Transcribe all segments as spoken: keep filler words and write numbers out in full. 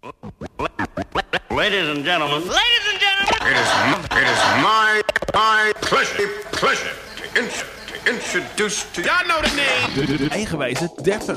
Ladies and gentlemen. Ladies and gentlemen. It is, it is my, my pleasure, pleasure to, in, to introduce to... Y'all know the name. De, de, de eigenwijze dertig.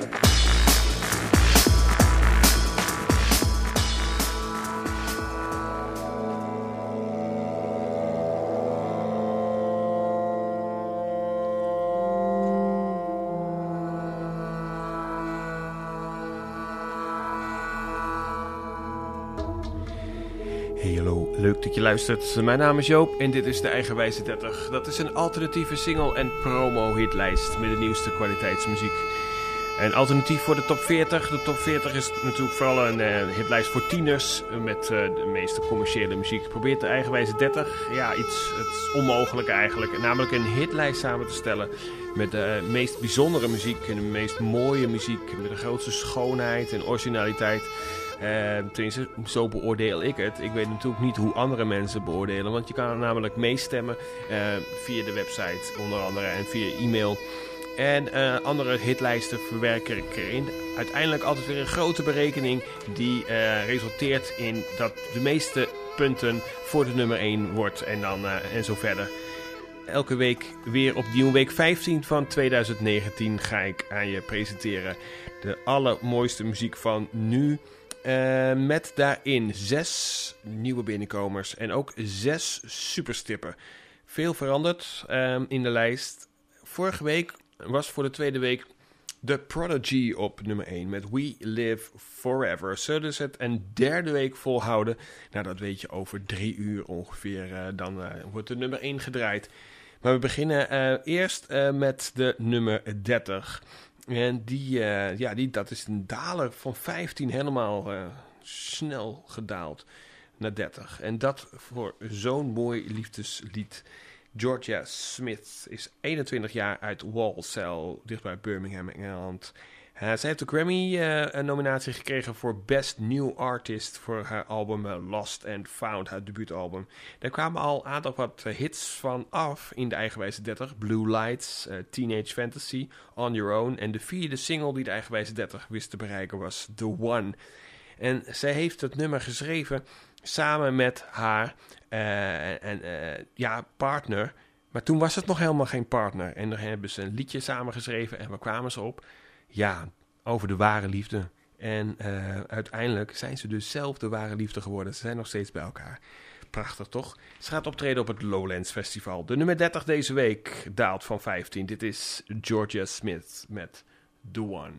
Hey, hallo, leuk dat je luistert. Mijn naam is Joop en dit is de Eigenwijze dertig. Dat is een alternatieve single- en promo-hitlijst met de nieuwste kwaliteitsmuziek. Een alternatief voor de top veertig. De top veertig is natuurlijk vooral een uh, hitlijst voor tieners met uh, de meeste commerciële muziek. Probeert de Eigenwijze dertig, ja, iets het onmogelijke eigenlijk. Namelijk een hitlijst samen te stellen met de meest bijzondere muziek en de meest mooie muziek. Met de grootste schoonheid en originaliteit. Uh, tenminste, zo beoordeel ik het. Ik weet natuurlijk niet hoe andere mensen beoordelen. Want je kan namelijk meestemmen uh, via de website onder andere en via e-mail. En uh, andere hitlijsten verwerken ik erin. Uiteindelijk altijd weer een grote berekening die uh, resulteert in dat de meeste punten voor de nummer één wordt. En dan uh, en zo verder. Elke week weer opnieuw. Week vijftien van twintig negentien ga ik aan je presenteren de allermooiste muziek van nu. Uh, met daarin zes nieuwe binnenkomers en ook zes superstippen. Veel veranderd um, in de lijst. Vorige week was voor de tweede week The Prodigy op nummer één met We Live Forever. Zullen ze het een derde week volhouden? Nou, dat weet je over drie uur ongeveer. Uh, dan uh, wordt de nummer één gedraaid. Maar we beginnen uh, eerst uh, met de nummer dertig. En die, uh, ja, die, dat is een daler van vijftien helemaal uh, snel gedaald naar dertig. En dat voor zo'n mooi liefdeslied. Georgia Smith is eenentwintig jaar uit Walsall, dichtbij Birmingham, Engeland. Uh, zij heeft de Grammy-nominatie uh, gekregen voor Best New Artist voor haar album uh, Lost and Found, haar debuutalbum. Daar kwamen al een aantal wat uh, hits van af in de Eigenwijze dertig. Blue Lights, uh, Teenage Fantasy, On Your Own. En de vierde single die de Eigenwijze dertig wist te bereiken was The One. En zij heeft het nummer geschreven samen met haar uh, en, uh, ja, partner. Maar toen was het nog helemaal geen partner. En dan hebben ze een liedje samen geschreven en waar kwamen ze op? Ja, over de ware liefde. En uh, uiteindelijk zijn ze dus zelf de ware liefde geworden. Ze zijn nog steeds bij elkaar. Prachtig, toch? Ze gaat optreden op het Lowlands Festival. De nummer dertig deze week daalt van vijftien. Dit is Georgia Smith met The One.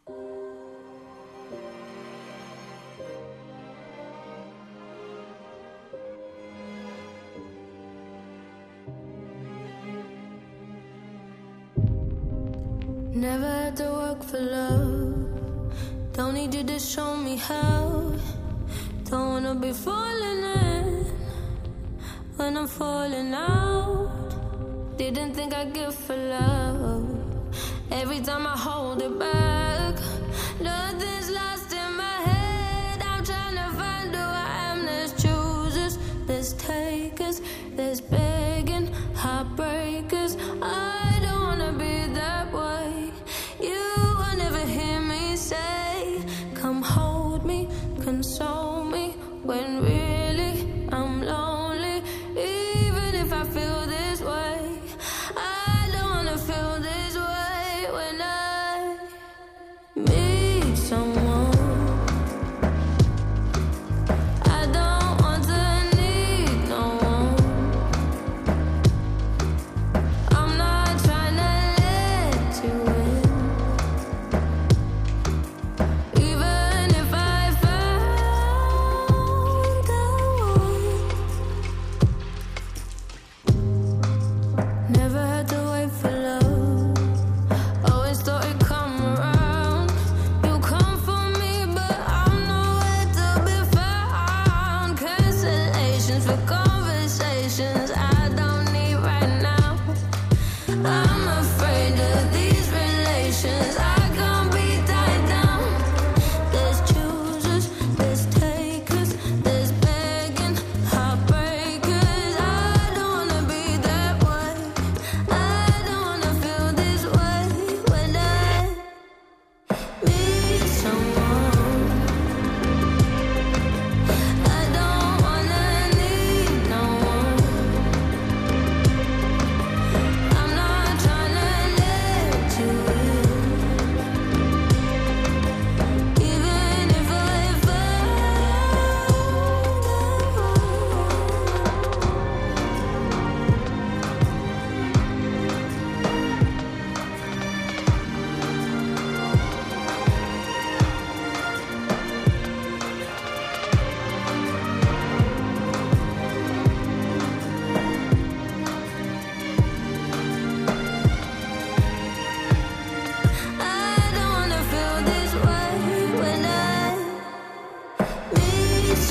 Never had to work for love. Don't need you to show me how. Don't wanna be falling in when I'm falling out. Didn't think I'd give for love. Every time I hold it back, nothing's lost in my head. I'm trying to find who I am. There's choosers, there's takers, there's begging, heartbreakers. I don't wanna be that way. You will never hear me say, come hold me, console me, when really I'm lonely. Even if I feel this way, I don't wanna feel this way. When I meet someone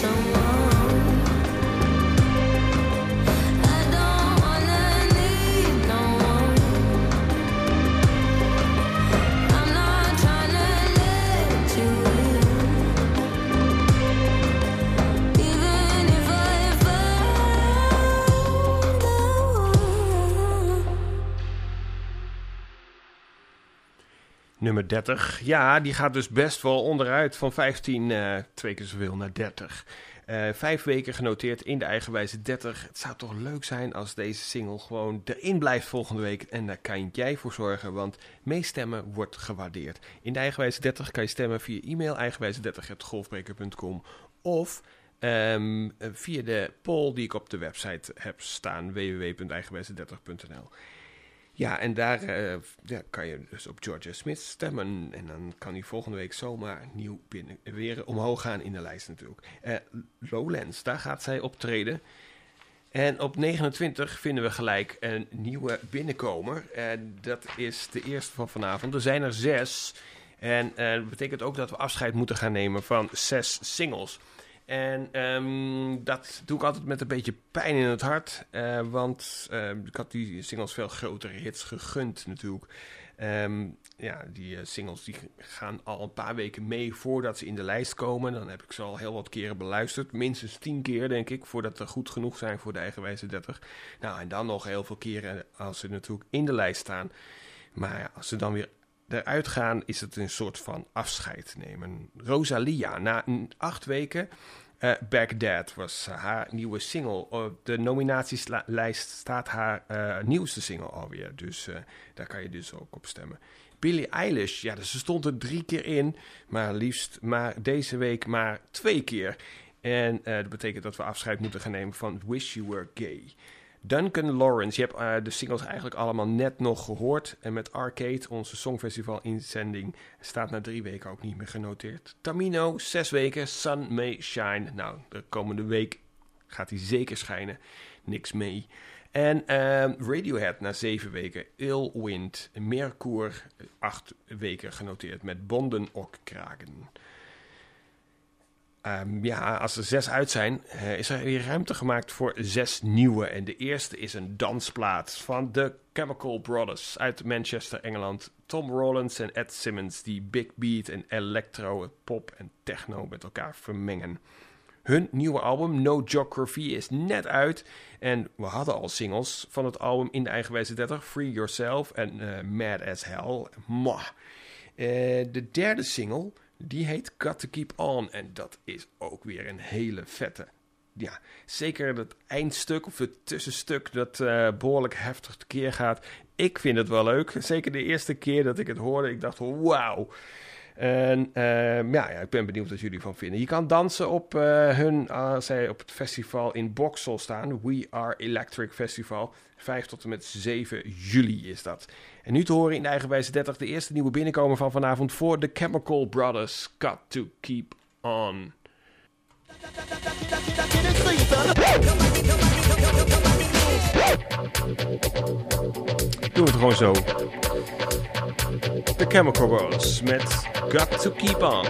Nummer dertig, ja, die gaat dus best wel onderuit van vijftien, uh, twee keer zoveel naar dertig. Uh, vijf weken genoteerd in de eigenwijze dertig. Het zou toch leuk zijn als deze single gewoon erin blijft volgende week. En daar kan jij voor zorgen, want meestemmen wordt gewaardeerd. In de eigenwijze dertig kan je stemmen via e-mail eigenwijze dertig apenstaartje golfbreker punt com of um, via de poll die ik op de website heb staan, w w w punt eigenwijze dertig punt n l. Ja, en daar uh, ja, kan je dus op Georgia Smith stemmen. En dan kan hij volgende week zomaar nieuw binnen, weer omhoog gaan in de lijst natuurlijk. Uh, Lowlands, daar gaat zij optreden. En op negenentwintig vinden we gelijk een nieuwe binnenkomer. En dat is de eerste van vanavond. Er zijn er zes. En uh, dat betekent ook dat we afscheid moeten gaan nemen van zes singles. En um, dat doe ik altijd met een beetje pijn in het hart. Uh, want uh, ik had die singles veel grotere hits gegund natuurlijk. Um, ja, die uh, singles die gaan al een paar weken mee voordat ze in de lijst komen. Dan heb ik ze al heel wat keren beluisterd. Minstens tien keer denk ik, voordat ze goed genoeg zijn voor de eigenwijze dertig. Nou, en dan nog heel veel keren als ze natuurlijk in de lijst staan. Maar ja, als ze dan weer eruit gaan, is het een soort van afscheid nemen. Rosalia, na acht weken, uh, Baghdad was uh, haar nieuwe single. Op de nominatieslijst staat haar uh, nieuwste single alweer. Dus uh, daar kan je dus ook op stemmen. Billie Eilish, ja, dus ze stond er drie keer in, maar liefst maar deze week maar twee keer. En uh, dat betekent dat we afscheid moeten gaan nemen van Wish You Were Gay. Duncan Lawrence, je hebt uh, de singles eigenlijk allemaal net nog gehoord. En met Arcade, onze Songfestival-inzending, staat na drie weken ook niet meer genoteerd. Tamino, zes weken, Sun May Shine. Nou, de komende week gaat hij zeker schijnen. Niks mee. En uh, Radiohead na zeven weken, Ill Wind. Mercure, acht weken genoteerd met Bonden och Kragen. Um, ja, als er zes uit zijn, uh, is er weer ruimte gemaakt voor zes nieuwe. En de eerste is een dansplaat van de Chemical Brothers uit Manchester, Engeland. Tom Rowlands en Ed Simmons, die big beat en electro, pop en techno met elkaar vermengen. Hun nieuwe album, No Geography, is net uit. En we hadden al singles van het album in de eigenwijze dertig. Free Yourself en uh, Mad as Hell. Mwah. Uh, de derde single, die heet Got to Keep On. En dat is ook weer een hele vette. Ja, zeker het eindstuk of het tussenstuk dat uh, behoorlijk heftig tekeer gaat. Ik vind het wel leuk. Zeker de eerste keer dat ik het hoorde, ik dacht wauw. En uh, ja, ja, ik ben benieuwd wat jullie van vinden. Je kan dansen op uh, hun, als zij op het festival in Boxel staan. We Are Electric Festival. vijf tot en met zeven juli is dat. En nu te horen in de eigenwijze dertig de eerste nieuwe binnenkomer van vanavond voor de Chemical Brothers. Got to Keep On. Doe het gewoon zo. The Chemical Brothers met Got to Keep On.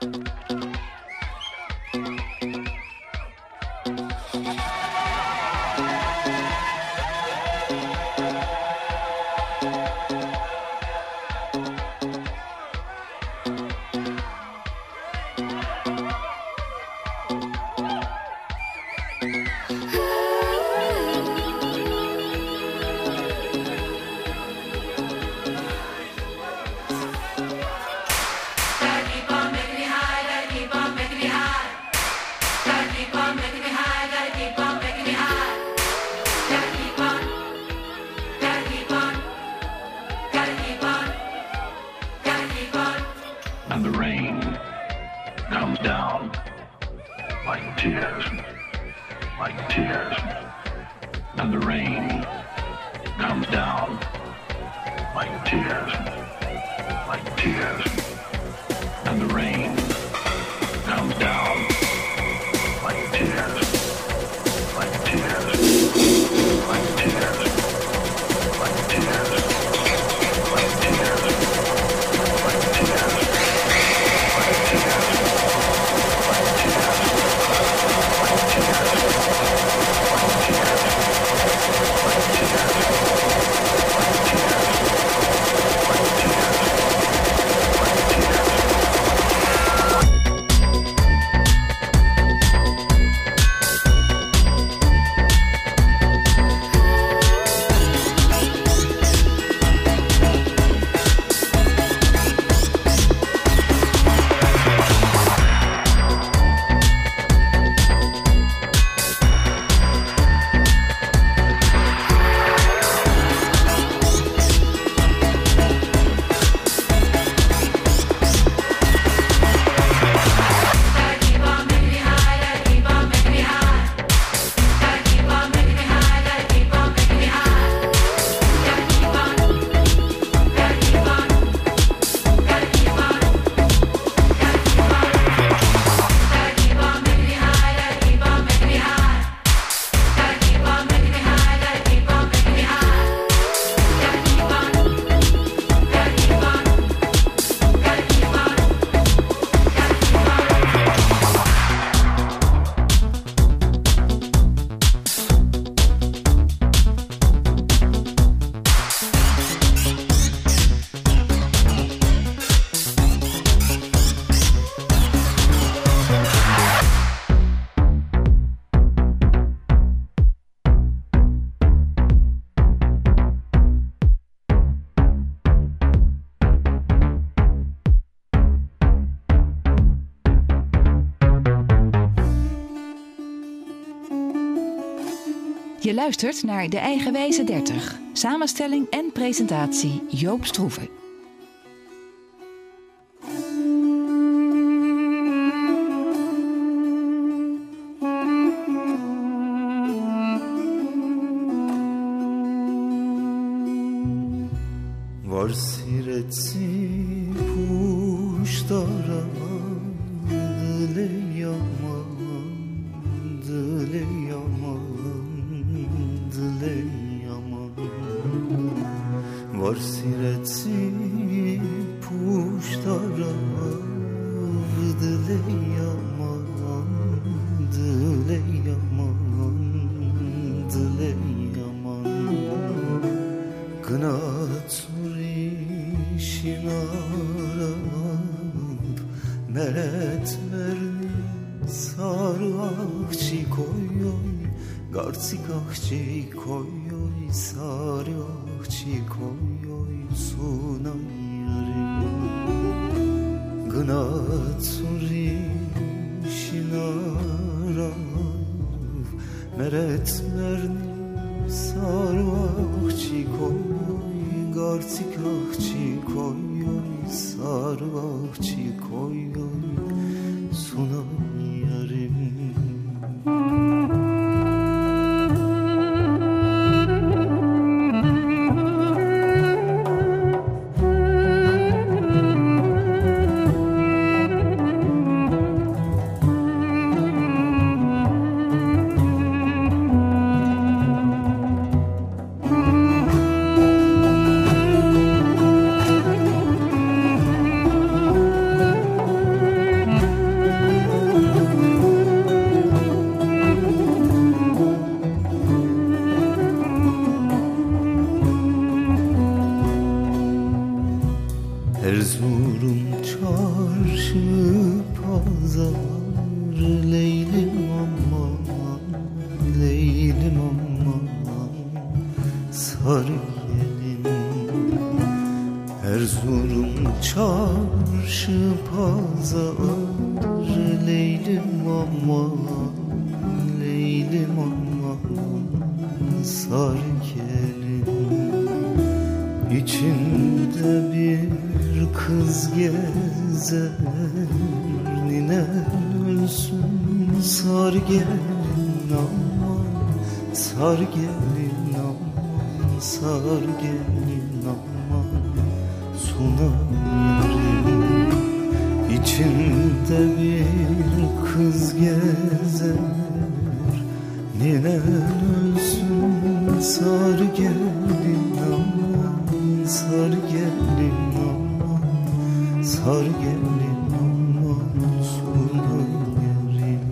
Je luistert naar De Eigenwijze dertig. Samenstelling en presentatie Joop Stroeven. Var siretsi puştara dile yaman dile yaman dile yaman Var siretsi puştara dile yaman dile yaman dile yaman Kınat şinarab meretlerini sarıakçı koyoy gartsikakçı koyoy sarıakçı koyoy sunayarım Kınat şinarab meretlerini sarıakçı koyoy gartsikakçı koyoy sarıakçı koyoy sunayarım pazar Leylim aman, Leylim aman Sarı gelin Erzurum çarşı pazar Leylim aman, Leylim aman Sarı gelin İçinde bir kız gezer Ninen ölsün sar gelin aman Sar gelin aman Sar gelin aman Sunam yarim İçinde bir kız gezer Ninen ölsün sar gelin aman Sar gelin aman Sar gelin aman Sunam yarim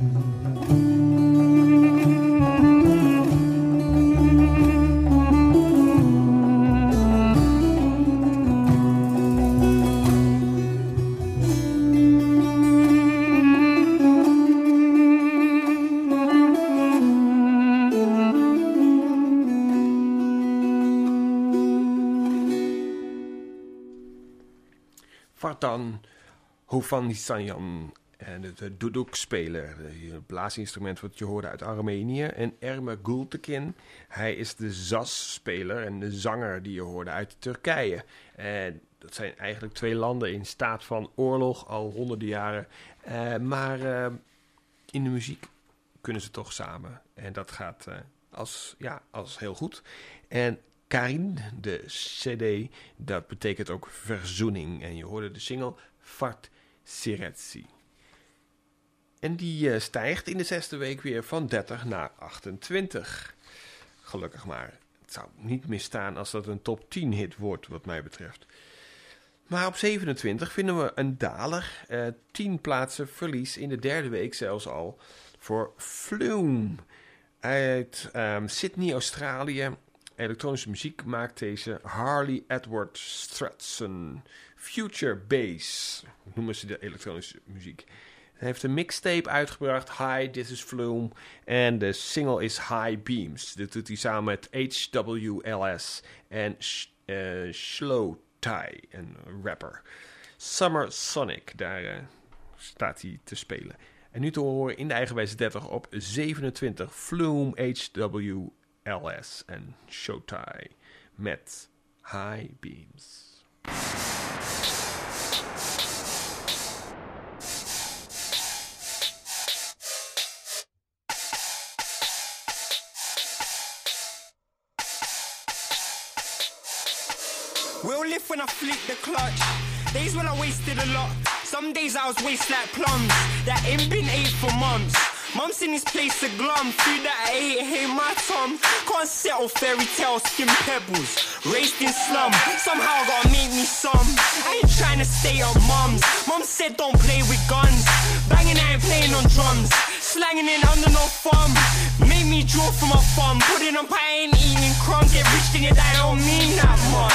Vartan Hovhannisyan en het duduk-speler, het blaasinstrument wat je hoorde uit Armenië. En Erme Gültekin, hij is de zas-speler en de zanger die je hoorde uit Turkije. En dat zijn eigenlijk twee landen in staat van oorlog al honderden jaren. Uh, maar uh, in de muziek kunnen ze toch samen. En dat gaat uh, als, ja, als heel goed. En Karin, de cd, dat betekent ook verzoening. En je hoorde de single Fart Siretsi. En die uh, stijgt in de zesde week weer van dertig naar achtentwintig. Gelukkig maar. Het zou niet misstaan als dat een top tien hit wordt wat mij betreft. Maar op zevenentwintig vinden we een daler. Uh, tien plaatsen verlies in de derde week zelfs al voor Flume. Uit um, Sydney, Australië. Elektronische muziek maakt deze Harley Edward Stratson. Future Bass noemen ze de elektronische muziek. Hij heeft een mixtape uitgebracht. Hi, this is Flume. En de single is High Beams. Dat doet hij samen met H W L S en uh, Slow Tie, een rapper. Summer Sonic, daar uh, staat hij te spelen. En nu te horen in de eigenwijze dertig op zevenentwintig. Flume, H W L S en Showtie met High Beams. We'll live when I flip the clutch. Days when I wasted a lot. Some days I was waste like plums that ain't been ate for months. Mum's in this place to glum. Food that I ate, hey my Tom. Can't settle fairy tales, skin pebbles. Raised in slum, somehow gotta make me some. I ain't trying to stay on mums. Mum said don't play with guns. Banging, I ain't playing on drums. Slanging in under no thumb. Make me draw from my thumb. Put it on pie, I ain't eating crumbs. Get rich, think that I don't mean that much.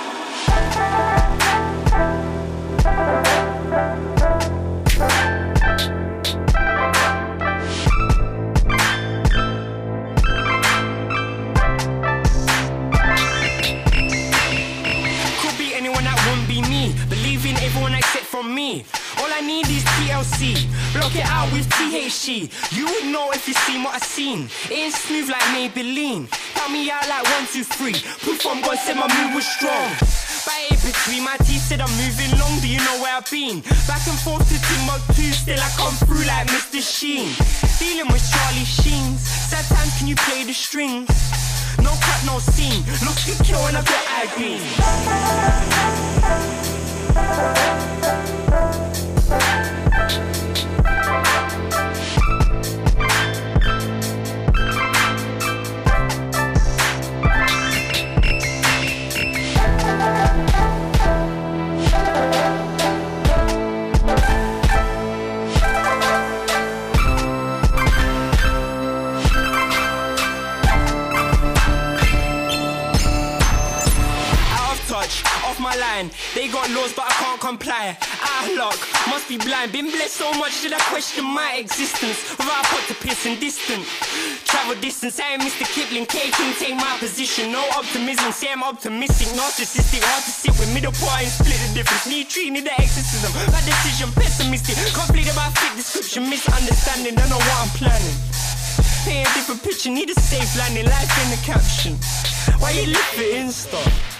Could be anyone that won't be me. Believe in everyone except from me. All I need is T L C. Block it out with T H C. You would know if you seen what I seen. It ain't smooth like Maybelline. Count me out like one, two, three. Proof I'm gonna say my move was strong. Bite it between my teeth, said I'm moving long. Do you know where I've been? Back and forth to Timbuktu, still I come through like Mister Sheen. Dealing with Charlie Sheens. Sad time, can you play the strings? No cut, no scene. Looks good kill when I got eye green. Off my life. line. They got laws but I can't comply. Outlook, must be blind. Been blessed so much that I question my existence. Without put to piss and distant. Travel distance, I am Mister Kipling. K-King, take my position. No optimism, say I'm optimistic. Narcissistic, hard to sit with. Middle part and split the difference. Need treat, need the exorcism. My decision, pessimistic. Conflict about fit description. Misunderstanding, don't know what I'm planning. Paint a different picture, need a safe landing. Life in the caption. Why you live for Insta?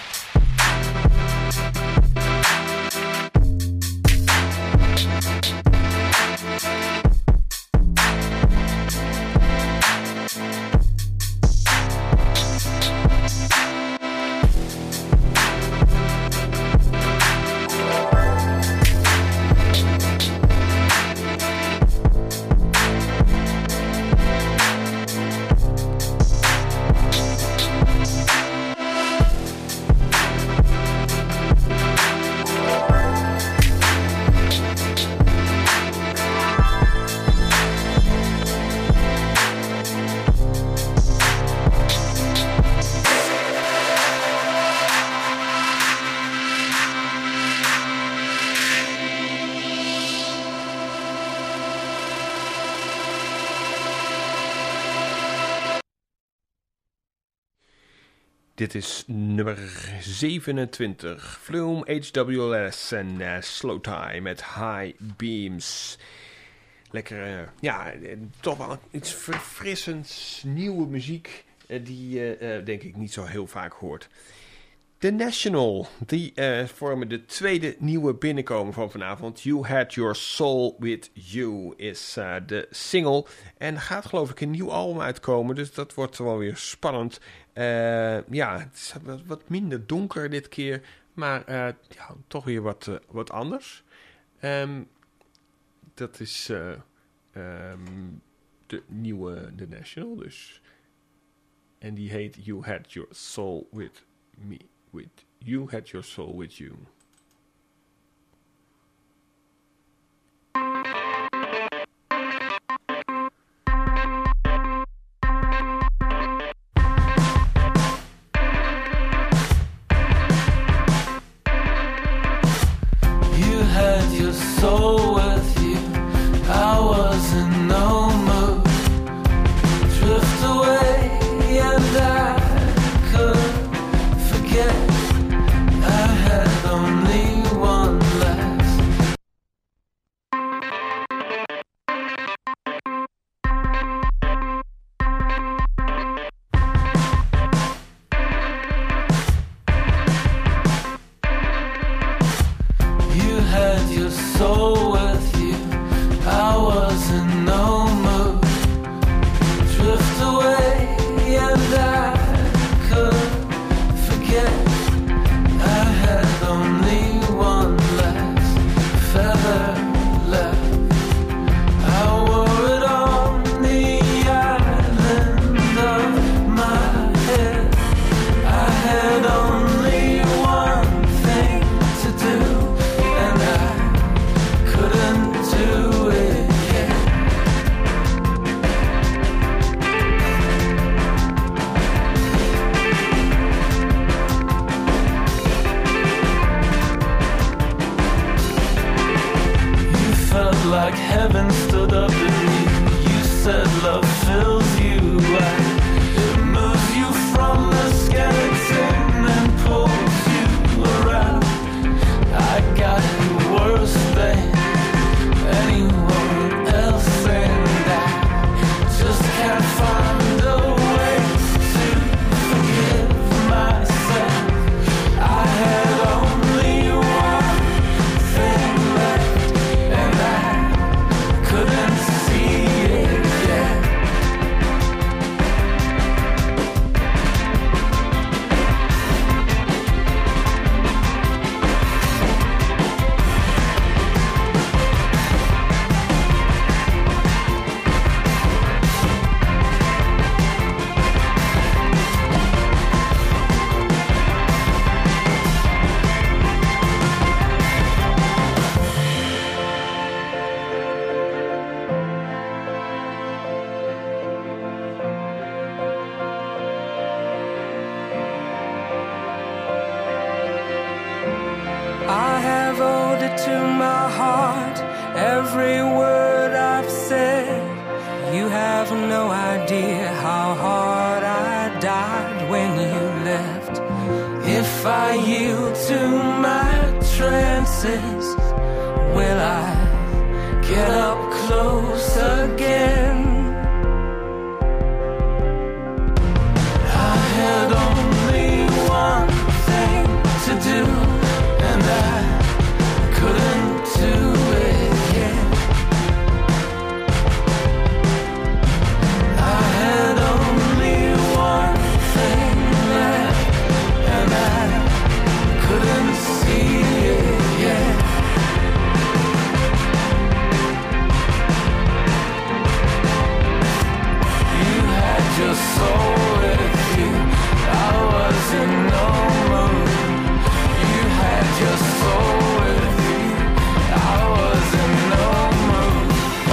Dit is nummer zevenentwintig. Flume, H W S en uh, Slow Tie met High Beams. Lekker, uh, ja, toch wel iets verfrissends, nieuwe muziek uh, die je uh, uh, denk ik niet zo heel vaak hoort. The National, die uh, vormen de tweede nieuwe binnenkomer van vanavond. You Had Your Soul With You is uh, de single. En er gaat geloof ik een nieuw album uitkomen, dus dat wordt wel weer spannend. Uh, ja, het is wat, wat minder donker dit keer, maar uh, ja, toch weer wat, uh, wat anders. Um, dat is uh, um, de nieuwe The National dus. En die heet You Had Your Soul With Me. With You Had Your Soul With You. Couldn't see it yet. every word I've said. You have no idea how hard I died when you left. If I yield to my trances, will I get up close again? I had only one thing to do, and I couldn't do it yet. I had only one thing left, and I couldn't see it yet. You had your soul with you, I was in no mood. You had your soul with you, I was in no mood.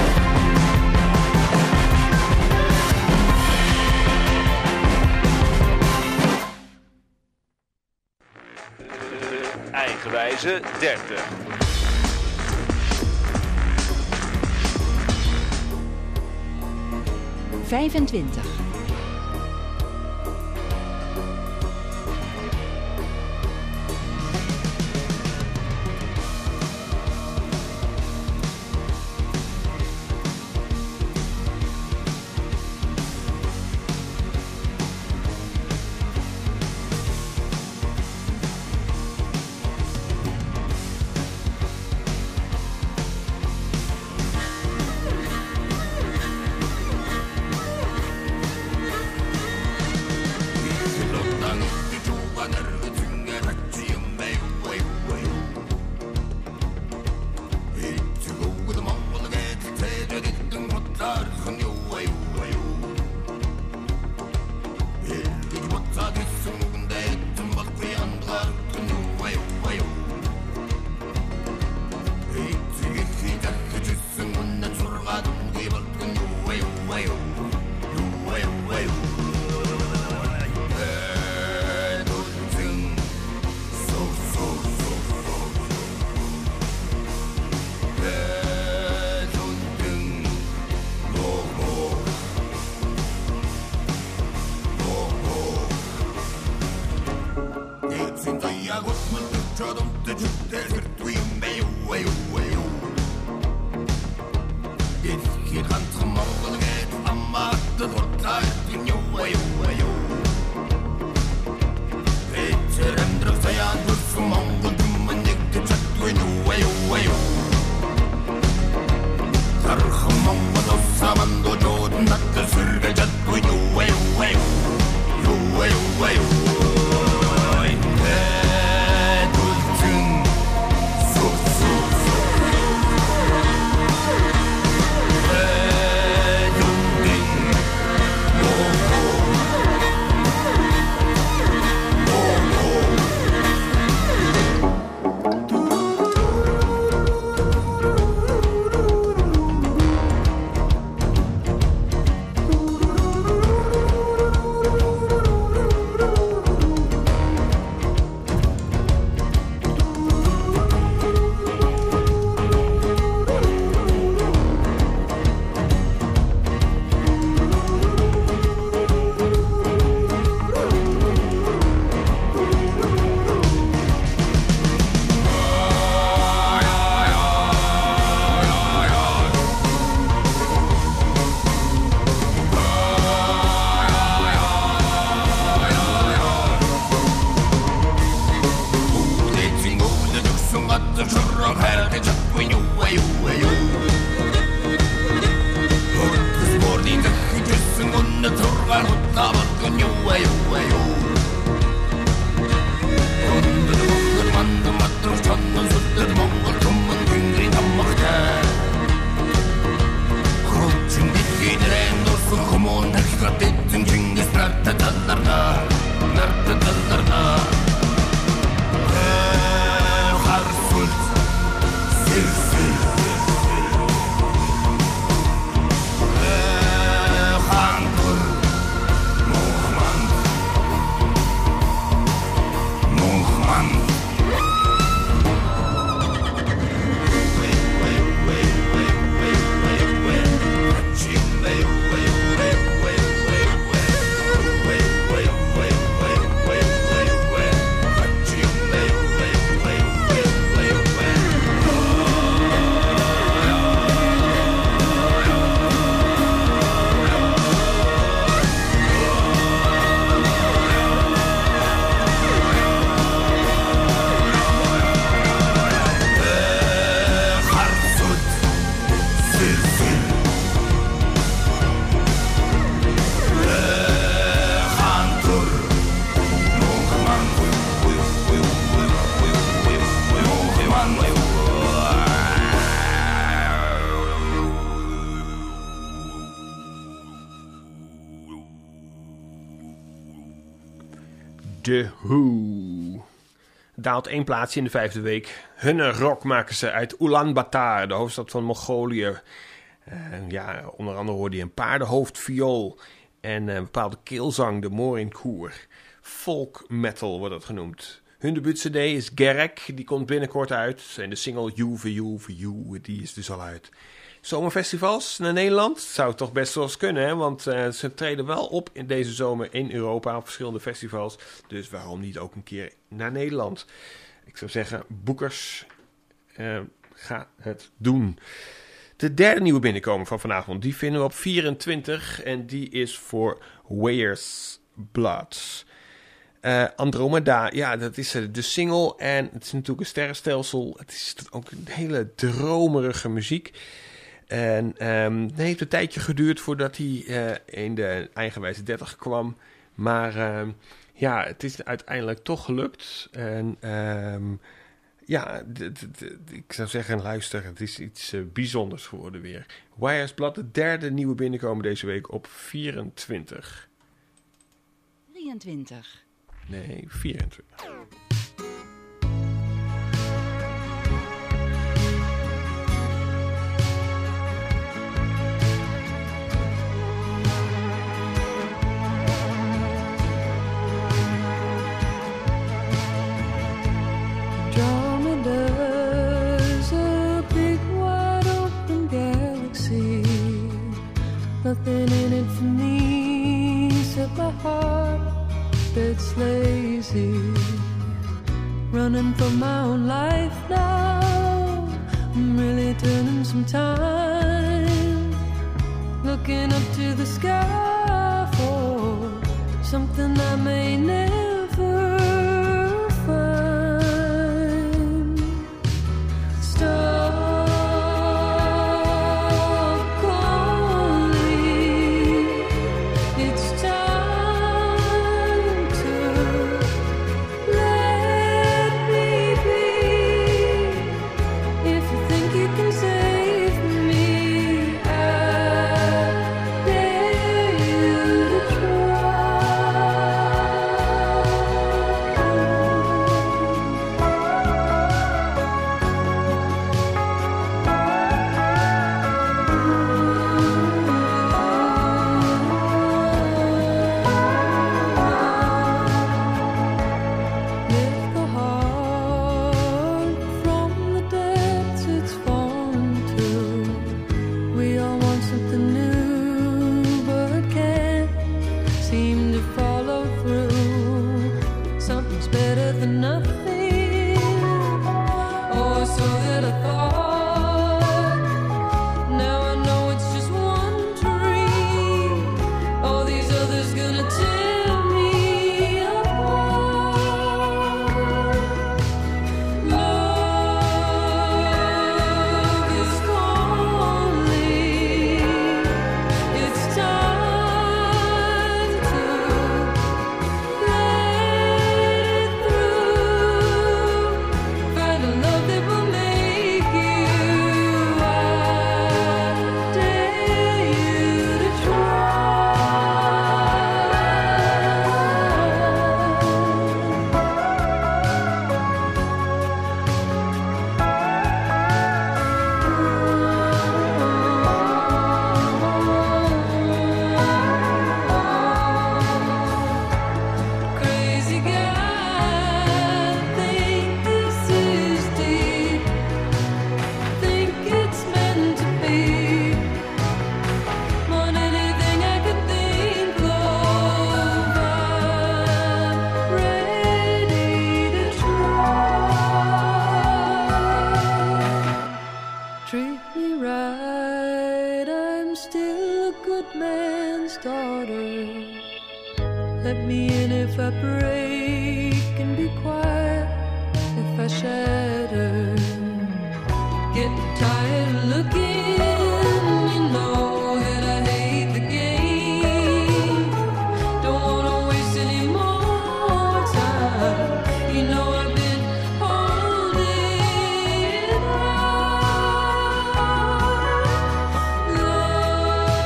Eigenwijze dertig. vijfentwintig. The Who. Daalt één plaatsje in de vijfde week. Hun rock maken ze uit Ulaanbaatar, de hoofdstad van Mongolië. Uh, ja, onder andere hoorde je een paardenhoofdviool en een bepaalde keelzang, de Morinkoer. Folk metal wordt dat genoemd. Hun debuut-cd is Gerek, die komt binnenkort uit. En de single You for You for You, die is dus al uit. Zomerfestivals naar Nederland zou toch best wel eens kunnen, hè? Want uh, ze treden wel op in deze zomer in Europa op verschillende festivals. Dus waarom niet ook een keer naar Nederland? Ik zou zeggen, boekers, uh, ga het doen. De derde nieuwe binnenkomer van vanavond, die vinden we op vierentwintig en die is voor Weyer's Blood. Uh, Andromeda, ja, dat is de single en het is natuurlijk een sterrenstelsel. Het is ook een hele dromerige muziek. En um, het heeft een tijdje geduurd voordat hij uh, in de eigenwijze dertig kwam. Maar uh, ja, het is uiteindelijk toch gelukt. En um, ja, d- d- d- ik zou zeggen, luister, het is iets uh, bijzonders geworden weer. Weyer's Blood, de derde nieuwe binnenkomen deze week op vierentwintig. drieëntwintig. Nee, vierentwintig. Nothing in it for me except my heart that's lazy. Running for my own life now. I'm really turning some time. Looking up to the sky for something I may never find. Stop.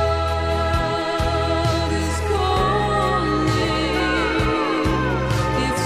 If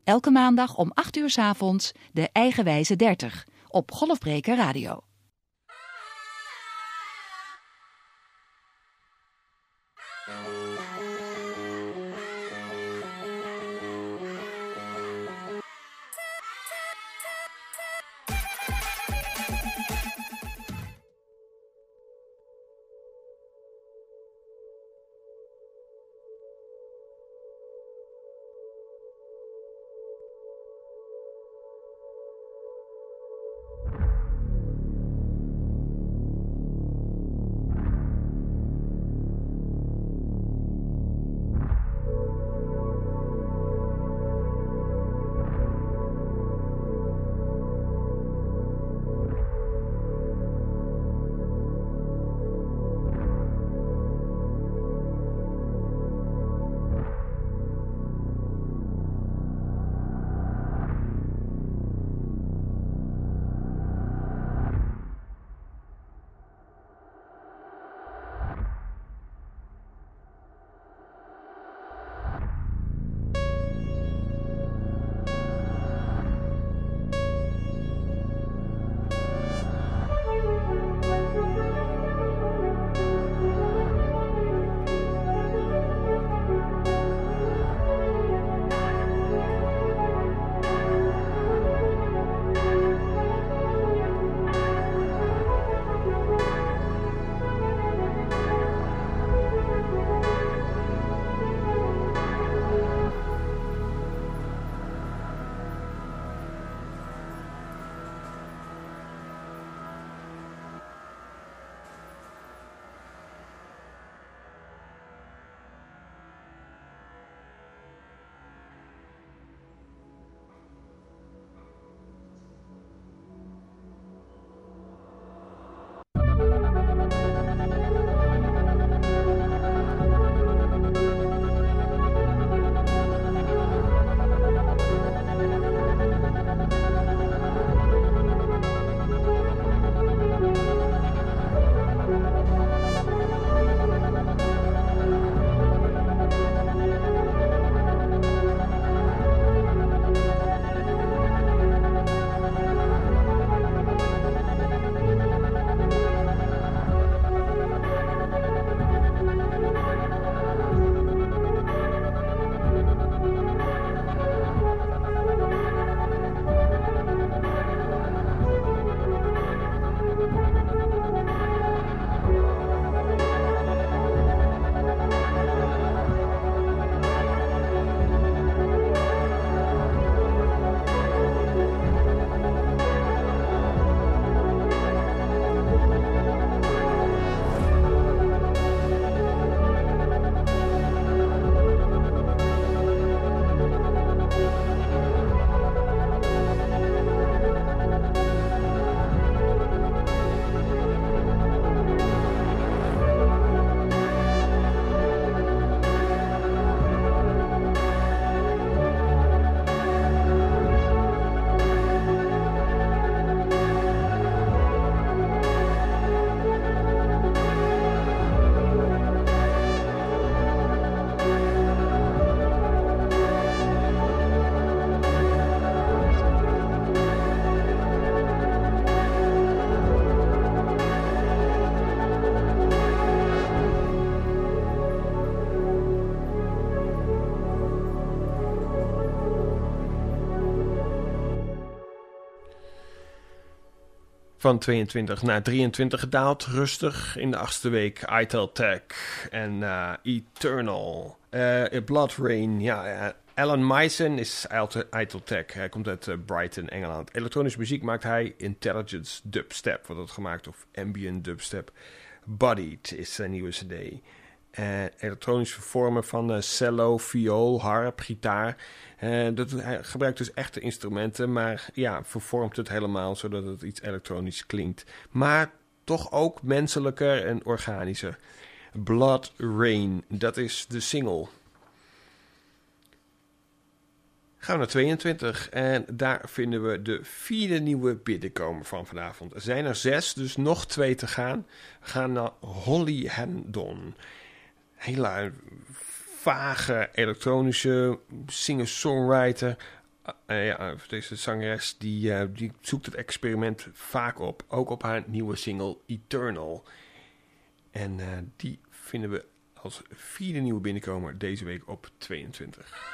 Elke maandag om acht uur 's avonds de Eigenwijze dertig op Golfbreker Radio. Van tweeëntwintig naar drieëntwintig gedaald, rustig in de achtste week. Itel Tech en uh, Eternal. Uh, Blood Rain, ja. Uh, Alan Myson is Itel Tech. Hij komt uit uh, Brighton, Engeland. Elektronische muziek maakt hij. Intelligence Dubstep wordt dat gemaakt. Of Ambient Dubstep. Bodied is zijn nieuwe cd. Uh, elektronische vormen van uh, cello, viool, harp, gitaar. Uh, dat, hij gebruikt dus echte instrumenten, maar ja, vervormt het helemaal zodat het iets elektronisch klinkt. Maar toch ook menselijker en organischer. Blood Rain, dat is de single. Gaan we naar tweeëntwintig en daar vinden we de vierde nieuwe binnenkomer van vanavond. Er zijn er zes, dus nog twee te gaan. We gaan naar Holly Hendon. Hele vage elektronische singer-songwriter. uh, ja, deze zangeres die, uh, die zoekt het experiment vaak op. Ook op haar nieuwe single Eternal. En uh, die vinden we als vierde nieuwe binnenkomer deze week op tweeëntwintig.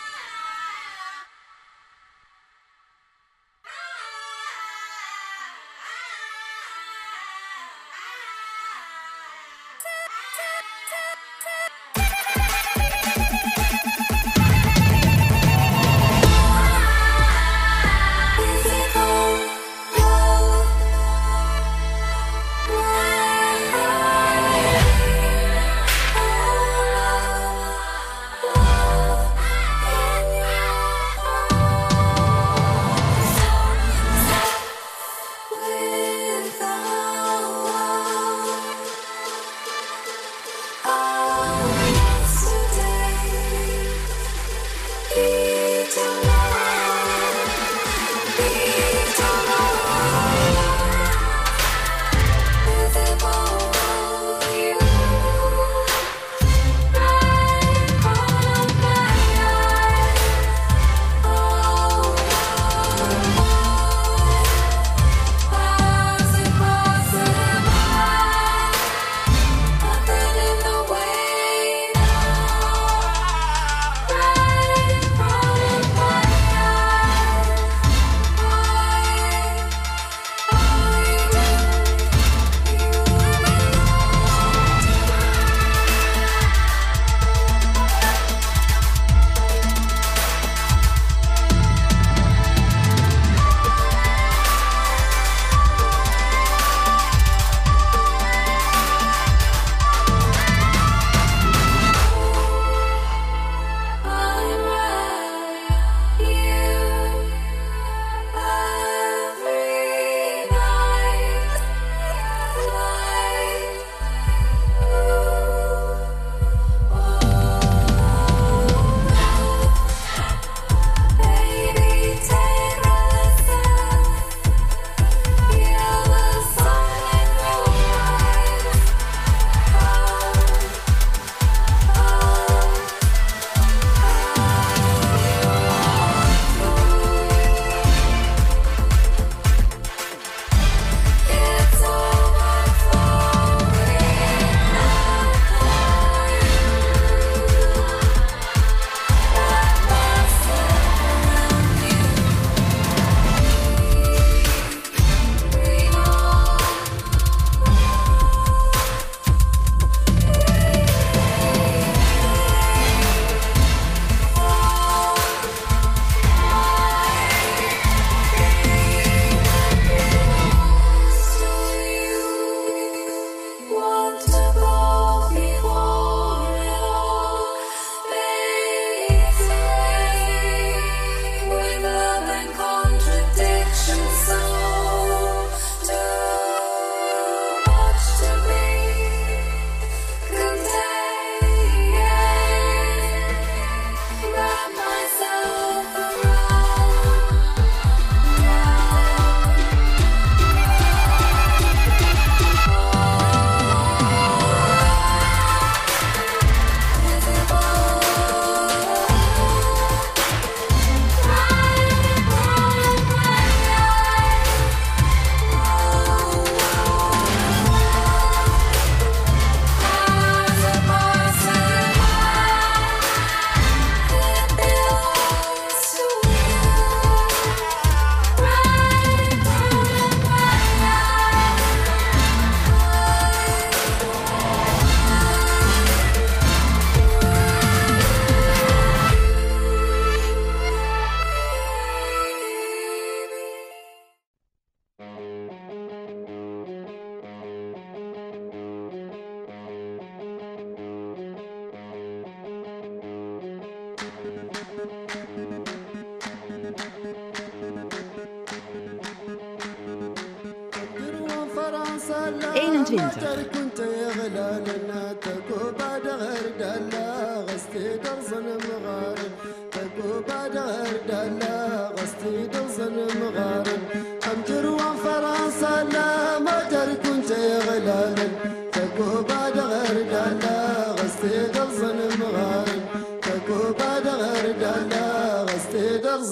eenentwintig.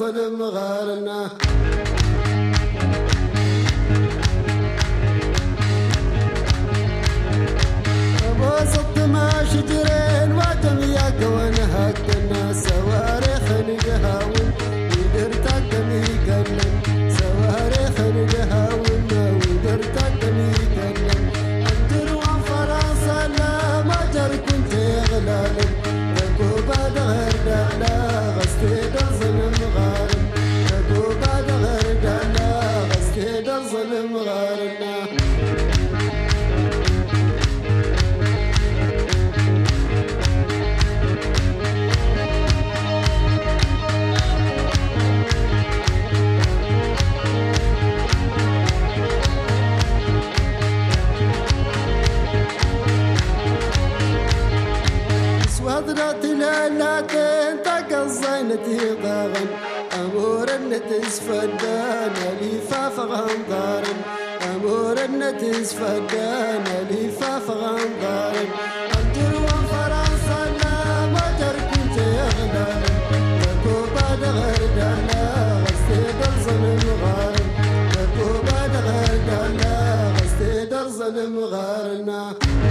الظلم غارنا وسط ما شجرين واتم ياك ونهاك الناس صواريخ نقهاون ودرتك ميكلم صواريخ نقهاون ودرتك ميكلم انتر وان فرنسا لا ما جر كنت غلالم ركوبة غير دالا غستي ظلم غارم ركوبة غير دالا غستي ظلم غارنا وضرت ليلاتين تقصينتي ضاغن أمور النتس فدانا لفاف غنضارن أمور النتس فدانا لفاف غنضارن أنجر وفرنسا لا مجر كنت يغلال ركوبة غير دالا غستي درزن مغارن ركوبة غير دالا غستي درزن مغارنا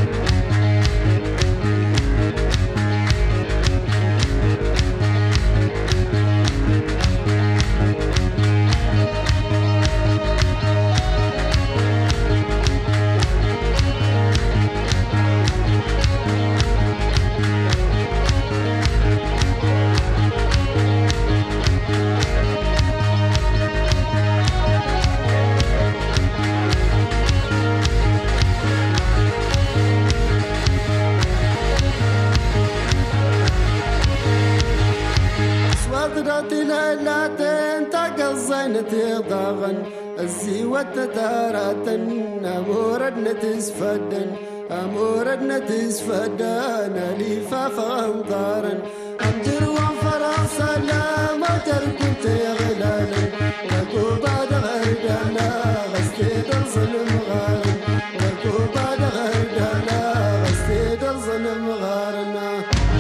وضرت ليلاتين تقصينتي ضاغن الزيوة تتاراتن أمور النتس فدن أمور النتس فدن لفاف غنضارن أنجر وفرنسا لا مجر كنت يغلالا ركوبة غير دالا غستي ظلم غارن ركوبة غير دالا غستي ظلم غارنا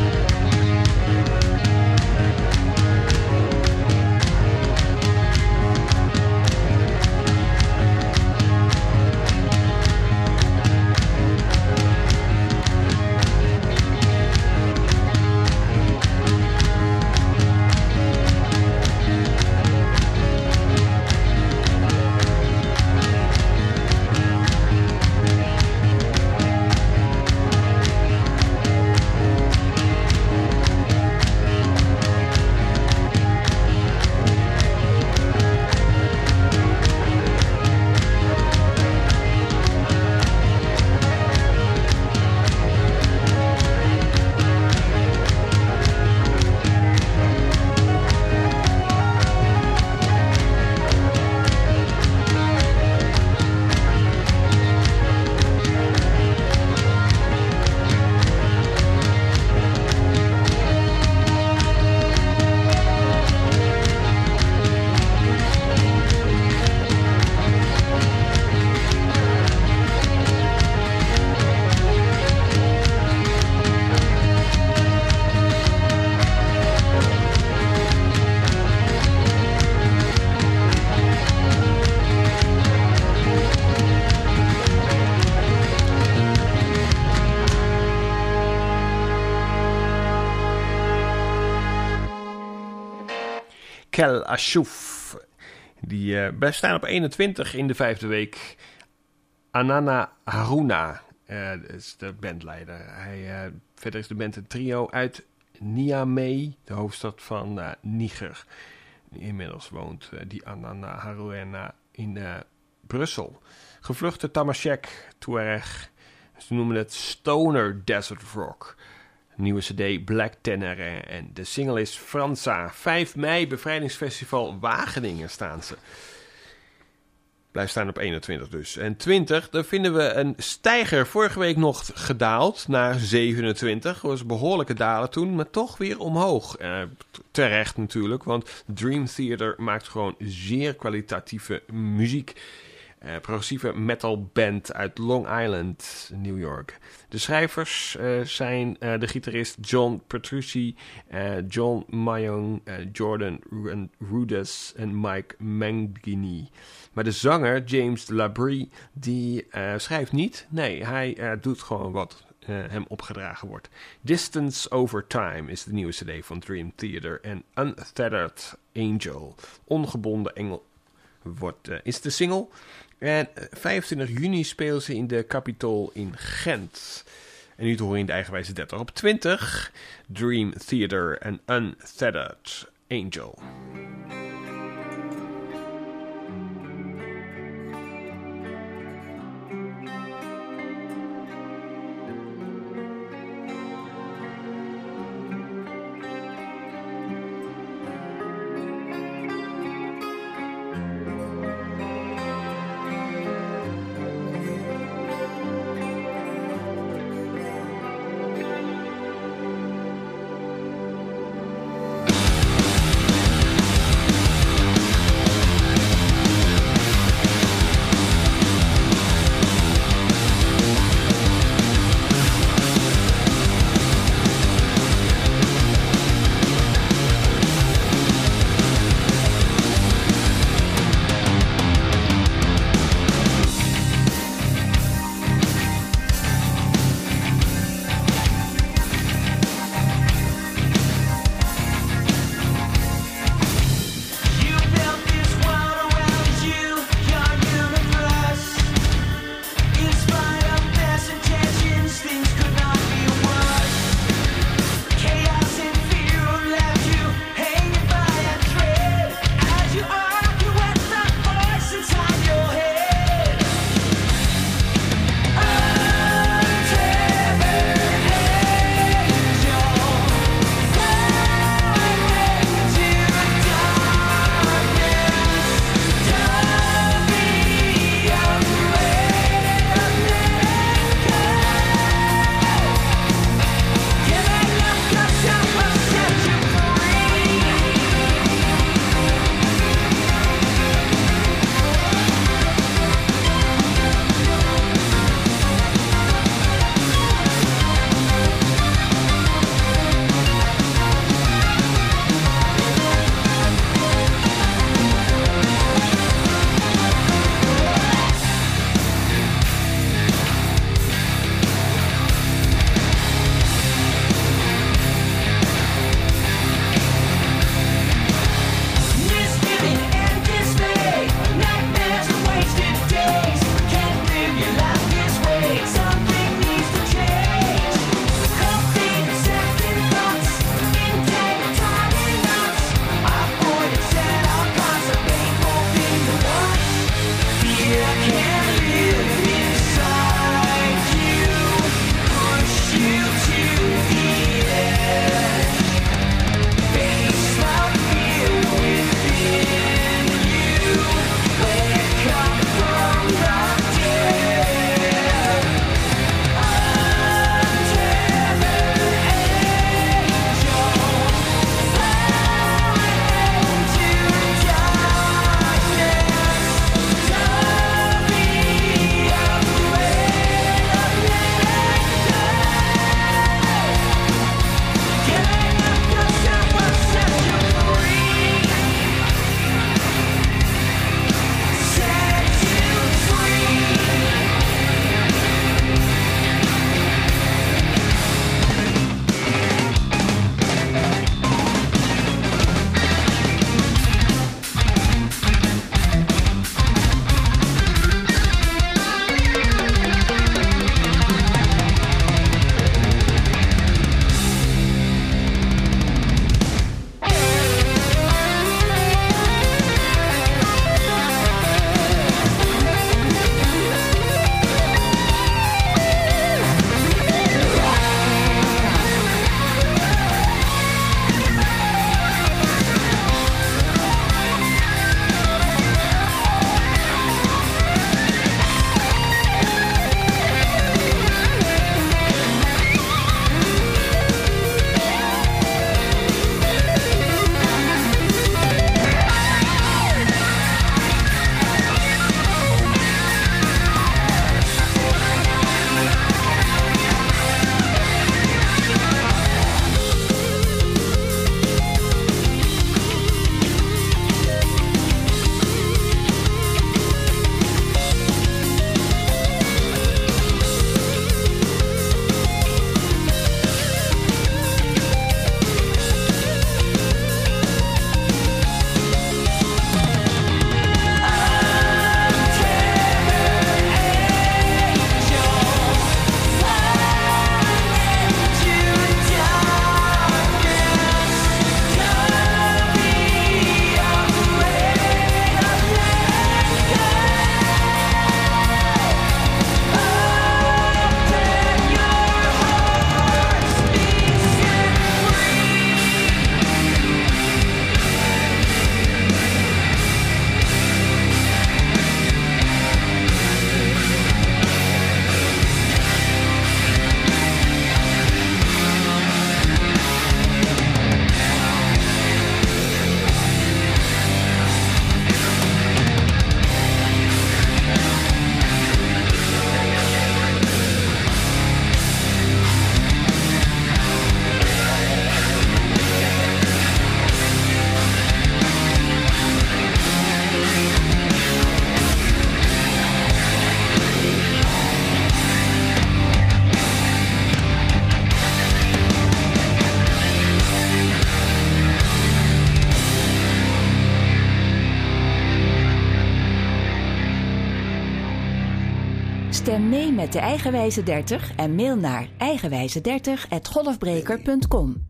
Kel Ashouf. Die uh, wij staan op eenentwintig in de vijfde week. Anana Haruna uh, is de bandleider. Hij, uh, verder is de band een trio uit Niamey, de hoofdstad van uh, Niger. Inmiddels woont uh, die Anana Haruna in uh, Brussel. Gevluchte Tamashek, Tuareg. Ze noemen het Stoner Desert Rock. Nieuwe cd Black Tenere en de single is Fransa. vijf mei, Bevrijdingsfestival Wageningen staan ze. Blijft staan op eenentwintig dus. En twintig, daar vinden we een stijger. Vorige week nog gedaald naar zevenentwintig. Dat was een behoorlijke dalen toen, maar toch weer omhoog. Uh, terecht natuurlijk, want Dream Theater maakt gewoon zeer kwalitatieve muziek. uh, progressieve metal band uit Long Island, New York. De schrijvers uh, zijn uh, de gitarist John Petrucci, uh, John Mayong, uh, Jordan Rudess en Mike Mangini. Maar de zanger James Labrie, die uh, schrijft niet. Nee, hij uh, doet gewoon wat uh, hem opgedragen wordt. Distance Over Time is de nieuwe cd van Dream Theater. En Untethered Angel, ongebonden engel, wordt, uh, is de single. En vijfentwintig juni spelen ze in de Capitol in Gent. En nu te horen in de eigenwijze dertig. Op twintig, Dream Theater en Untethered Angel. Stem mee met de Eigenwijze dertig en mail naar eigenwijze dertig at golfbreker punt com.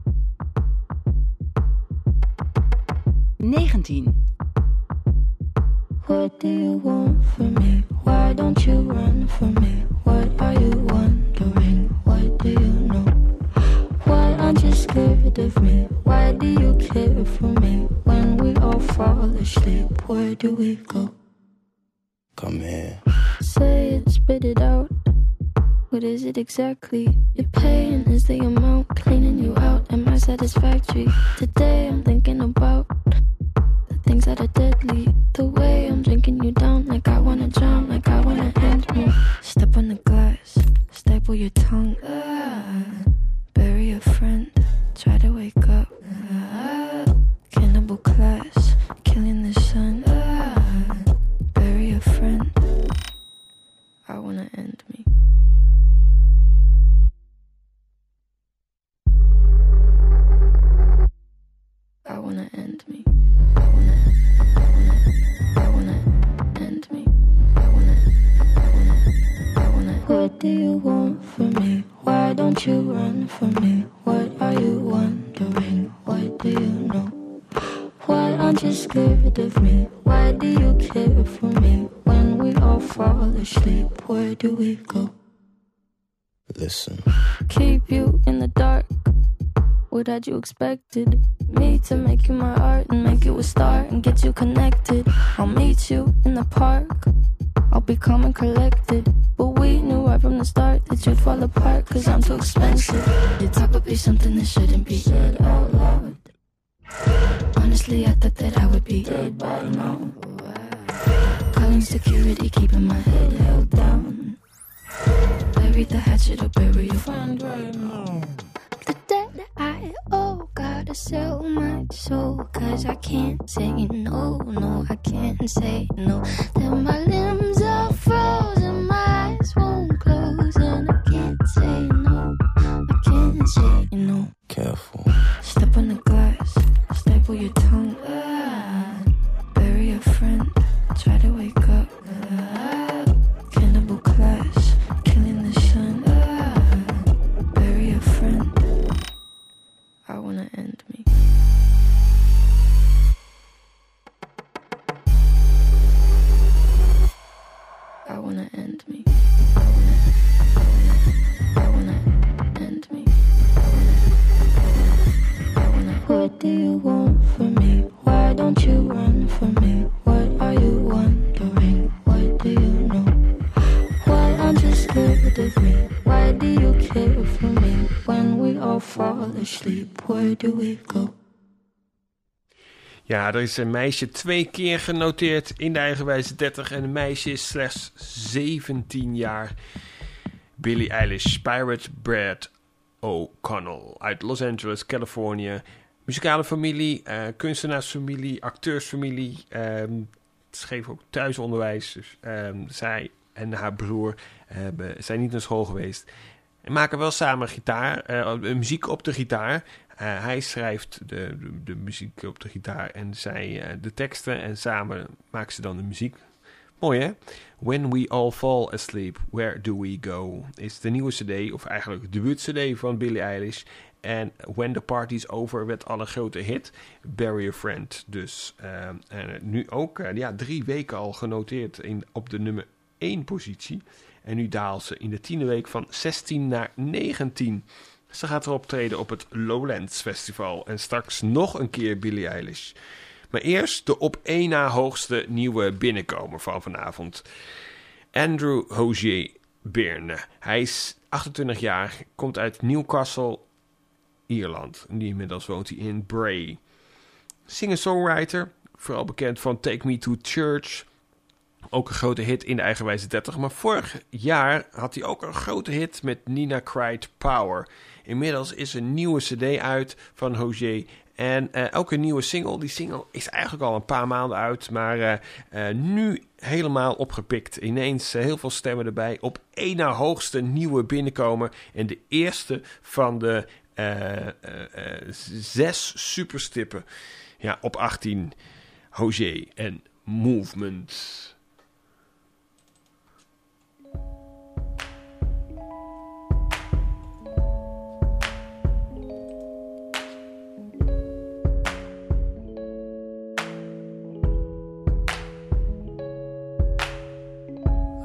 negentien. What do you want from me? Why don't you run from me? What are you wondering? What do you know? Why aren't you scared of me? Why do you care for me? When we all fall asleep, where do we go? Come here. Say it, spit it out. What is it exactly? Your pain is the amount cleaning you out. Am I satisfactory? Today I'm thinking about the things that are deadly. The way I'm drinking you down, like I wanna drown, like I wanna end me. Step on the glass, staple your tongue. Ah, bury a friend, try to wake up. Ah, cannibal class, killing the sun. Ah, bury a friend. I wanna end me. I wanna end me. I wanna, I wanna, I wanna end me. I wanna, I wanna, I wanna. What do you want from me? Why don't you run from me? What are you wondering? What do you know? Why aren't you scared of me? Why do you care for me? When we all fall asleep, where do we go? Listen. Keep you in the dark. What had you expected? Me to make you my art and make you a star and get you connected. I'll meet you in the park. I'll be calm and collected. But we knew right from the start that you'd fall apart, cause I'm too expensive. Your talk would be something that shouldn't be said out loud. Honestly, I thought that I would be dead by now. Calling security, keeping my head held down. Bury the hatchet or bury your friend right now. The debt I owe, gotta sell my soul, cause I can't say no, no, I can't say no. Then my limbs are frozen, my eyes won't close, and I can't say no, I can't say no. Careful. Step on the glass, staple your tongue. Ah, bury a friend, try to wake up. Ah, cannibal class, killing the sun. Ah, bury a friend. I wanna end me. I wanna end me. I wanna, I wanna, I wanna end me. I wanna, I wanna. What do you want from me? Why don't you run from me? What are you wondering? What do you know? Why aren't you scared of me? Why do you care for me? When we all fall asleep, where do we go? Ja, er is een meisje twee keer genoteerd in de Eigenwijze dertig en een meisje is slechts zeventien jaar. Billie Eilish, Pirate Brad O'Connell uit Los Angeles, Californië. Muzikale familie, uh, kunstenaarsfamilie, acteursfamilie. Um, ze geven ook thuisonderwijs. Dus, um, zij en haar broer uh, zijn niet naar school geweest. En maken wel samen gitaar, uh, muziek op de gitaar. Uh, hij schrijft de, de, de muziek op de gitaar en zij uh, de teksten. En samen maken ze dan de muziek. Mooi hè? When We All Fall Asleep, Where Do We Go? Is de nieuwe cd, of eigenlijk de debuut-cd van Billie Eilish. En When the Party's Over werd al een grote hit. Bury a Friend. Dus uh, en nu ook uh, ja, drie weken al genoteerd in, op de nummer één positie. En nu daalt ze in de tiende week van zestien naar negentien. Ze gaat er optreden op het Lowlands Festival. En straks nog een keer Billie Eilish. Maar eerst de op één na hoogste nieuwe binnenkomer van vanavond. Andrew Hozier Byrne. Hij is achtentwintig jaar, komt uit Newcastle, Ierland. En inmiddels woont hij in Bray. Singer-songwriter, vooral bekend van Take Me to Church. Ook een grote hit in de Eigenwijze dertig. Maar vorig jaar had hij ook een grote hit met Nina Cried Power. Inmiddels is een nieuwe cd uit van Hozier. En uh, ook een nieuwe single. Die single is eigenlijk al een paar maanden uit. Maar uh, uh, nu helemaal opgepikt. Ineens uh, heel veel stemmen erbij. Op één na hoogste nieuwe binnenkomer. En de eerste van de uh, uh, uh, zes superstippen. Ja, op achttien. Hozier en Movement.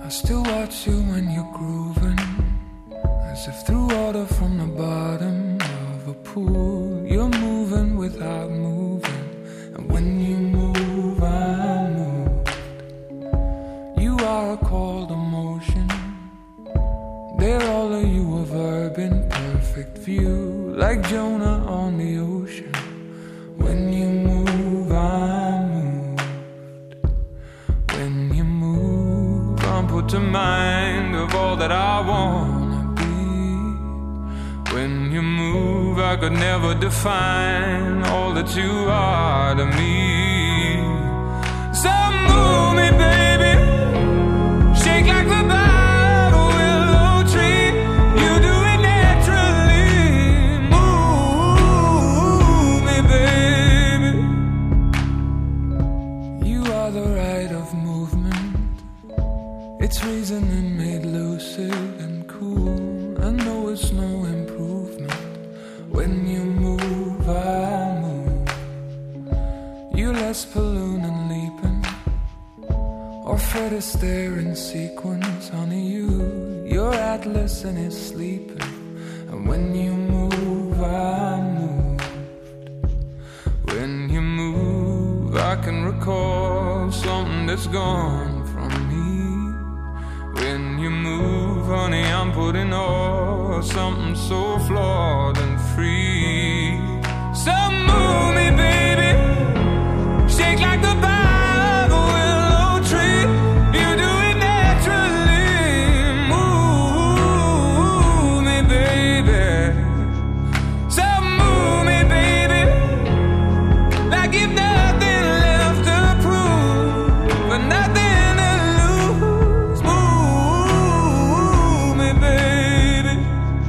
I still watch you when you're grooving, as if through water from the bottom of a pool. You're moving without moving, and when you move, I'm moved. You are a cold emotion. There all of you a verb in perfect view, like Jonah on the ocean. When you move, I'm moved. When you move, I'm put to mind of all that I wanna be. When you move, I could never define all that you are to me. So move me, baby, shake like the bottle willow tree. You do it naturally. Move me, baby. You are the rite of movement. It's reasoning made lucid and cool. I know it's no improvement. When you move, I move. You less balloon and leaping, or Fred Astaire in sequence, honey, you, your Atlas and it's sleeping. And when you move, I moved. When you move, I can recall something that's gone from me. When you move, honey, I'm putting all something so flawed and free. So move me, baby, shake like the Bible willow tree. You do it naturally. Move me, baby. So move me, baby, like you've nothing left to prove, but nothing to lose. Move me, baby.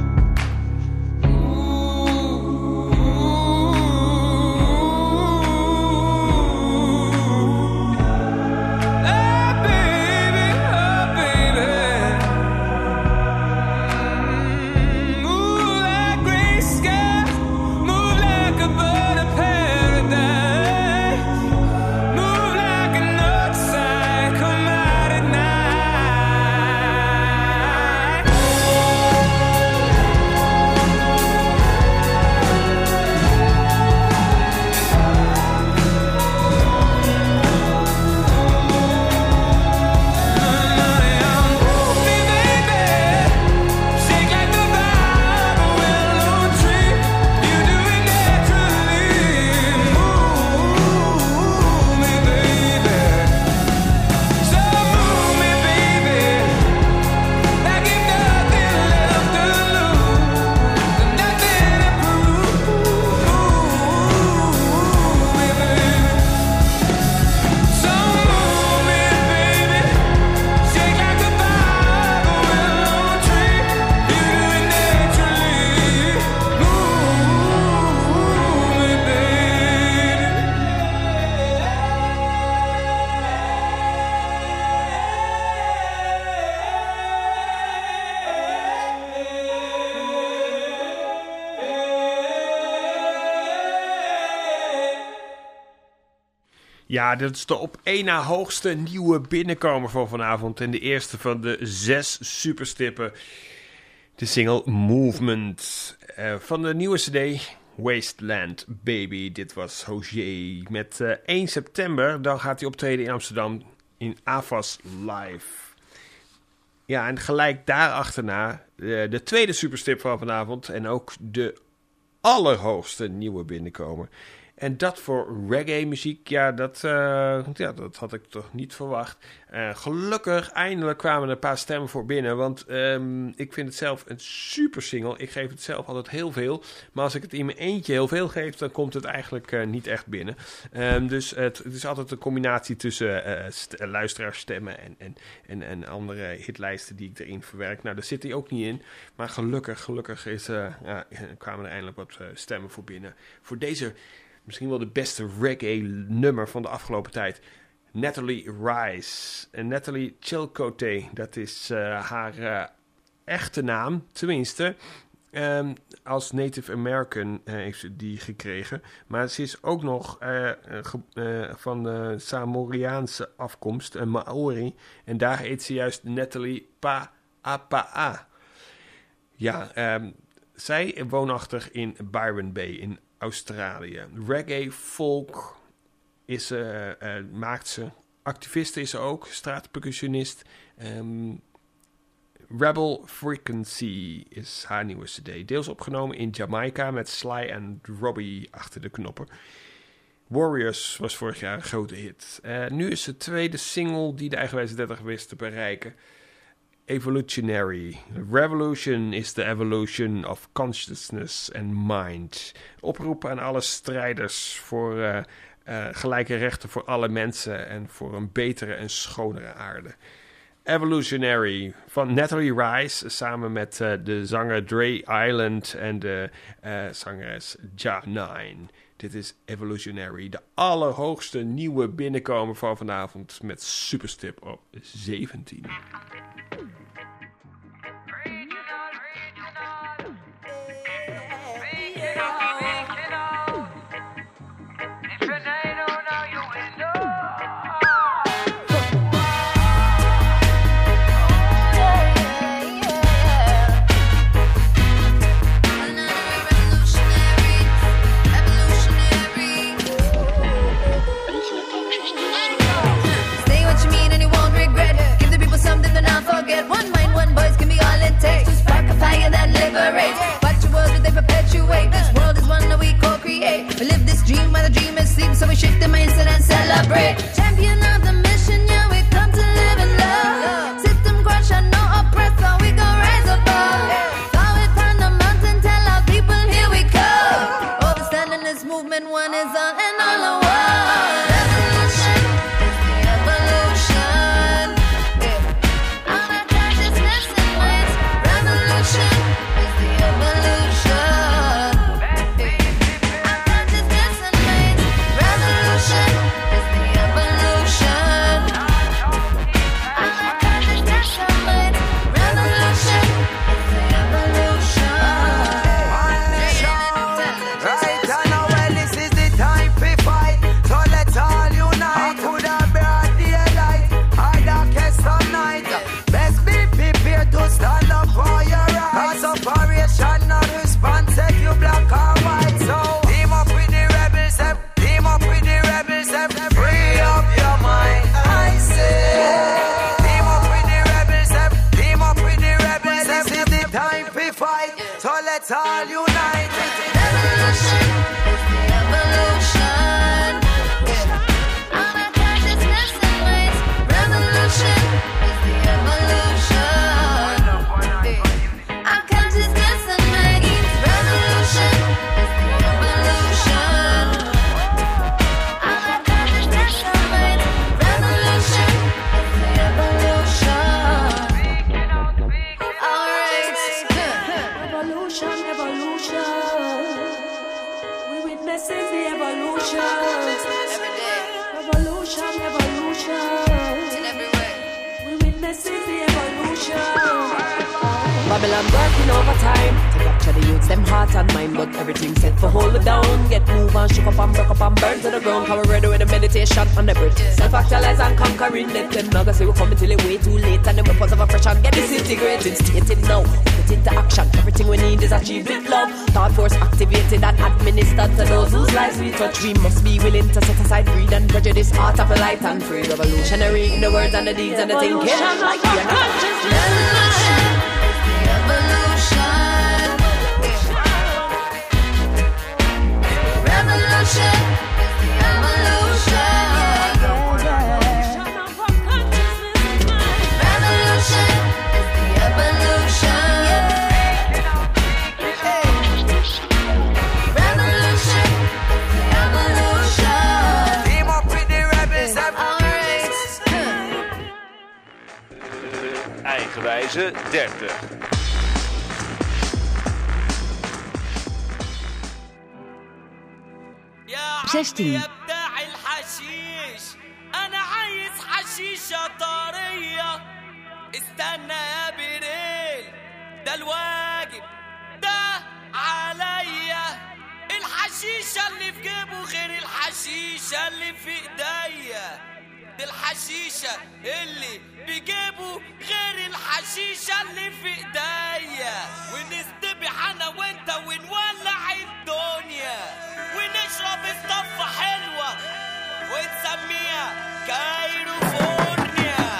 Ja, dit is de op één na hoogste nieuwe binnenkomer van vanavond. En de eerste van de zes superstippen. De single Movement. Uh, van de nieuwe cd Wasteland Baby. Dit was Hozier. Met uh, één september, dan gaat hij optreden in Amsterdam in Avas Live. Ja, en gelijk daarachterna uh, de tweede superstip van vanavond. En ook de allerhoogste nieuwe binnenkomer. En dat voor reggae-muziek, ja dat, uh, ja, dat had ik toch niet verwacht. Uh, gelukkig, eindelijk kwamen er een paar stemmen voor binnen. Want um, ik vind het zelf een super single. Ik geef het zelf altijd heel veel. Maar als ik het in mijn eentje heel veel geef, dan komt het eigenlijk uh, niet echt binnen. Um, dus het, het is altijd een combinatie tussen uh, st- luisteraarstemmen en, en, en, en andere hitlijsten die ik erin verwerk. Nou, daar zit hij ook niet in. Maar gelukkig, gelukkig is, uh, ja, kwamen er eindelijk wat uh, stemmen voor binnen. Voor deze... misschien wel de beste reggae-nummer van de afgelopen tijd. Natalie Rice. En Natalie Chilcote, dat is uh, haar uh, echte naam. Tenminste, Um, als Native American uh, heeft ze die gekregen. Maar ze is ook nog uh, ge, uh, van de Samoriaanse afkomst, een Maori. En daar heet ze juist Natalie Pa'apa'a. Ja, um, zij woonachtig in Byron Bay in Australië. Reggae, folk is, uh, uh, maakt ze. Activiste is ze ook, straatpercussionist. Um, Rebel Frequency is haar nieuwe cd. Deels opgenomen in Jamaica met Sly en Robbie achter de knoppen. Warriors was vorig jaar een grote hit. Uh, nu is de tweede single die de Eigenwijze dertig wist te bereiken. Evolutionary. Revolution is the evolution of consciousness and mind. Oproep aan alle strijders voor uh, uh, gelijke rechten voor alle mensen en voor een betere en schonere aarde. Evolutionary van Natalie Rice samen met uh, de zanger Dre Island en de uh, zangeres Ja nine. Dit is Evolutionary, de allerhoogste nieuwe binnenkomer van vanavond met superstip op zeventien. Forget one mind, one voice can be all it takes to spark a fire that liberates. Watch your world as they perpetuate. This world is one that we co-create. We live this dream while the dream is sleep, so we shift the mindset and celebrate. Champion of the mission, yeah, we come to live in love. System crush and no oppressor, we gon' rise above. Saw it on the mountain, tell our people here we come. Overstanding this movement, one is all and all of one. Revolution is the evolution. Let's all unite. Revolution is the evolution. All our consciousness and minds. Revolution is the evolution. Our consciousness and minds. Revolution is the evolution. All our consciousness and minds. Revolution is the evolution. All right. Evolution, evolution. We witnessing the evolution. Every day. Evolution, evolution. In every way. We witnessing the evolution. Babylon working overtime to capture the youths, them heart and mind, but everything set for hold it down. Get move and shook up and break up and burn to the ground. Cause we're ready with the meditation on the breath. Self-actualize and conquering it. Them not gonna say we're coming till it way too late. And the weapons of oppression get disintegrated, stated now. Put into action, everything we need is achieved with love. Thought force activated and administered to those whose lives we touch. We must be willing to set aside greed and prejudice. Heart of a light and free. Revolutionary in the words and the deeds and the thinking. Like we are not Revolution. Evolution. Revolution is the evolution. Revolution is the evolution. Revolution is the evolution. Team up with the rebels. Alright. Eigenwijze dertig. zestien. بتاع الحشيش انا عايز حشيشة طرية استنى يا بريل ده الواجب ده اللي في جيبه غير الحشيشة اللي في ايديا. دي الحشيشة اللي بجيبه غير الحشيشة اللي في ايديا. ونستبح انا وانت ونولع الدنيا ونشرب الصفة حلوة ونسميها كايروفورنيا.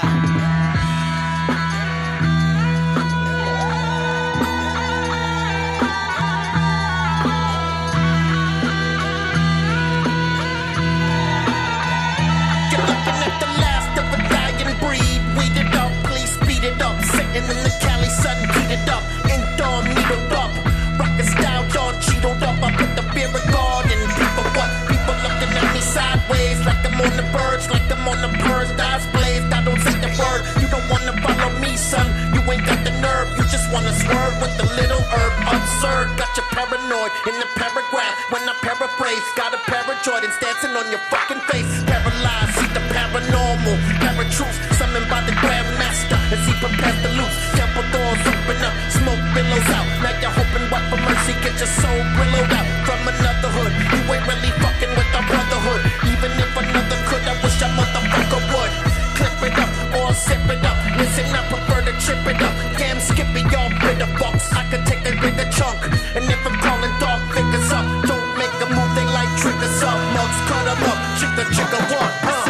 Sitting in the Cali sun, heated up, indoor needled up, rockin' style, John cheetled up. I put the beer in garden. People what? People looking at me sideways, like I'm on the birds, like I'm on the birds. Eyes blazed, I don't say the word. You don't wanna follow me, son. You ain't got the nerve. You just wanna swerve with the little herb. Absurd, got you paranoid in the paragraph. When I paraphrase, got a pair of Jordans dancing on your fucking face. Paralyzed, see the paranormal, paratruths summoned by the Grandmaster. As he prepares to lose, temple doors open up, smoke billows out. Now you're hoping what for mercy, get your soul billowed out from another hood. You ain't really fucking with our brotherhood. Even if another could, I wish a motherfucker would. Clip it up or zip it up. Listen, I prefer to trip it up. Damn skippy, y'all bitter fucks. I could take a bigger chunk. And if I'm calling dog figures up, don't make a move, they like triggers up. Mugs cut them up, chicka chicka what, huh?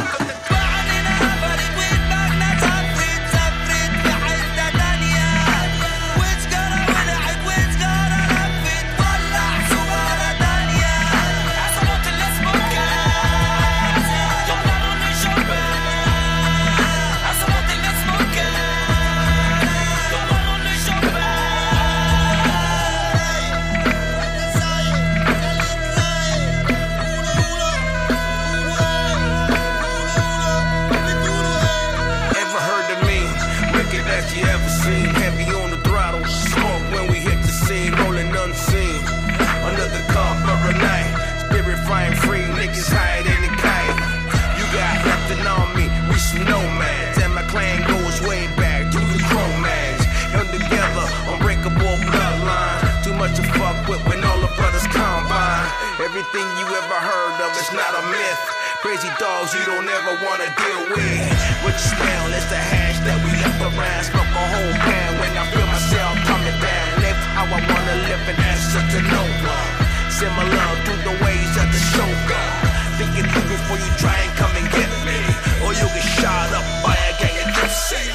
Everything you ever heard of is not a myth. Crazy dogs you don't ever wanna deal with. What you smell is the hash that we left around. Smoke a whole pan when I feel myself coming down. Live how I wanna live and answer to no one. Similar to the ways of the Shogun. Think it through before you try and come and get me, or you'll get shot up by a gang of gypsies.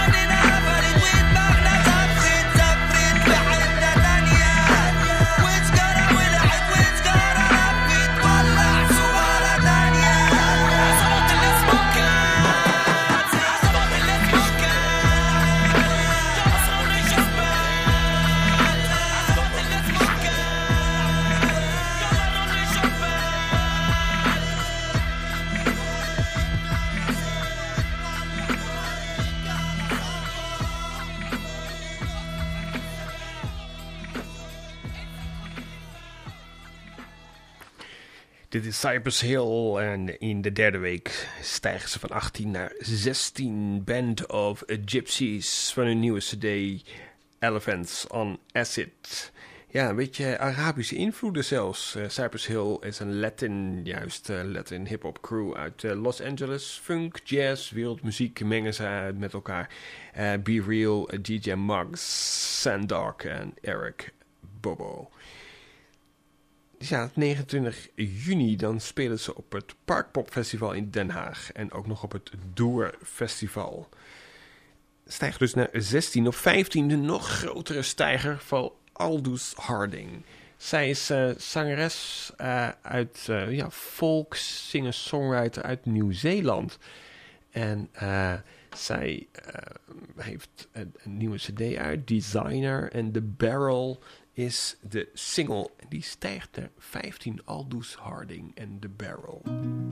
Dit is Cypress Hill en in de derde week stijgen ze van achttien naar zestien. Band of Gypsies van hun nieuwe cd Elephants on Acid. Ja, een beetje Arabische invloeden zelfs. Uh, Cypress Hill is een Latin, juist uh, Latin hip-hop crew uit uh, Los Angeles. Funk, jazz, wereldmuziek mengen ze met elkaar. Uh, Be Real, uh, D J Muggs, Sandog en Eric Bobo. Ja, negenentwintig juni dan spelen ze op het Parkpop Festival in Den Haag. En ook nog op het Door Festival. Stijgt dus naar zestien. Op vijftien de nog grotere stijger van Aldous Harding. Zij is uh, zangeres uh, uit uh, ja, folk, singer-songwriter uit Nieuw-Zeeland. En uh, zij uh, heeft een, een nieuwe cd uit, Designer. En The Barrel is de single. En die stijgt naar vijftien. Aldous Harding en The Barrel.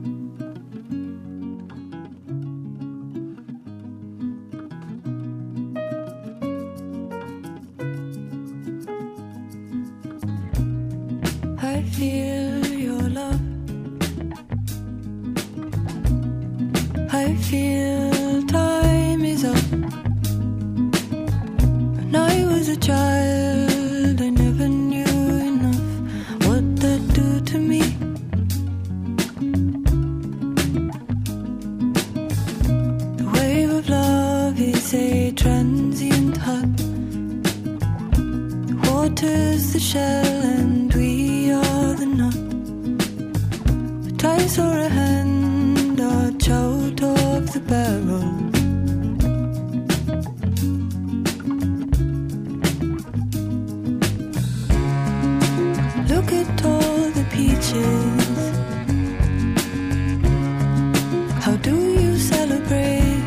I feel your love. I feel time is up. When I was a child, I never knew enough what that do to me. Water's the shell and we are the nut. A dice or a hand are out of the barrel. Look at all the peaches. How do you celebrate?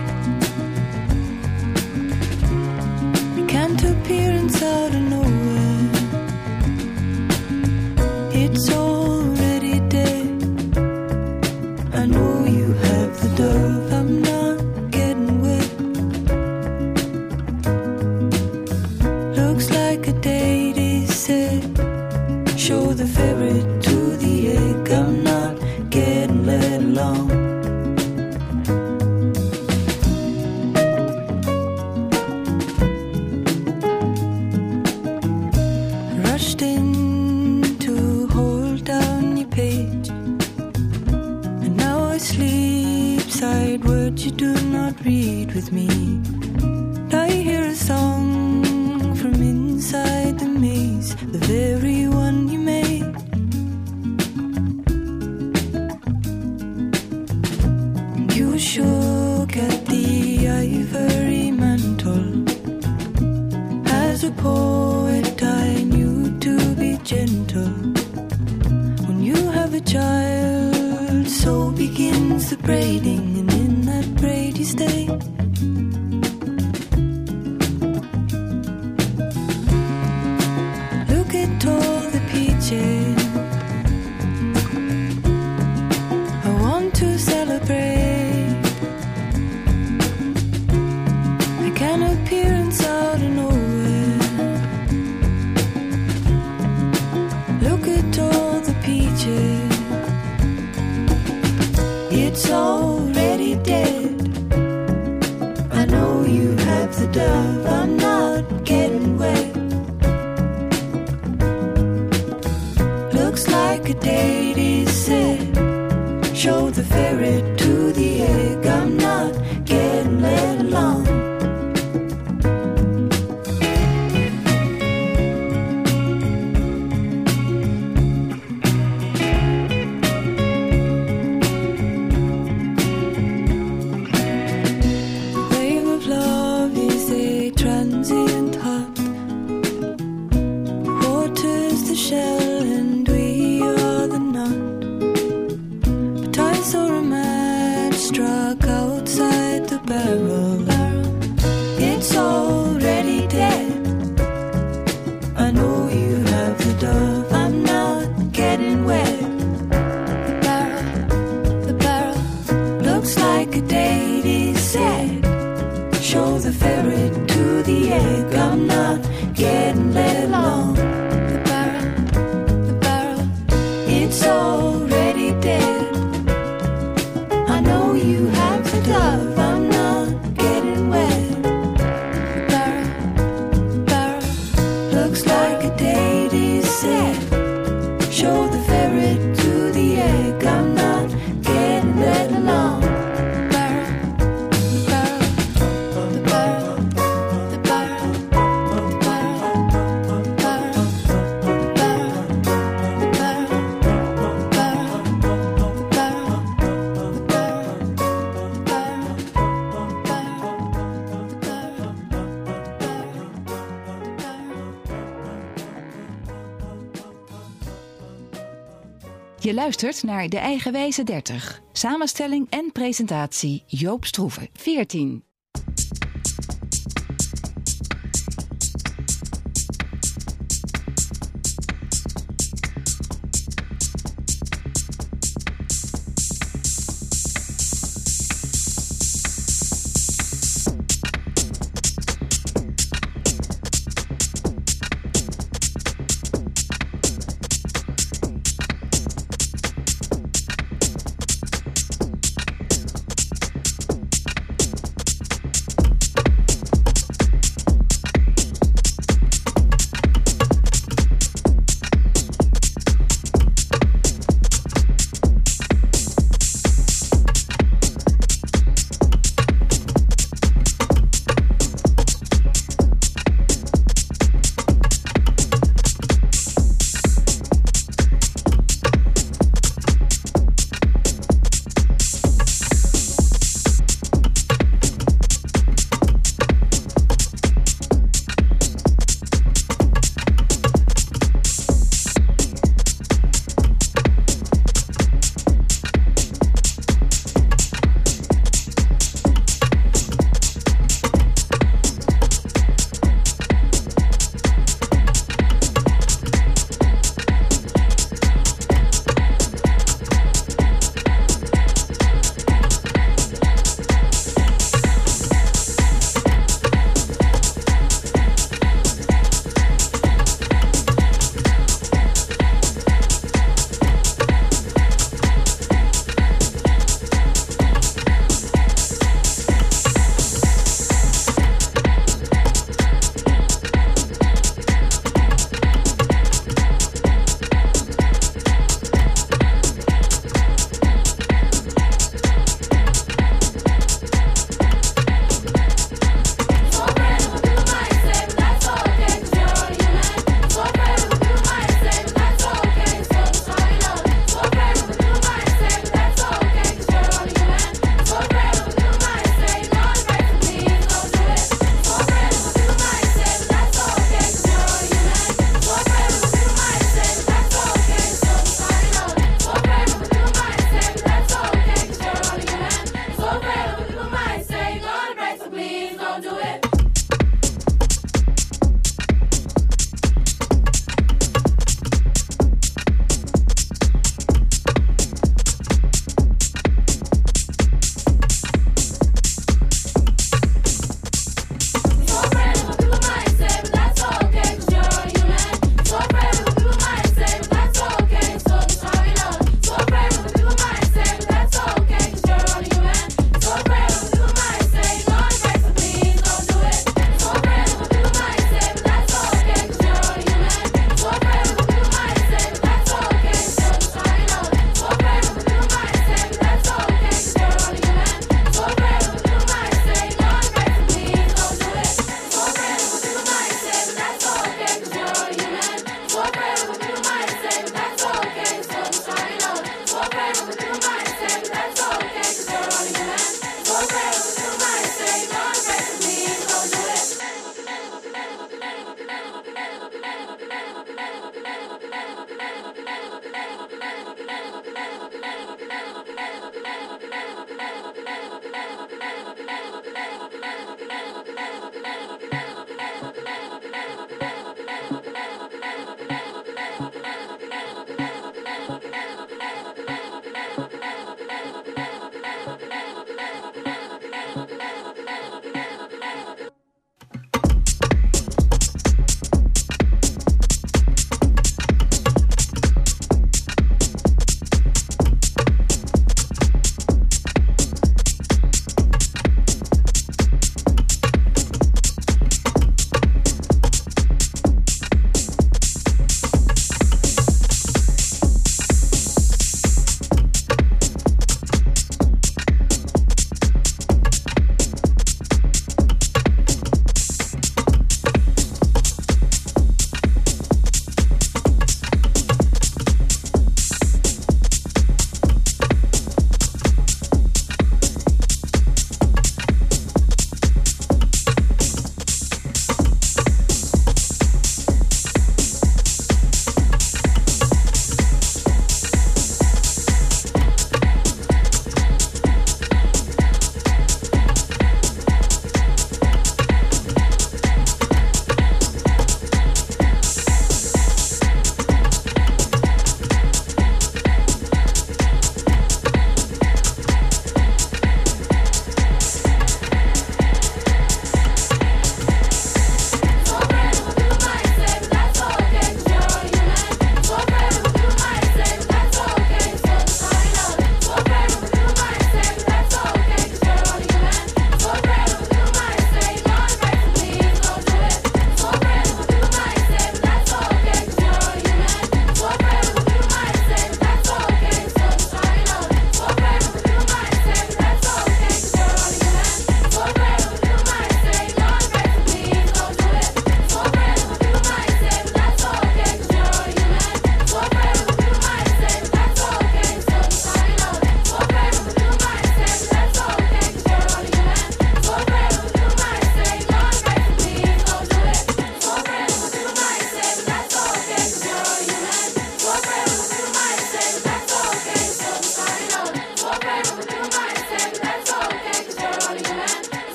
It can't appearance out of nowhere. It's already dead. I know you have the dove. I'm not getting wet. Looks like a date is set. Show the ferret to the egg. I'm not getting let along. Rushed in to hold down your page, and now I sleep side words you do not read with me. I hear a song from inside the maze, the very one you made. You shook at the ivory mantle. As a poet I knew to be gentle. When you have a child, so begins the braiding, and in that braid you stay. Look at all the peaches. I want to celebrate. I can appearance out of nowhere. Look at all the peaches. It's already dead. I know you have the dove. I'm not getting wet. Looks like a date is set. Show the ferret to the egg. I'm not getting let along. The wave of love is a transient heart. Water's the shell and we are the nut. But I saw a match struck outside the barrel. It's already dead. I know you have the dove. I'm not getting wet. The barrel, the barrel looks like a date is set. Show the ferret to the egg. I'm not getting let along. The barrel, the barrel, it's already dead. I know you have the dove. I'm not getting wet. The barrel, the barrel looks like a date is set. Show the ferret to the egg. I'm not getting let along. The barrel, the barrel, the barrel, the barrel, the barrel, the barrel, the barrel, the barrel, the barrel, the Je luistert naar De Eigenwijze dertig. Samenstelling en presentatie Joop Stroeven, veertien.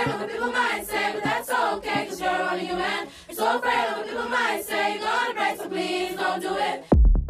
afraid of what people might say, but that's okay, cause you're only human. You're so afraid of what people might say, you're gonna break, so please don't do it.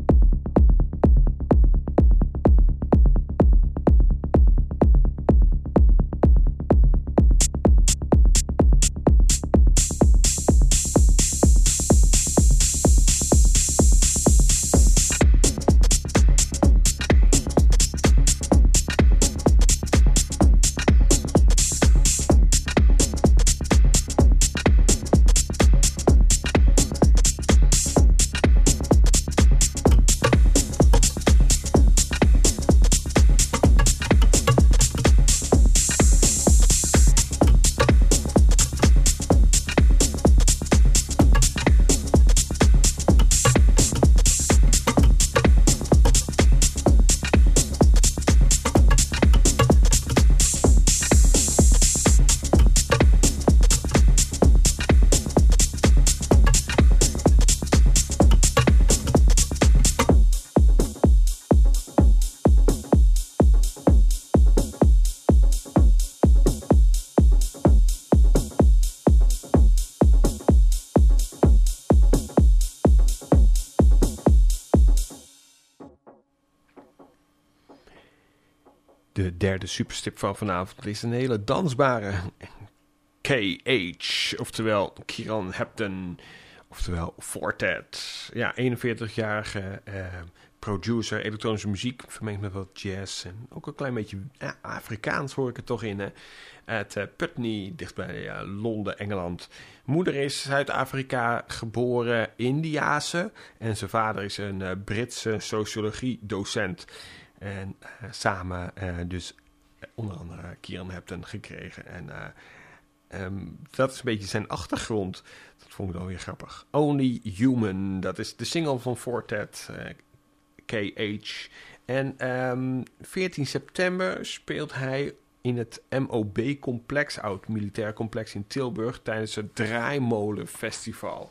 De derde superstip van vanavond is een hele dansbare K H, oftewel Kieran Hepton, oftewel Fortet. Ja, eenenveertigjarige uh, producer, elektronische muziek, vermengd met wat jazz en ook een klein beetje ja, Afrikaans hoor ik er toch in. Hè? Uit uh, Putney, dichtbij uh, Londen, Engeland. Moeder is Zuid-Afrika geboren Indiase en zijn vader is een uh, Britse sociologie-docent. En uh, samen uh, dus uh, onder andere Kieran Hepton gekregen. En uh, um, dat is een beetje zijn achtergrond. Dat vond ik wel weer grappig. Only Human, dat is de single van Fortet, uh, K H. En um, veertien september speelt hij in het M O B-complex, oud militair complex in Tilburg, tijdens het Draaimolen Festival.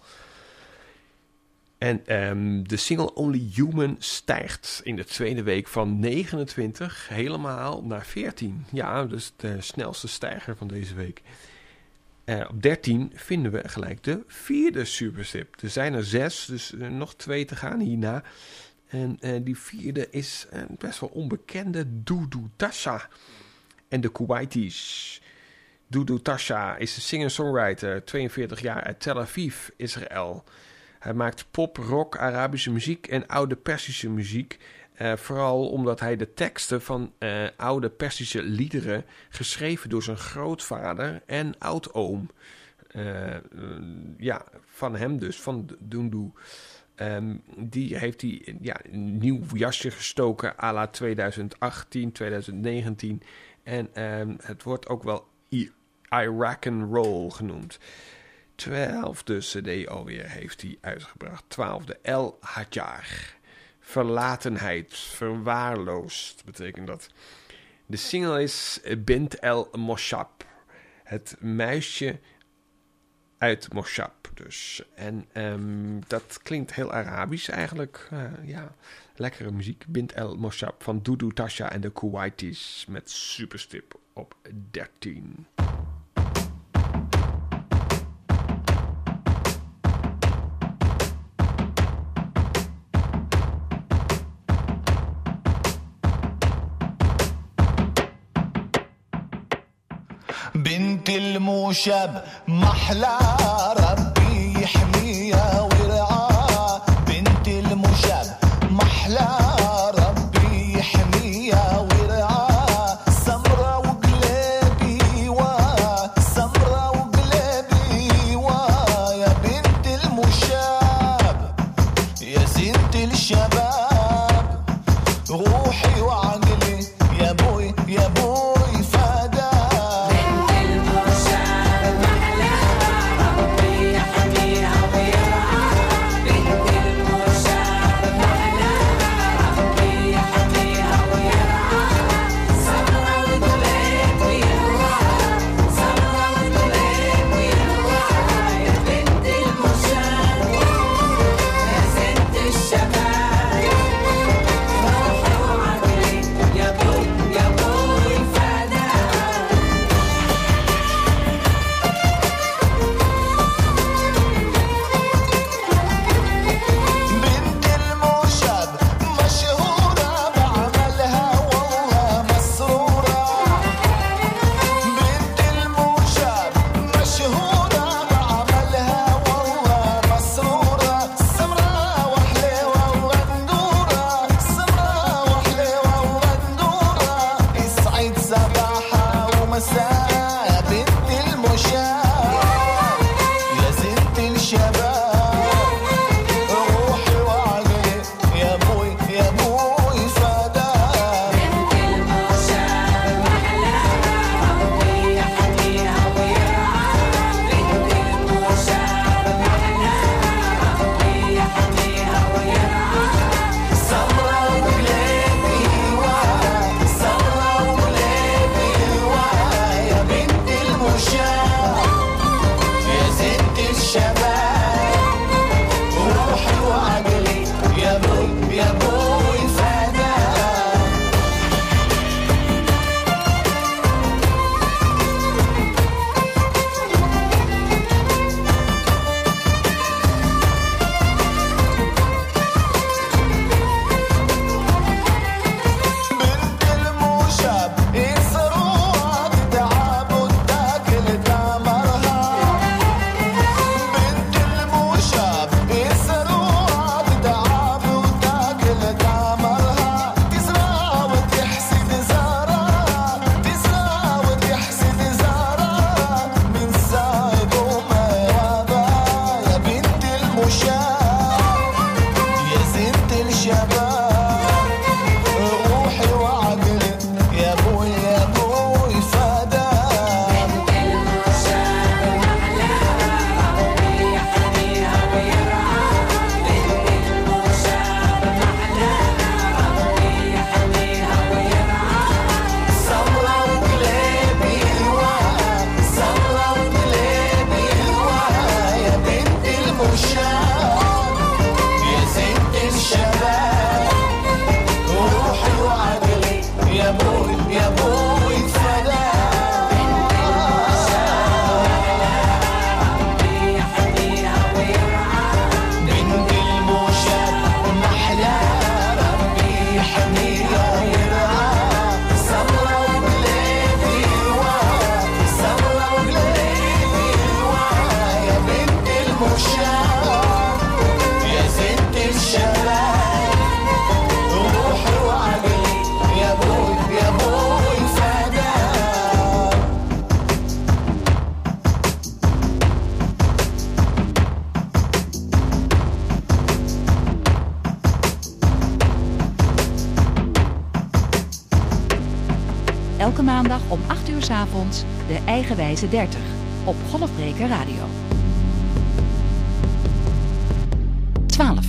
En um, de single Only Human stijgt in de tweede week van negenentwintig helemaal naar veertien. Ja, dus de snelste stijger van deze week. Uh, op dertien vinden we gelijk de vierde superstip. Er zijn er zes, dus uh, nog twee te gaan hierna. En uh, die vierde is uh, best wel onbekende Doudou Tasha en de Kuwaitis. Doudou Tasha is een singer-songwriter, tweeënveertig jaar uit Tel Aviv, Israël. Hij maakt pop, rock, Arabische muziek en oude Persische muziek. Uh, vooral omdat hij de teksten van uh, oude Persische liederen, geschreven door zijn grootvader en oudoom, uh, uh, ja, van hem dus, van Doudou. Um, die heeft hij ja, een nieuw jasje gestoken à la twintig achttien, twintig negentien. En um, het wordt ook wel Irakan Roll genoemd. Twaalfde cd alweer heeft hij uitgebracht. Twaalfde El Hajar. Verlatenheid, verwaarloosd betekent dat. De single is Bint El Moshab. Het muisje uit Moshab dus. En um, dat klinkt heel Arabisch eigenlijk. Uh, ja, lekkere muziek. Bint El Moshab van Doudou Tasha en de Kuwaitis met superstip op dertien. بنت الموشب محلى ربي يحميها ويرعاها بنت الموشب محلى ربي يحميها ويرعاها سمرة وقلبي وا سمرة وقلبي وا يا بنت الموشب يا زينة الشباب روحي وعقلي يا بوي يا بوي فدا محلى ربي المشاة يا زينة الشباب روحي وعقلي يا ابوي يا ابوي فداك بنت المشاة محلاها ربي يحميها ويرعاها بنت المشاة محلاها ربي يحميها ويرعاها صبرة وقلبي هواها صبرة وقلبي هواها يا بنت المشاة يا زينة الشباب روحي وعقلي يا ابوي يا ابوي فداك ربي يحميها ويرعاها بنت المشاة محلاها ربي يحميها ويرعاها صبرة وقلبي هواها صبرة وقلبي هواها يا بنت المشاة يا زينة الشباب روحي وعقلي يا ابوي يا ابوي فداك Elke maandag om acht uur 's avonds de Eigenwijze dertig op Golfbreker Radio. twaalf.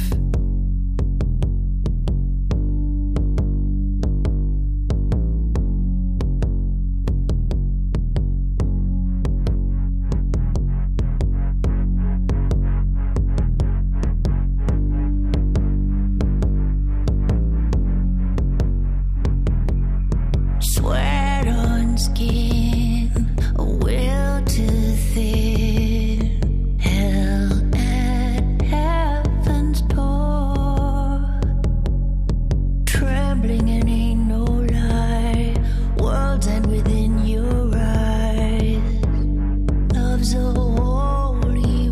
Sweat on skin, a will too thin, hell at heaven's door. Trembling and ain't no lie, worlds end within your eyes. Love's a holy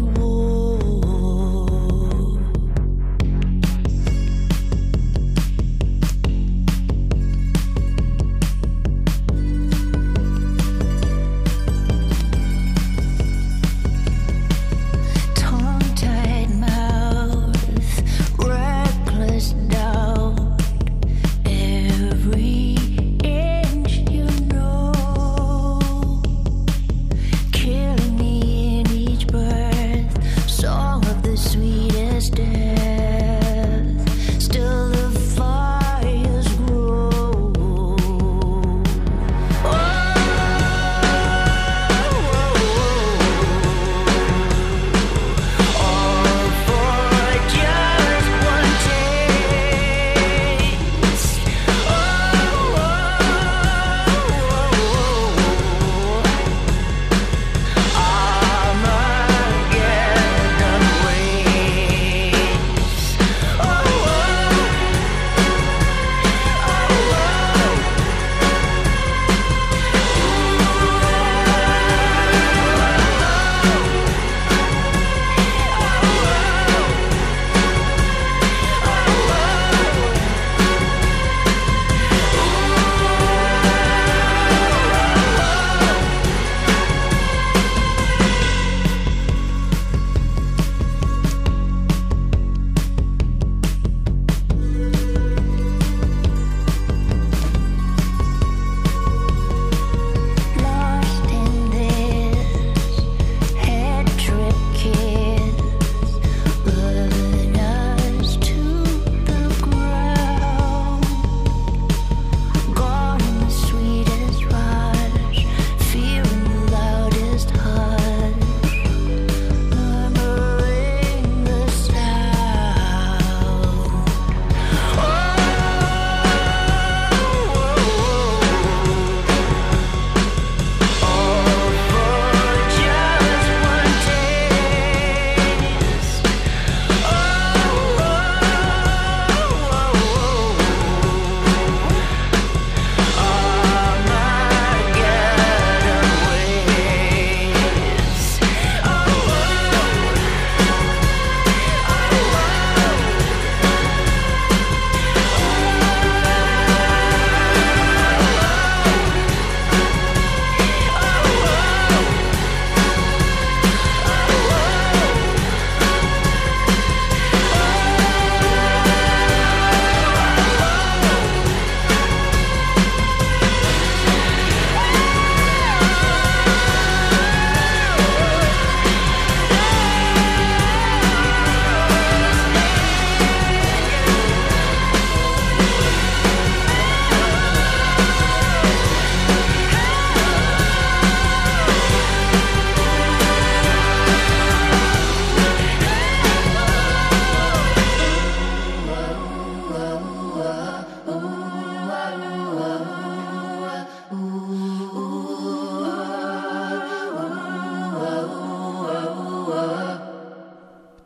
war. Tongue-tied mouth, reckless doubt. Every inch you know, killing me in each breath. Song of the sweetest death. Still the fires grow. All for just one taste. Armageddon waits.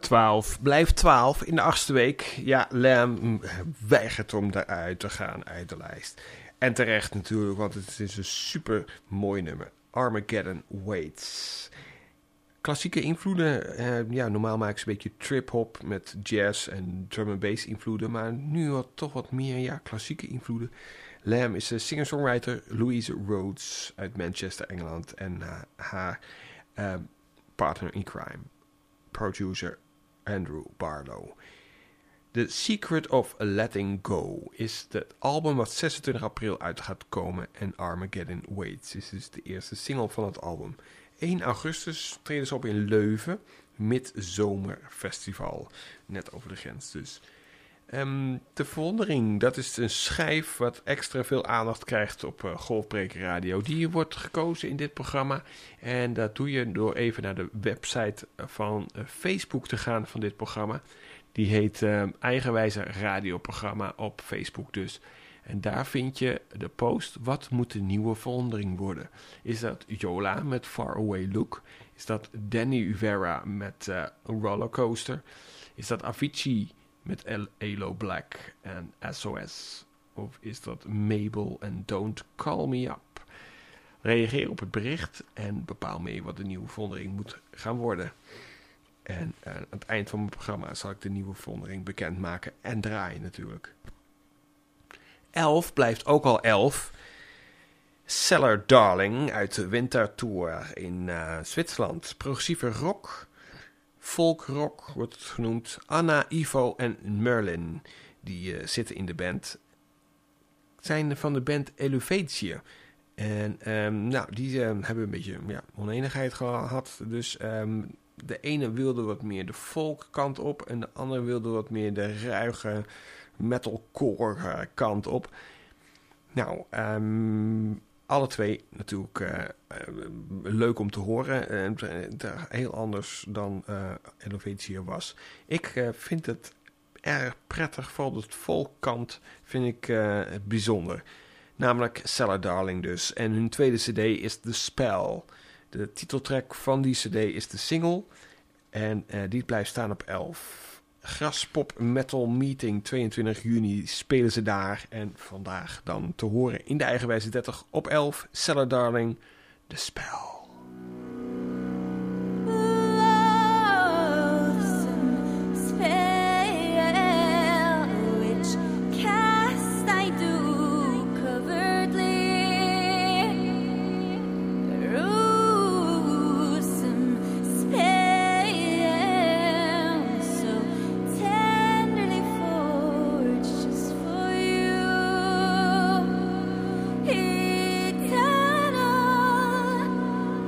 twaalf. Blijft twaalf in de achtste week. Ja, Lamb weigert om daaruit te gaan uit de lijst. En terecht natuurlijk, want het is een super mooi nummer. Armageddon Waits. Klassieke invloeden. Uh, ja, normaal maak ik ze een beetje trip-hop met jazz en drum and bass invloeden. Maar nu wat, toch wat meer ja, klassieke invloeden. Lamb is de singer-songwriter Louise Rhodes uit Manchester, Engeland. En uh, haar uh, partner in crime, producer Andrew Barlow. The Secret of Letting Go is het album wat zesentwintig april uit gaat komen. En Armageddon Waits is dus de eerste single van het album. één augustus treden ze op in Leuven, Midzomerfestival. Net over de grens dus. Um, de Verwondering, dat is een schijf wat extra veel aandacht krijgt op uh, Golfbreker Radio. Die wordt gekozen in dit programma. En dat doe je door even naar de website van uh, Facebook te gaan van dit programma. Die heet uh, Eigenwijze Radioprogramma op Facebook dus. En daar vind je de post, wat moet de nieuwe Verwondering worden? Is dat Yola met Far Away Look? Is dat Danny Vera met uh, Rollercoaster? Is dat Avicii met Elo Black en S O S? Of is dat Mabel en Don't Call Me Up? Reageer op het bericht en bepaal mee wat de nieuwe Verwondering moet gaan worden. En uh, aan het eind van mijn programma zal ik de nieuwe Verwondering bekendmaken en draaien natuurlijk. elf blijft ook al elf. Cellar Darling uit de Winterthur in uh, Zwitserland. Progressieve rock, folk rock wordt het genoemd. Anna, Ivo en Merlin, die uh, zitten in de band. Zijn van de band Elevatie. En um, nou, die uh, hebben een beetje ja, oneenigheid gehad. Dus um, de ene wilde wat meer de folk kant op. En de andere wilde wat meer de ruige metalcore kant op. Nou, um, alle twee natuurlijk uh, uh, leuk om te horen. Uh, heel anders dan uh, Elevatie was. Ik uh, vind het erg prettig. Vooral het folkkant vind ik uh, bijzonder. Namelijk Cellar Darling dus. En hun tweede cd is The Spell. De titeltrack van die cd is de single. En uh, die blijft staan op elf. Graspop Metal Meeting tweeëntwintig juni spelen ze daar. En vandaag dan te horen in de Eigenwijze dertig op elf. Cellar Darling, The Spell. Eternal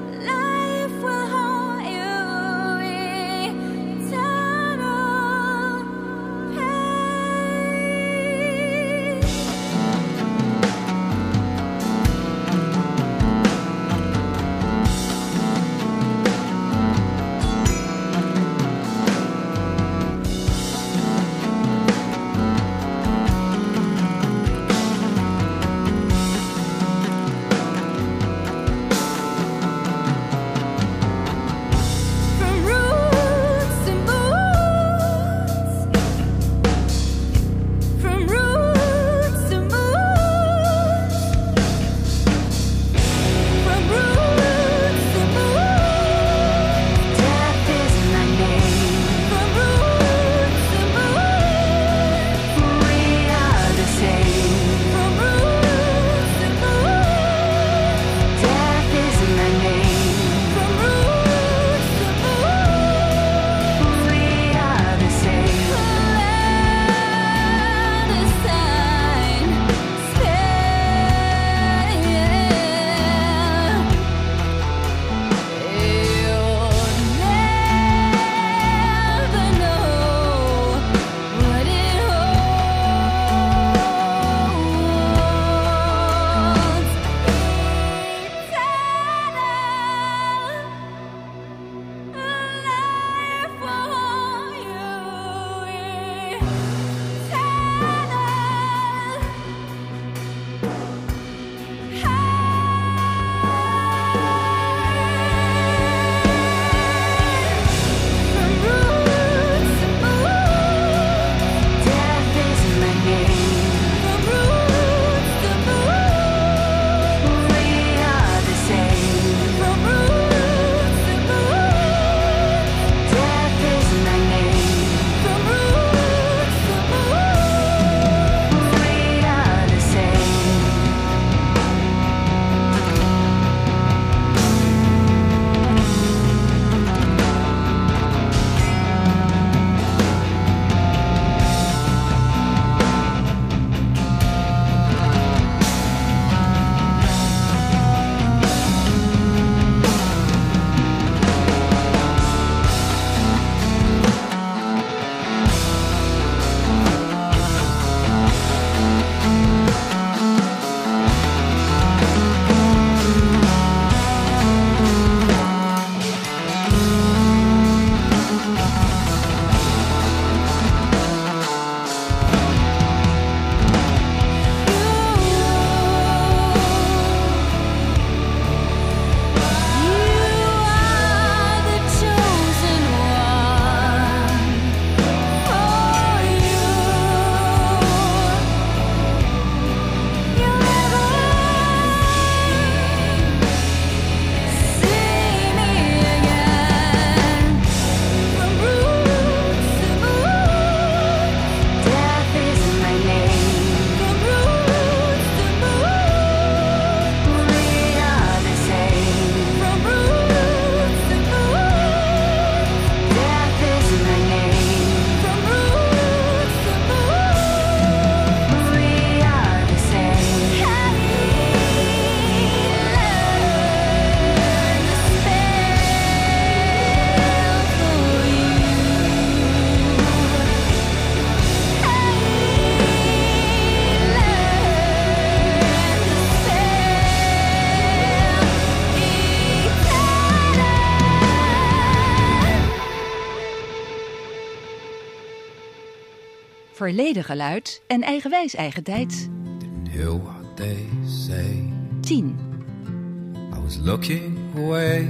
Verleden geluid en eigenwijs eigentijds. Hear what they say. tien. I was looking away.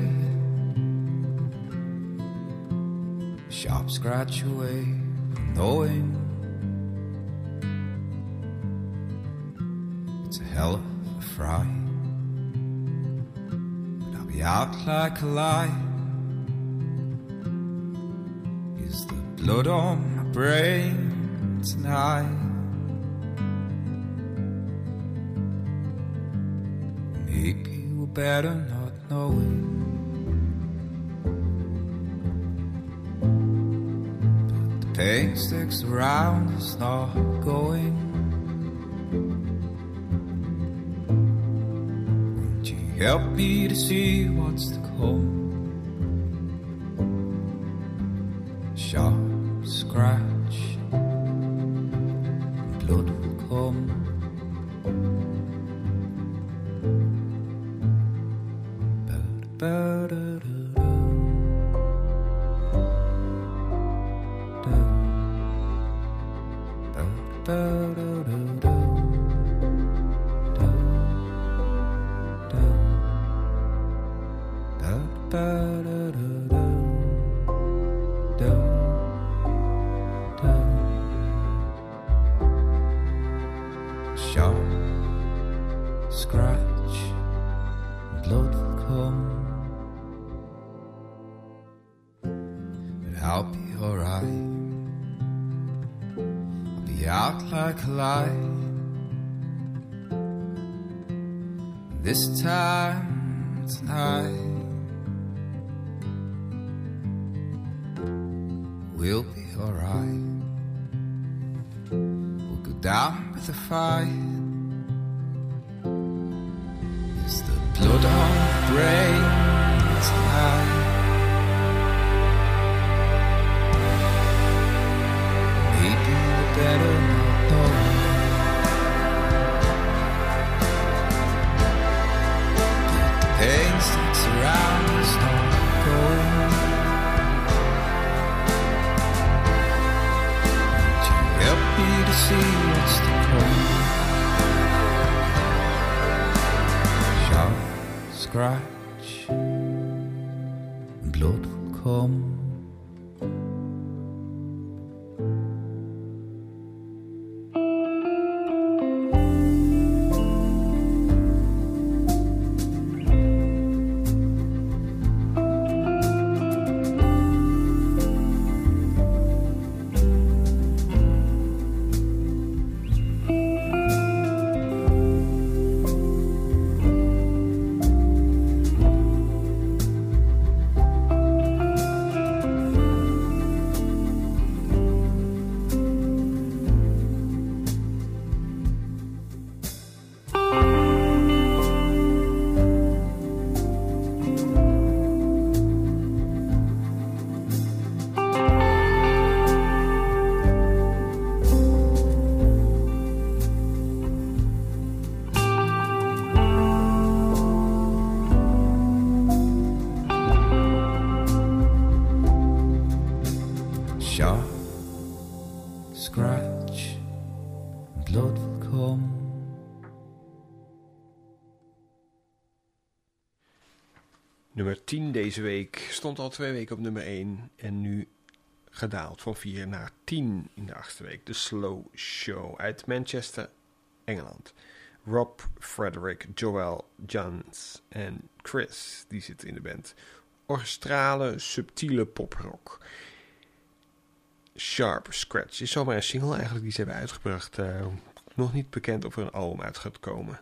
Sharp scratch away from knowing. It's a hell of a fright. But I'll be out like a light. Is the blood on my brain tonight? Maybe we're better not knowing. But the pain sticks around, it's not going. Won't you help me to see what's to come? Sharp scratch, blood will come. This time tonight we'll be alright. We'll go down with a fight. It's the blood on the brain tonight. Maybe we're better not knowing. Pain sticks around, it's not going. Won't you help me to see what's to come? Sharp scratch, and blood will come. Nummer tien deze week stond al twee weken op nummer één en nu gedaald van vier naar tien in de achtste week. The Slow Show uit Manchester, Engeland. Rob, Frederick, Joel, Johns en Chris, die zitten in de band. Orchestrale, subtiele poprock. Sharp Scratch is zomaar een single eigenlijk die ze hebben uitgebracht. Uh, nog niet bekend of er een album uit gaat komen.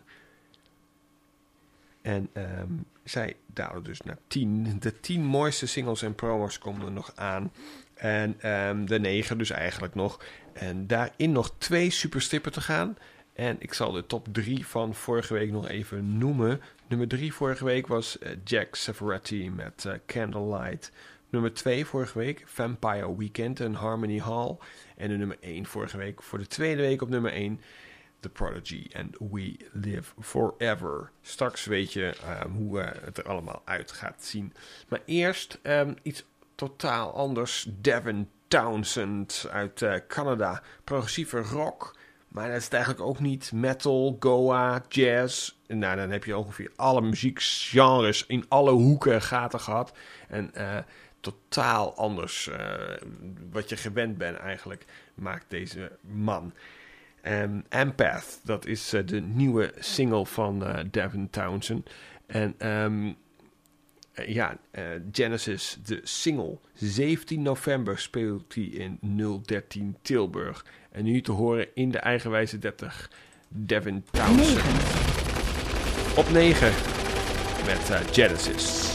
En um, zij dalen dus naar tien. De tien mooiste singles en promos komen er nog aan. En um, de negen dus eigenlijk nog. En daarin nog twee superstippen te gaan. En ik zal de top drie van vorige week nog even noemen. Nummer drie vorige week was uh, Jack Savaretti met uh, Candlelight. Nummer twee vorige week Vampire Weekend en Harmony Hall. En de nummer één vorige week voor de tweede week op nummer één... The Prodigy en We Live Forever. Straks weet je um, hoe uh, het er allemaal uit gaat zien. Maar eerst um, iets totaal anders. Devin Townsend uit uh, Canada. Progressieve rock. Maar dat is het eigenlijk ook niet. Metal, goa, jazz. Nou, dan heb je ongeveer alle muziekgenres in alle hoeken gaten gehad. En uh, totaal anders uh, wat je gewend bent eigenlijk, maakt deze man. Um, Empath, dat is uh, de nieuwe single van uh, Devin Townsend. En um, uh, ja, uh, Genesis, de single. zeventien november speelt hij in nul dertien Tilburg. En nu te horen in de eigenwijze dertig, Devin Townsend. negen. Op negen met uh, Genesis.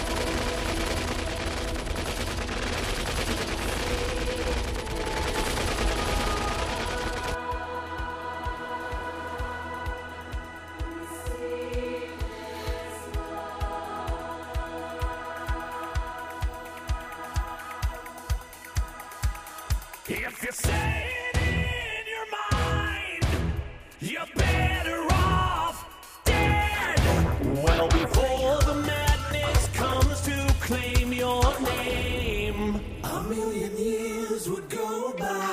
If you say it in your mind, you're better off dead. Well, before the madness comes to claim your name, a million years would go by.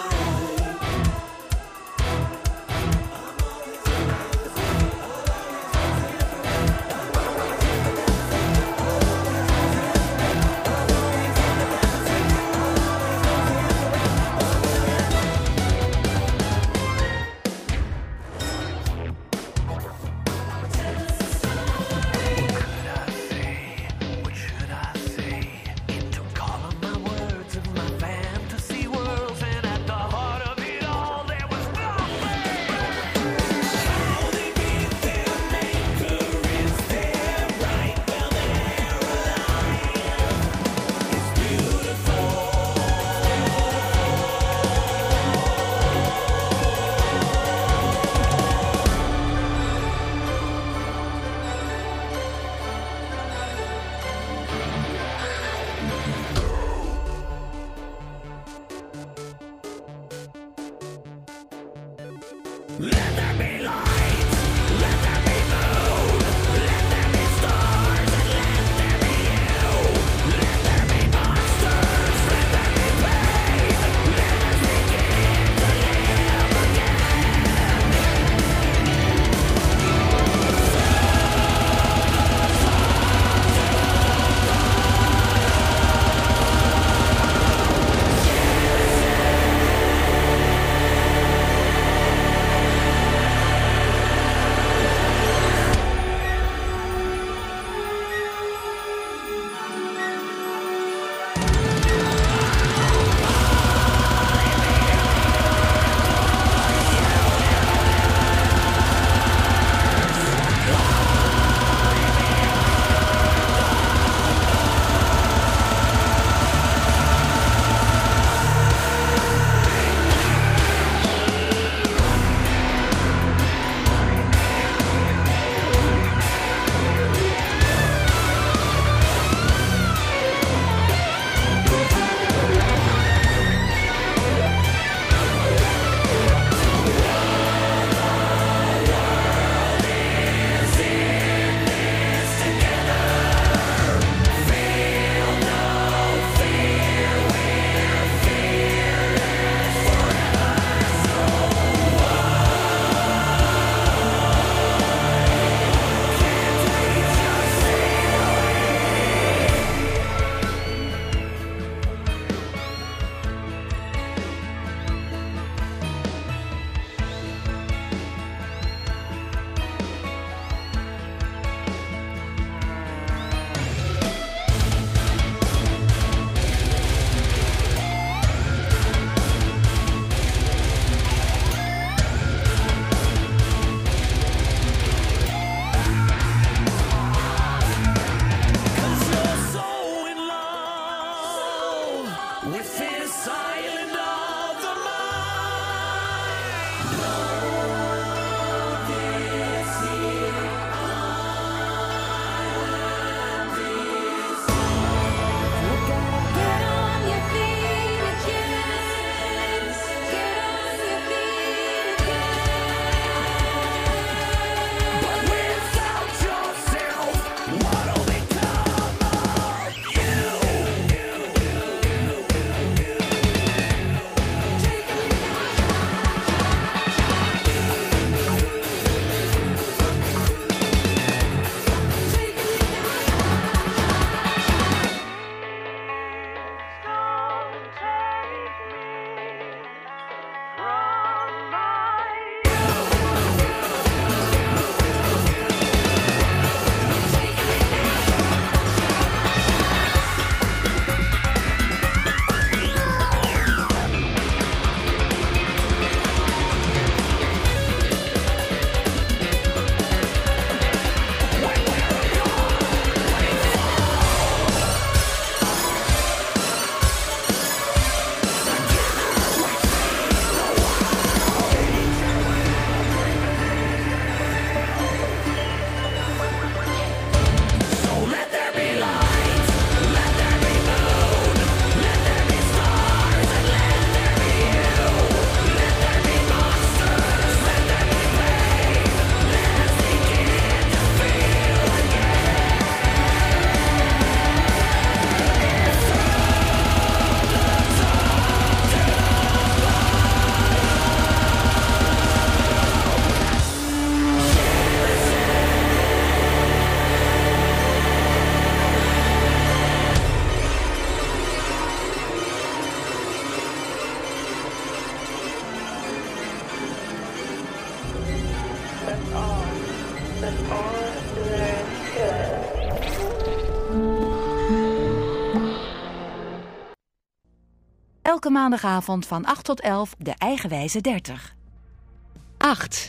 Elke maandagavond van acht tot elf de Eigenwijze dertig. acht.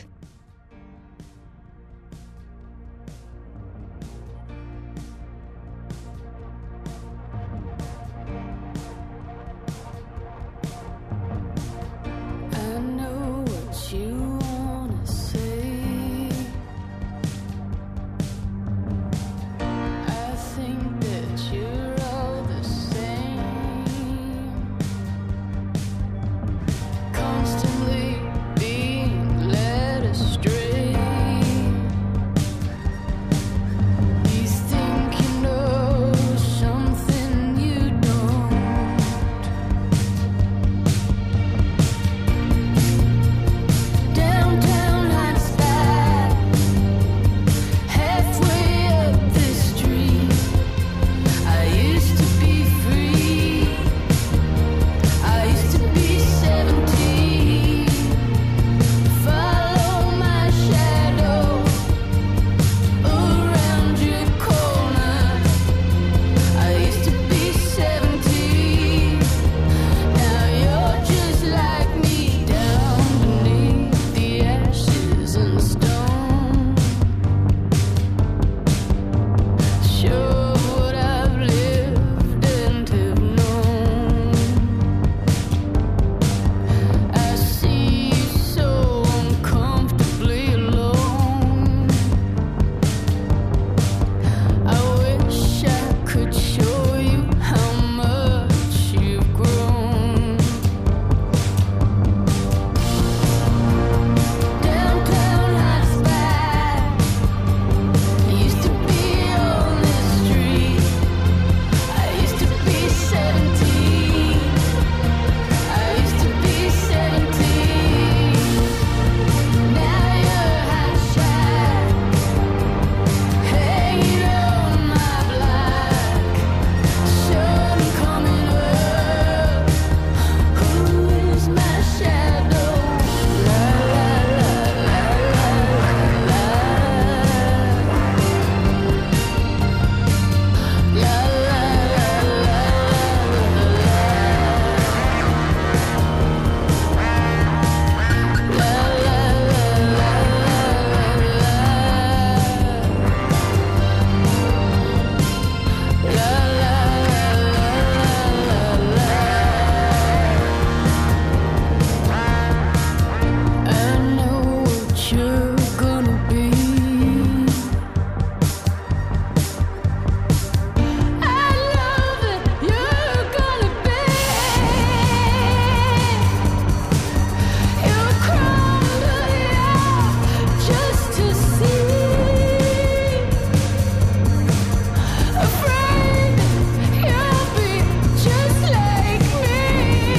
I know what you wanna say. I think that you're all the same. Constantly being led astray. You think you know something you don't. Downtown high spy, halfway up the street. I used to be free. I used to be seventeen. Follow my shadow around your corner. I used to be seventeen. Now you're just like me, down beneath the ashes and stone. Sure what I've lived and have known. I see you so uncomfortably alone. I wish I could show you how much you've grown. Downtown high spy, I used to be on the street. I used to be seventeen. I used to be seventeen. Now you're hot shot, hanging on my block. Sun coming up. Who is my shadow? La la la la la la la I know what you're gonna be. I love it, you're gonna be. You'll crumble, yeah, just to see. Afraid you'll be just like me.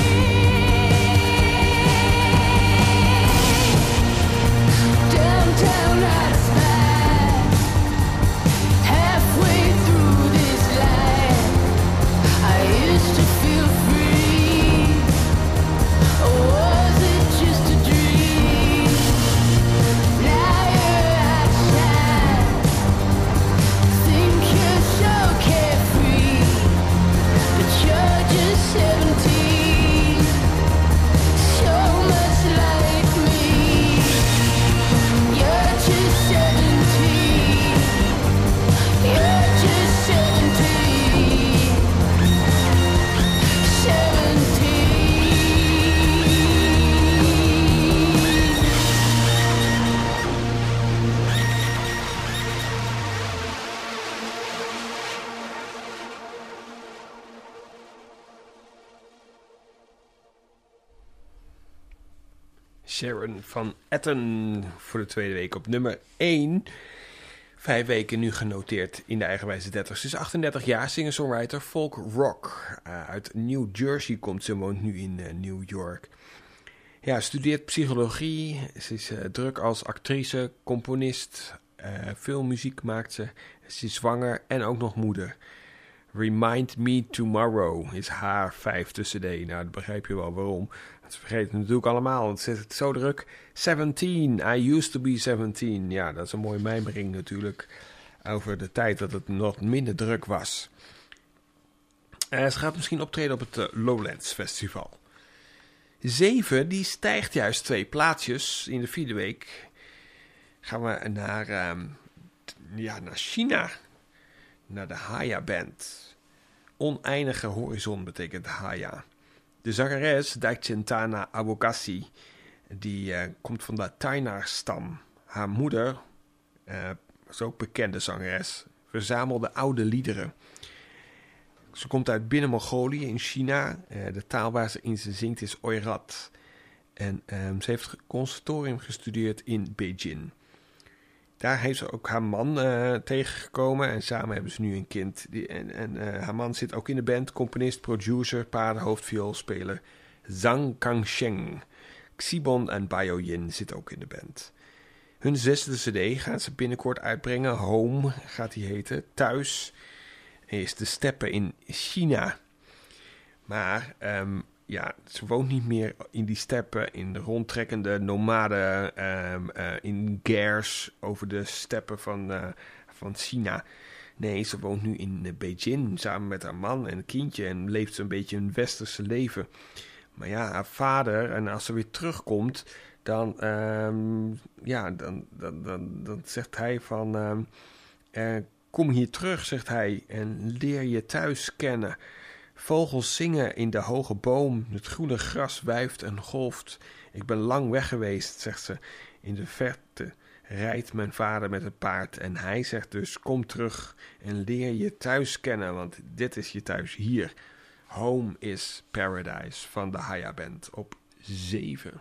Downtown high spy, halfway through this life. I used to feel free, or was it just a dream? Now you're outside, think you're so carefree, but you're just seventeen, so much like me. You're just seventeen. You're just seventeen. Seventeen. Sharon van Etten voor de tweede week op nummer één. Vijf weken nu genoteerd in de Eigenwijze dertig. Ze is achtendertig jaar, singer-songwriter, folk rock. Uh, uit New Jersey komt ze, woont nu in uh, New York. Ja, studeert psychologie. Ze is uh, druk als actrice, componist. Uh, veel muziek maakt ze. Ze is zwanger en ook nog moeder. Remind Me Tomorrow is haar vijfde cd. Nou, dat begrijp je wel waarom. Dat vergeten we natuurlijk allemaal. Het zit zo druk. seventeen, I used to be seventeen. Ja, dat is een mooie mijmering natuurlijk. Over de tijd dat het nog minder druk was. Uh, ze gaat misschien optreden op het uh, Lowlands Festival. zeven, die stijgt juist twee plaatsjes in de vierde week. Gaan we naar, um, t- ja, naar China. Naar de Haya Band. Oneindige horizon betekent Haya. De zangeres Daicentana Abokasi, die uh, komt van de Tainar-stam. Haar moeder, uh, is ook bekende zangeres, verzamelde oude liederen. Ze komt uit Binnen-Mongolië in China. Uh, de taal waar ze in ze zingt is Oirat. En um, ze heeft conservatorium gestudeerd in Beijing. Daar heeft ze ook haar man uh, tegengekomen. En samen hebben ze nu een kind. Die, en en uh, haar man zit ook in de band. Componist, producer, paardenhoofdvioolspeler Zhang Kangsheng. Xibon en Baoyin zitten ook in de band. Hun zesde cd gaan ze binnenkort uitbrengen. Home gaat die heten. Thuis is de steppen in China. Maar um, ja, ze woont niet meer in die steppen, in de rondtrekkende nomaden, um, uh, in gers over de steppen van, uh, van China. Nee, ze woont nu in uh, Beijing samen met haar man en een kindje en leeft ze een beetje een westerse leven. Maar ja, haar vader, en als ze weer terugkomt, dan, um, ja, dan, dan, dan, dan zegt hij van, um, uh, kom hier terug, zegt hij, en leer je thuis kennen. Vogels zingen in de hoge boom, het groene gras wuift en golft. Ik ben lang weg geweest, zegt ze. In de verte rijdt mijn vader met het paard en hij zegt dus, kom terug en leer je thuis kennen, want dit is je thuis hier. Home is Paradise van de Haya Band op zeven.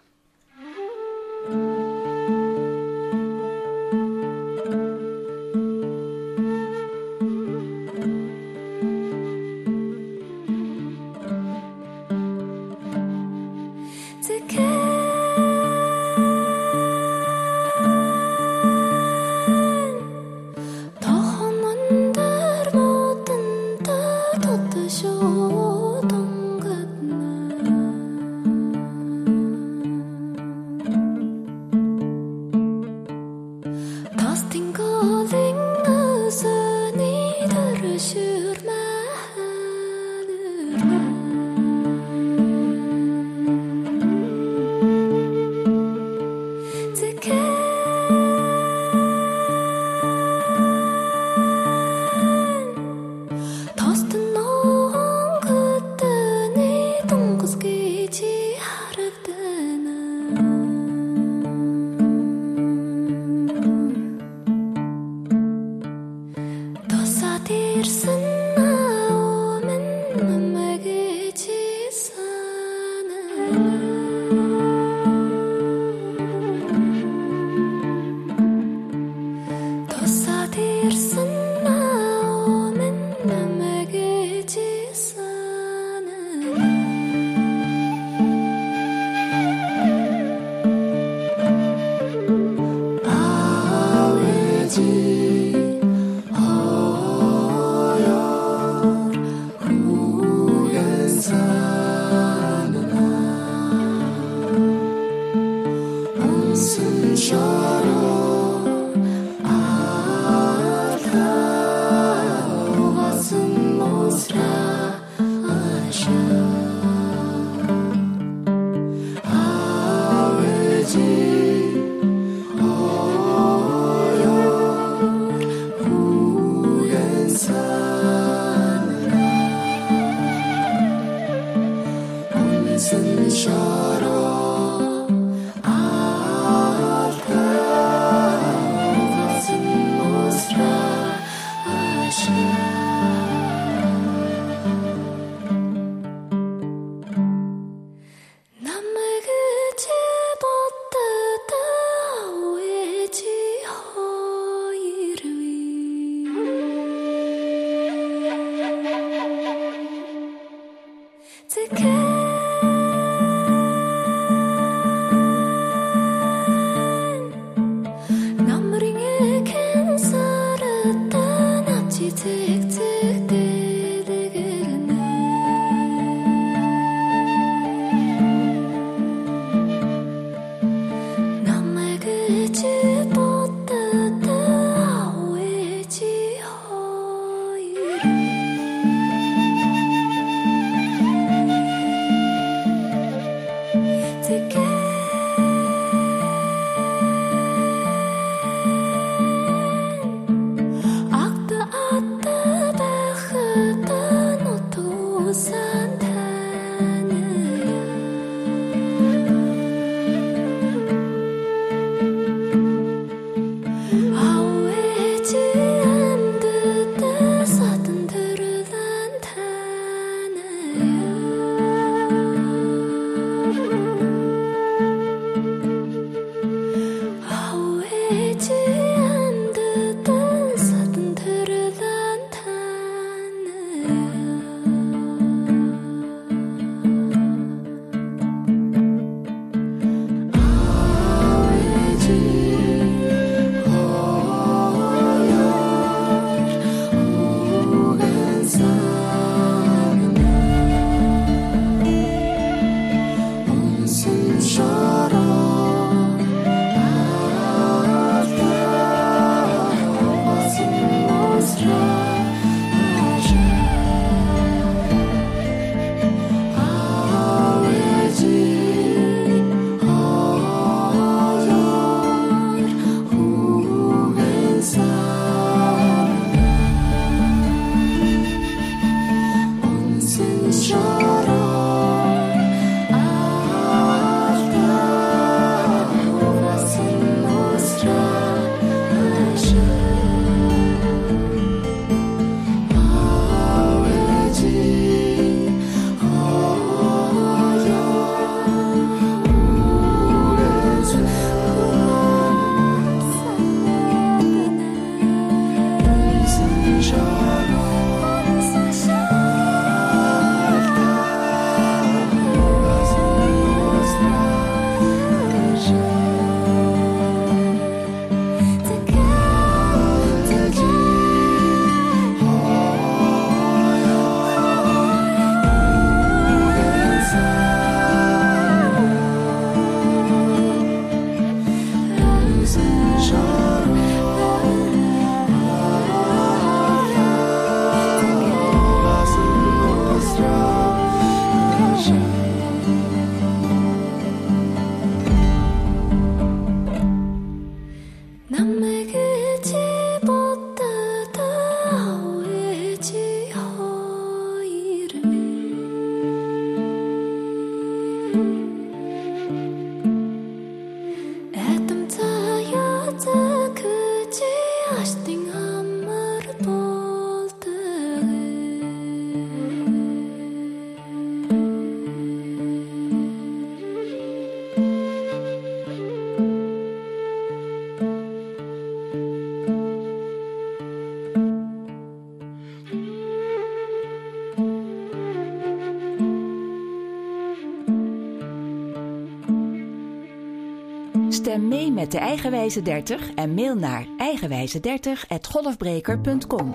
Stem mee met de Eigenwijze dertig en mail naar eigenwijze dertig at golfbreker punt com.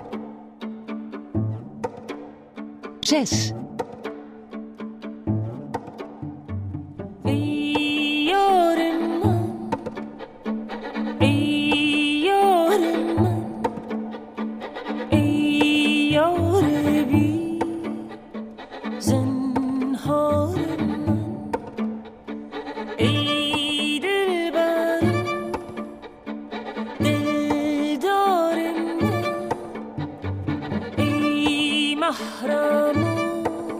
zes. محرم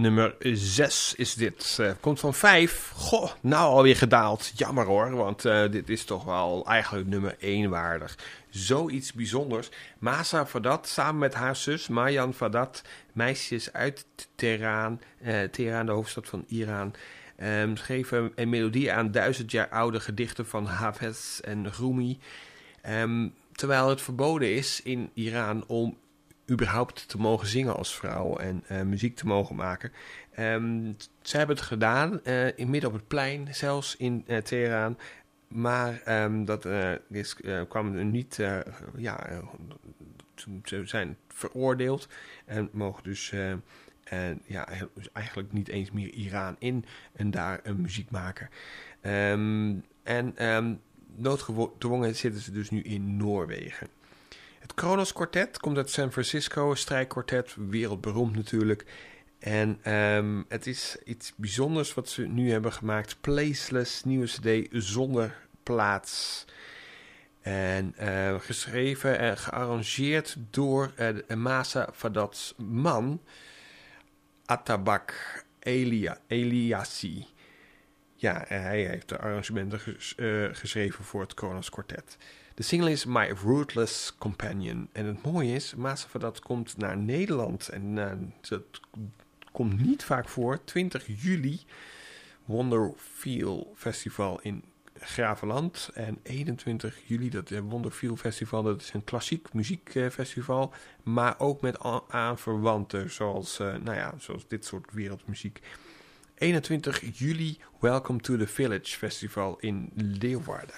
Nummer zes is dit. Uh, komt van vijf. Goh, nou alweer gedaald. Jammer hoor, want uh, dit is toch wel eigenlijk nummer één waardig. Zoiets bijzonders. Masa Fadat samen met haar zus Marjan Fadat, meisjes uit Teheran, uh, Teheran, de hoofdstad van Iran, um, schreven een melodie aan duizend jaar oude gedichten van Hafez en Rumi. Um, terwijl het verboden is in Iran om überhaupt te mogen zingen als vrouw en uh, muziek te mogen maken. Um, ze hebben het gedaan, uh, in midden op het plein, zelfs in uh, Teheran. Maar um, dat uh, is, uh, kwam er niet, uh, ja, uh, ze zijn veroordeeld en mogen dus uh, uh, ja, eigenlijk niet eens meer Iran in en daar uh, muziek maken. Um, en um, noodgedwongen zitten ze dus nu in Noorwegen. Het Kronos Quartet komt uit San Francisco, een strijkkwartet, wereldberoemd natuurlijk. En um, het is iets bijzonders wat ze nu hebben gemaakt. Placeless, nieuwe cd zonder plaats. En uh, geschreven en gearrangeerd door uh, Masa Fadad's man, Atabak Elia, Eliassi. Ja, hij heeft de arrangementen ges, uh, geschreven voor het Kronos Quartet. De single is My Rootless Companion. En het mooie is, Masa Fadat komt naar Nederland. En uh, dat komt niet vaak voor. twintig juli, Wonderfeel Festival in Gravenland. En eenentwintig juli, dat uh, Wonderfeel Festival, dat is een klassiek muziekfestival. Uh, maar ook met aanverwanten, zoals, uh, nou ja, zoals dit soort wereldmuziek. eenentwintig juli, Welcome to the Village Festival in Leeuwarden.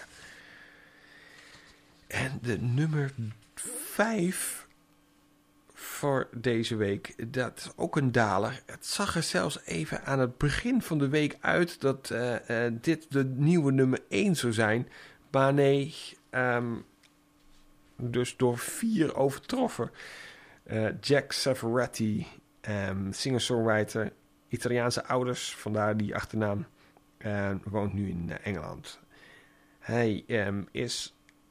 En de nummer vijf voor deze week, dat is ook een daler. Het zag er zelfs even aan het begin van de week uit dat uh, uh, dit de nieuwe nummer één zou zijn. Maar nee, um, dus door vier overtroffen. Uh, Jack Savoretti, um, singer-songwriter, Italiaanse ouders, vandaar die achternaam, uh, woont nu in uh, Engeland. Hij um, is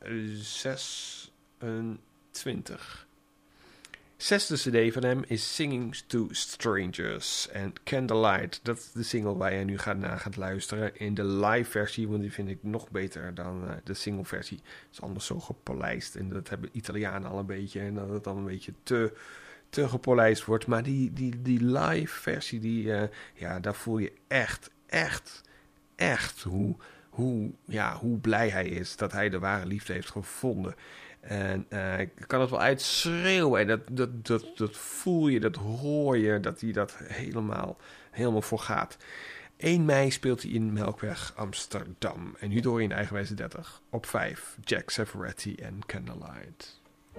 zesentwintig. Zesde cd van hem is Singing to Strangers en Candlelight. Dat is de single waar je nu gaat naar gaat luisteren in de live versie, want die vind ik nog beter dan uh, de single versie. Het is anders zo gepolijst en dat hebben Italianen al een beetje en dat het dan een beetje te, te gepolijst wordt. Maar die, die, die live versie, die, uh, ja, daar voel je echt, echt, echt hoe... Hoe, ja, hoe blij hij is dat hij de ware liefde heeft gevonden. En uh, ik kan het wel uitschreeuwen. En dat, dat, dat, dat voel je, dat hoor je, dat hij dat helemaal, helemaal voor gaat. één mei speelt hij in Melkweg, Amsterdam. En nu door in de Eigenwijze dertig. Op vijf, Jack Savoretti en Candlelight.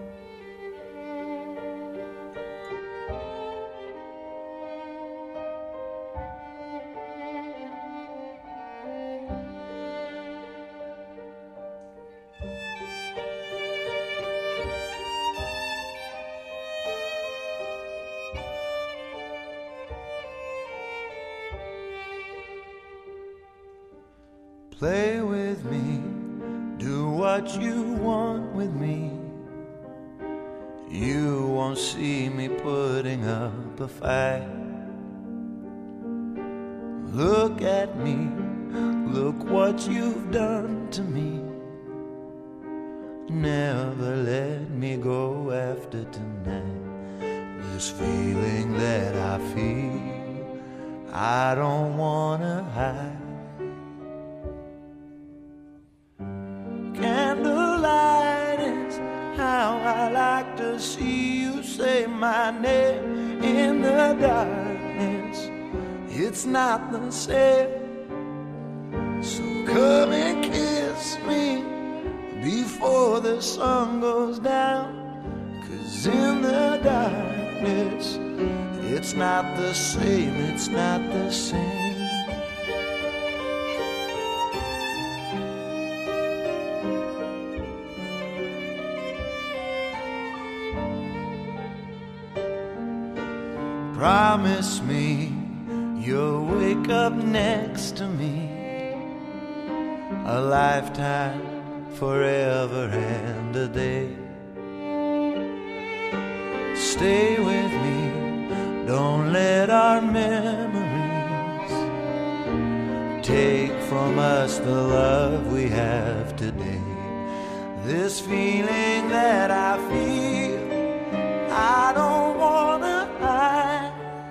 Play with me, do what you want with me. You won't see me putting up a fight. Look at me, look what you've done to me. Never let me go after tonight. This feeling that I feel, I don't wanna hide. Candlelight is how I like to see you say my name in the darkness. It's not the same. So come and kiss me before the sun goes down. 'Cause in the darkness, it's not the same, it's not the same. Promise me you'll wake up next to me. A lifetime, forever and a day. Stay with me, don't let our memories. Take from us the love we have today. This feeling that I feel, I don't wanna hide.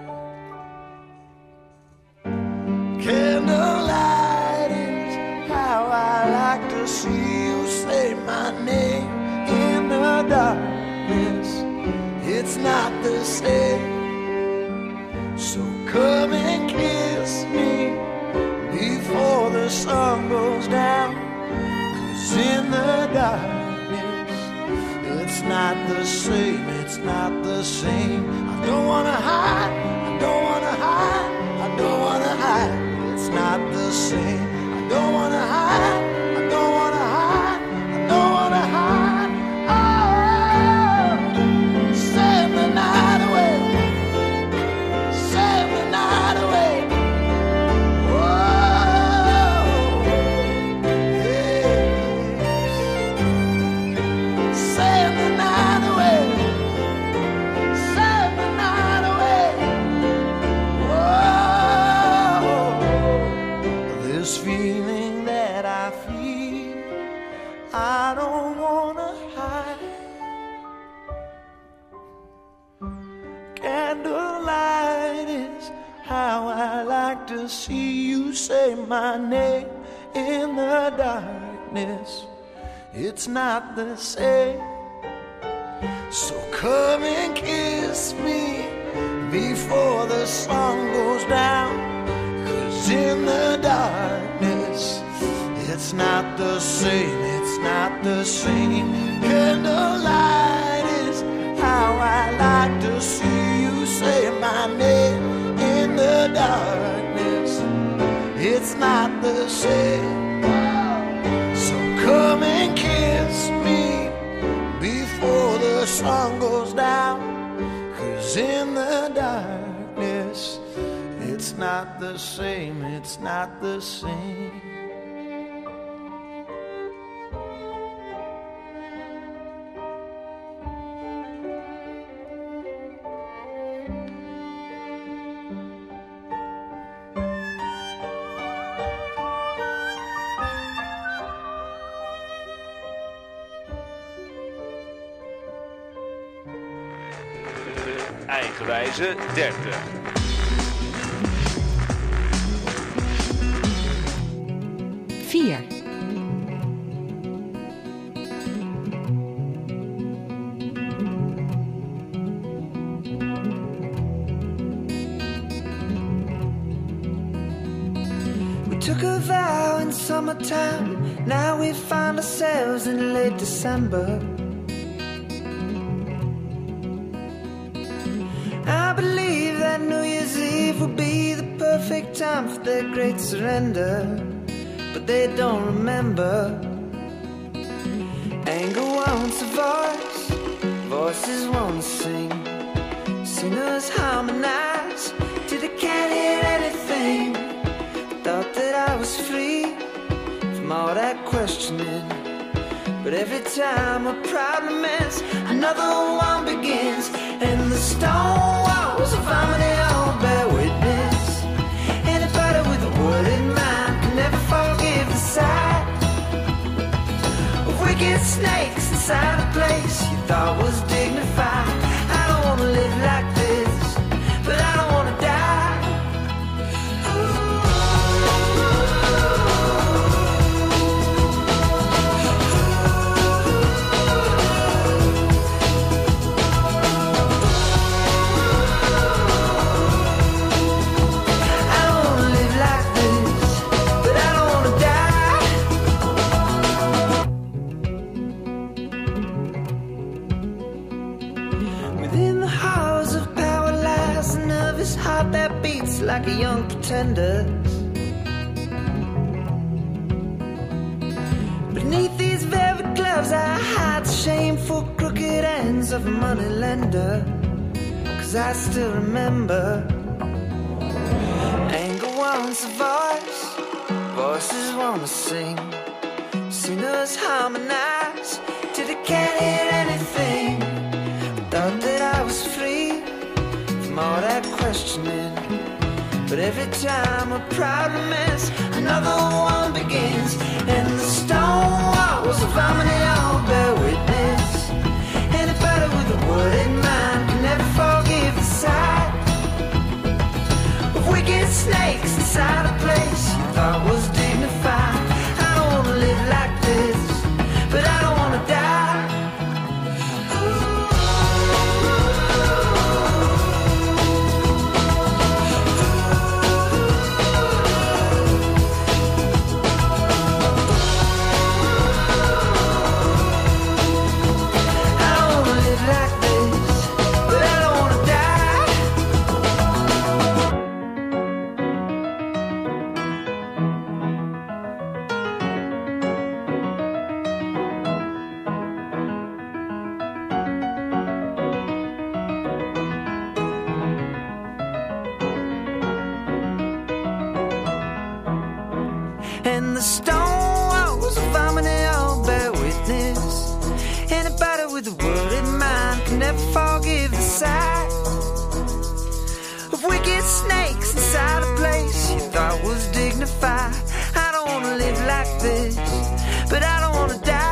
Candlelight is how I like to see you say my name in the darkness. It's not the same. So come and kiss me before the sun goes down. 'Cause in the darkness, it's not the same, it's not the same. I don't wanna hide, I don't wanna hide, I don't wanna hide. It's not the same. I don't wanna hide, I don't wanna hide, I don't wanna hide. Oh, save the night away, save the night away. I don't wanna hide. Candlelight is how I like to see you say my name in the darkness. It's not the same. So come and kiss me before the sun goes down. 'Cause in the darkness, it's not the same, it's not the same. Candlelight is how I like to see you say my name in the darkness. It's not the same. So come and kiss me before the sun goes down. 'Cause in the darkness, it's not the same, it's not the same. Eigenwijze dertig. vier. We took a vow in summertime. Now we find ourselves in late December. I believe that New Year's Eve will be the perfect time for their great surrender. But they don't remember. Anger wants a voice, voices want to sing. Singers harmonize till they can't hear anything. Thought that I was free from all that questioning. But every time a problem ends, another one begins. And the stone walls of harmony all bear witness. Anybody with a word in mind can never forgive the sight of wicked snakes inside a place you thought was dignified. I don't wanna live like this, but I don't wanna die. Heart that beats like a young pretender. Beneath these velvet gloves I hide the shameful crooked ends of a money lender. 'Cause I still remember. Anger wants a voice, voices wanna sing. Singers harmonize till they can't hear anything. Thought that I was free from all that questioning. But every time a problem ends, another one begins. And the stone wall was a vomit, they all bear witness. Anybody with a word in mind can never forgive the sight of wicked snakes inside a place you thought was dignified. I don't wanna live like this, but I don't wanna die. And the stone walls of harmony all bear witness. Anybody with a word in mind can never forgive the sight of wicked snakes inside a place you thought was dignified. I don't wanna live like this, but I don't wanna die.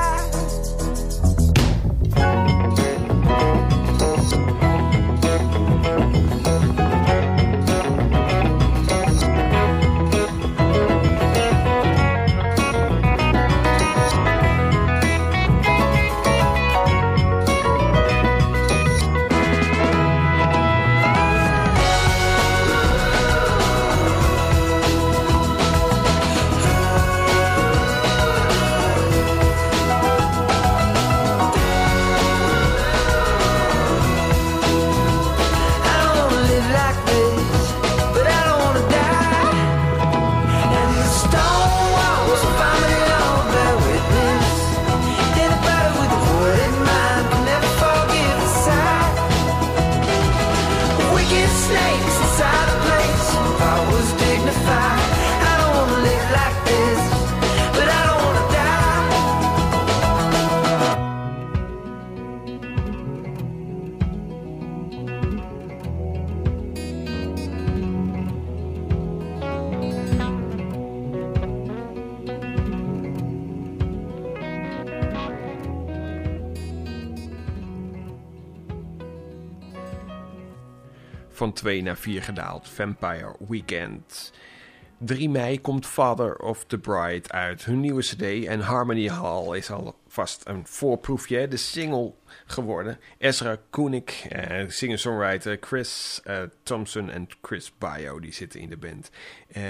Van twee naar vier gedaald. Vampire Weekend. drie mei komt Father of the Bride uit. Hun nieuwe cd en Harmony Hall is alvast een voorproefje. De single geworden. Ezra Koenig, uh, singer-songwriter Chris uh, Thompson en Chris Bio, die zitten in de band. Uh,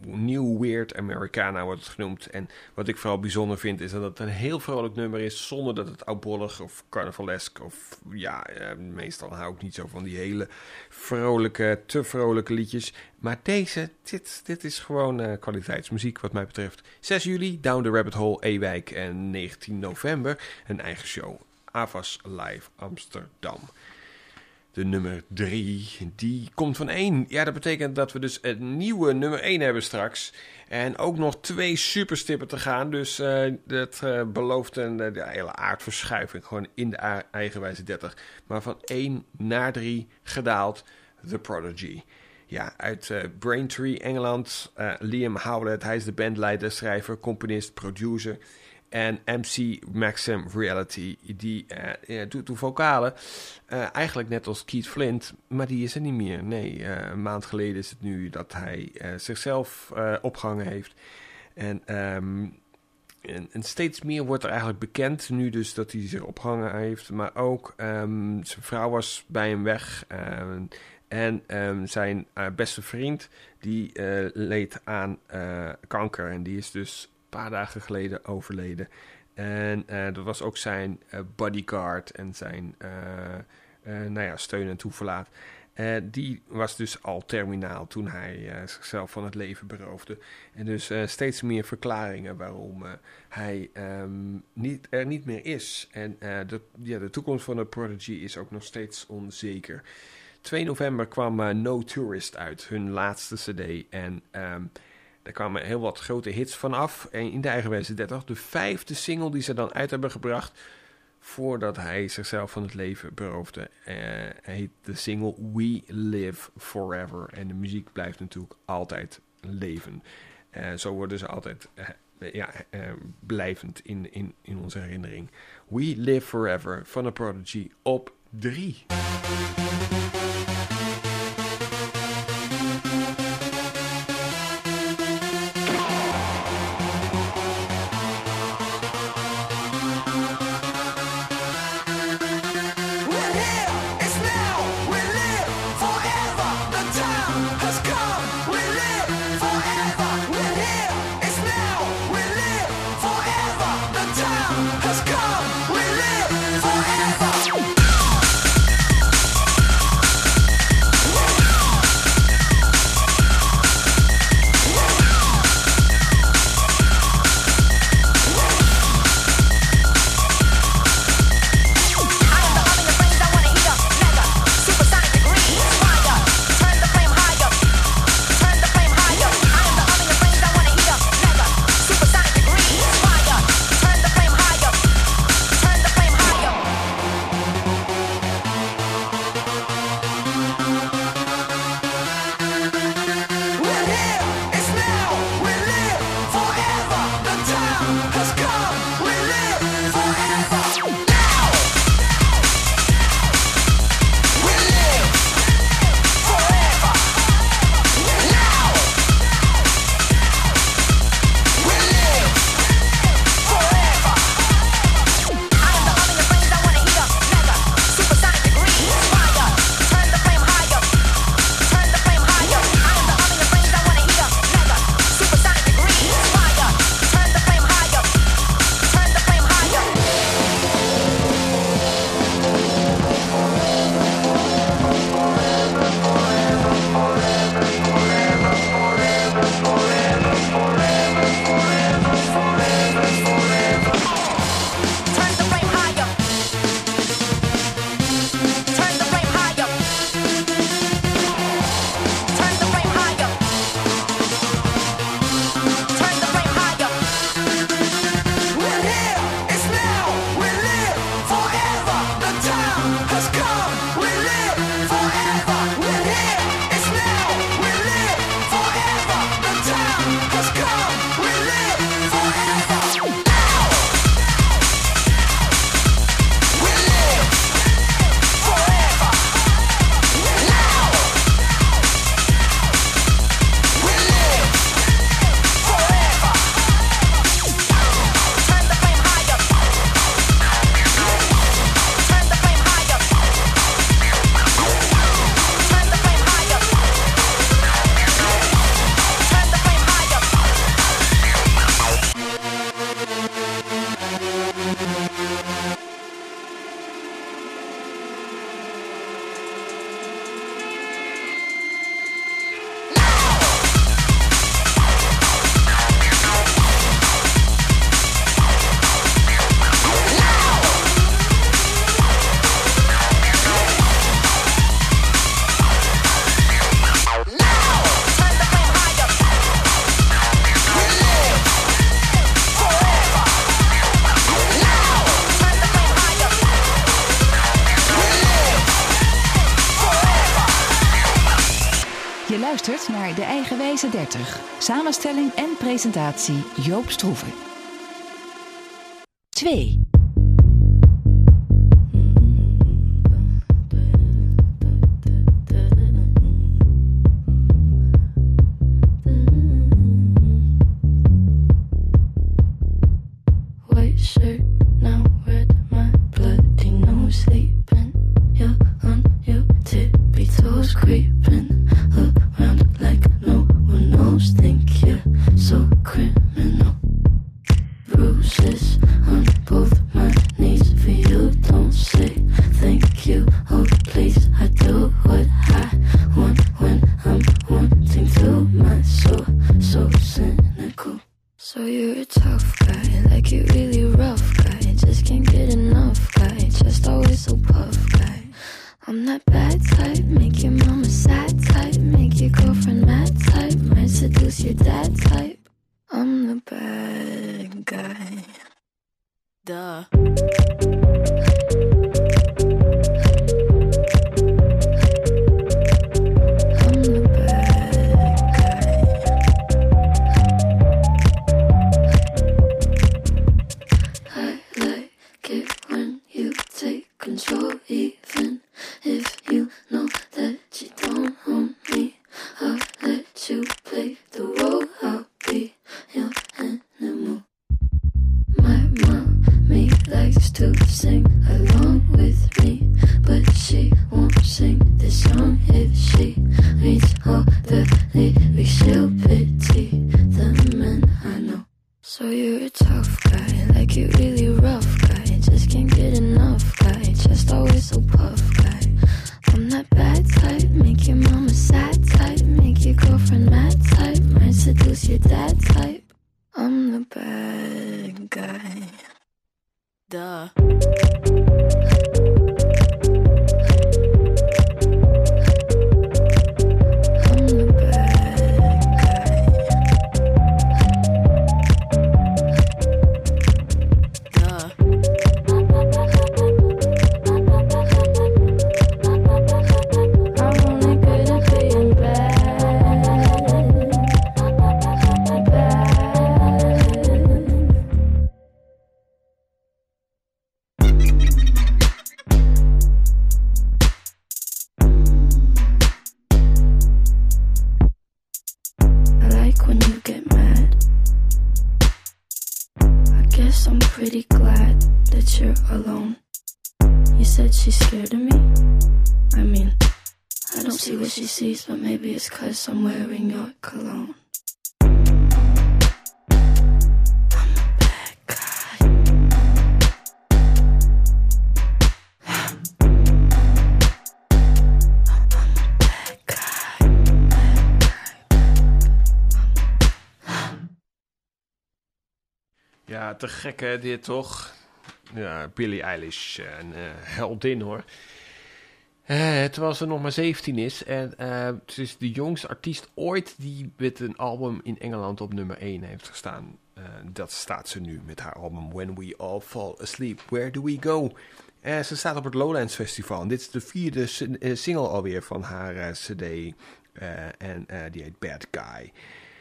New Weird Americana wordt het genoemd. En wat ik vooral bijzonder vind is dat het een heel vrolijk nummer is, zonder dat het oudbollig of carnavalesk of ja, uh, meestal hou ik niet zo van die hele vrolijke, te vrolijke liedjes. Maar deze, dit, dit is gewoon uh, kwaliteitsmuziek wat mij betreft. zes juli, Down the Rabbit Hole, Ewijk en negentien november een eigen show. Avas Live Amsterdam. De nummer drie, die komt van één. Ja, dat betekent dat we dus een nieuwe nummer één hebben straks. En ook nog twee superstippen te gaan. Dus uh, dat uh, belooft een uh, de hele aardverschuiving. Gewoon in de a- eigenwijze dertig. Maar van één naar drie gedaald. The Prodigy. Ja, uit uh, Braintree, Engeland. Uh, Liam Howlett, hij is de bandleider, schrijver, componist, producer. En M C Maxim Reality, die uh, doet de vocalen. Uh, eigenlijk net als Keith Flint, maar die is er niet meer. Nee, uh, een maand geleden is het nu dat hij uh, zichzelf uh, opgehangen heeft. En, um, en, en steeds meer wordt er eigenlijk bekend, nu dus dat hij zich opgehangen heeft. Maar ook um, zijn vrouw was bij hem weg. Uh, en um, zijn uh, beste vriend, die uh, leed aan uh, kanker. En die is dus een paar dagen geleden overleden. En uh, dat was ook zijn uh, bodyguard en zijn uh, uh, nou ja, steun en toeverlaat. Uh, die was dus al terminaal toen hij uh, zichzelf van het leven beroofde. En dus uh, steeds meer verklaringen waarom uh, hij um, niet, er niet meer is. En uh, de, ja, de toekomst van de Prodigy is ook nog steeds onzeker. twee november kwam uh, No Tourist uit, hun laatste cd. En um, daar kwamen heel wat grote hits van af. En in de eigenwijze dertig, de vijfde single die ze dan uit hebben gebracht. voordat hij zichzelf van het leven beroofde. Uh, heet de single We Live Forever. En de muziek blijft natuurlijk altijd leven. Uh, zo worden ze altijd uh, ja, uh, blijvend in, in, in onze herinnering. We Live Forever van The Prodigy op drie. Je luistert naar De Eigenwijze dertig. Samenstelling en presentatie Joop Stroeven. twee. White shirt, now red, my bloody nose sleeping. You're on your tippy toes, creeping around like no one knows. Think you're so criminal. Bruises on both my knees for you. Don't say thank you. Oh please, I do what I want when I'm wanting to. My soul so cynical. So you're a tough guy, like you really rough guy. Just can't get enough guy, just always so puff guy. I'm that bad type, make your mama sad type, make your girlfriend mad type, might seduce your dad type. I'm the bad guy. Duh. so puff guy. I'm that bad type, make your mama sad type, make your girlfriend mad type, might seduce your dad type. I'm the bad guy. Duh. She sees, but maybe it's 'cause I'm wearing your cologne. Ja, te gek hè, dit toch? Ja, Billie Eilish, een uh, heldin hoor. Uh, terwijl ze nog maar zeventien is. En uh, ze is de jongste artiest ooit die met een album in Engeland op nummer één heeft gestaan. Uh, dat staat ze nu met haar album When We All Fall Asleep. Where Do We Go? Uh, ze staat op het Lowlands Festival. En dit is de vierde single alweer van haar uh, cd. Uh, en uh, die heet Bad Guy.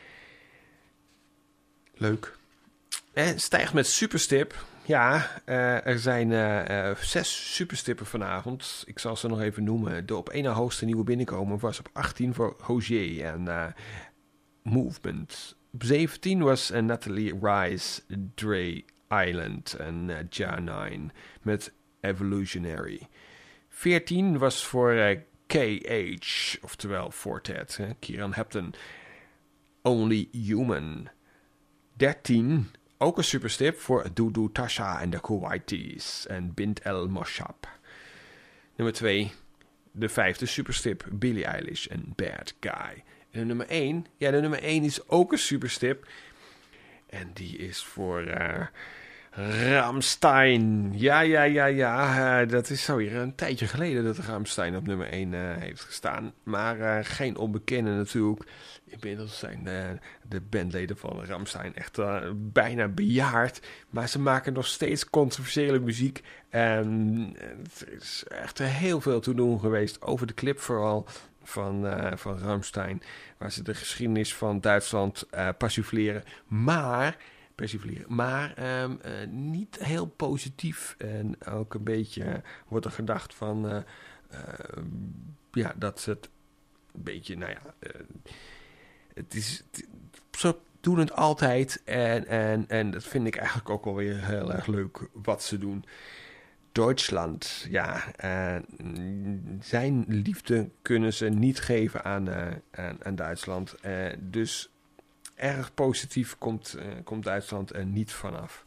Leuk. En stijgt met superstip. Ja, uh, er zijn uh, uh, zes superstippen vanavond. Ik zal ze nog even noemen. De op één na hoogste nieuwe binnenkomer was op achttien voor Hozier en uh, Movement. Op zeventien was uh, Natalie Rice, Dre Island en uh, Ja nine met Evolutionary. veertien was voor uh, K H, oftewel Fortet, uh, Kieran Hepton, Only Human. dertien... Ook een superstip voor Dudu Tasha en de Kuwaitis en Bint El Moshab. Nummer twee, de vijfde superstip, Billie Eilish en Bad Guy. En de nummer één, ja de nummer één is ook een superstip. En die is voor uh, Rammstein. Ja, ja, ja, ja. Uh, dat is alweer een tijdje geleden dat Rammstein op nummer één uh, heeft gestaan. Maar uh, geen onbekende natuurlijk. Inmiddels zijn uh, de bandleden van Rammstein echt uh, bijna bejaard. Maar ze maken nog steeds controversiële muziek. En er is echt heel veel te doen geweest over de clip vooral van, uh, van Rammstein. Waar ze de geschiedenis van Duitsland uh, persifleren. Maar... persifleren. Maar um, uh, niet heel positief. En ook een beetje uh, wordt er gedacht van... Uh, uh, ja, dat het een beetje, nou ja... Uh, het is... Het, zo doen het altijd. En, en, en dat vind ik eigenlijk ook alweer heel erg leuk wat ze doen. Duitsland, ja. Uh, zijn liefde kunnen ze niet geven aan, uh, aan, aan Duitsland. Uh, dus... Erg positief komt, uh, komt Duitsland er niet vanaf.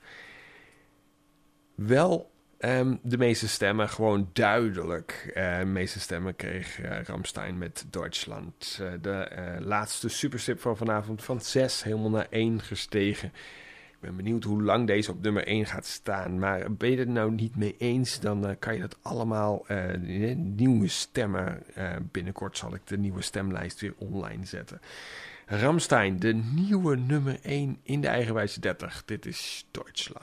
Wel um, de meeste stemmen, gewoon duidelijk. Uh, de meeste stemmen kreeg uh, Rammstein met Duitsland. Uh, de uh, laatste superstip van vanavond van zes helemaal naar één gestegen. Ik ben benieuwd hoe lang deze op nummer één gaat staan. Maar ben je het nou niet mee eens, dan uh, kan je dat allemaal... Uh, nieuwe stemmen. Uh, binnenkort zal ik de nieuwe stemlijst weer online zetten. Rammstein, de nieuwe nummer één in de eigenwijze dertig. Dit is Duitsland.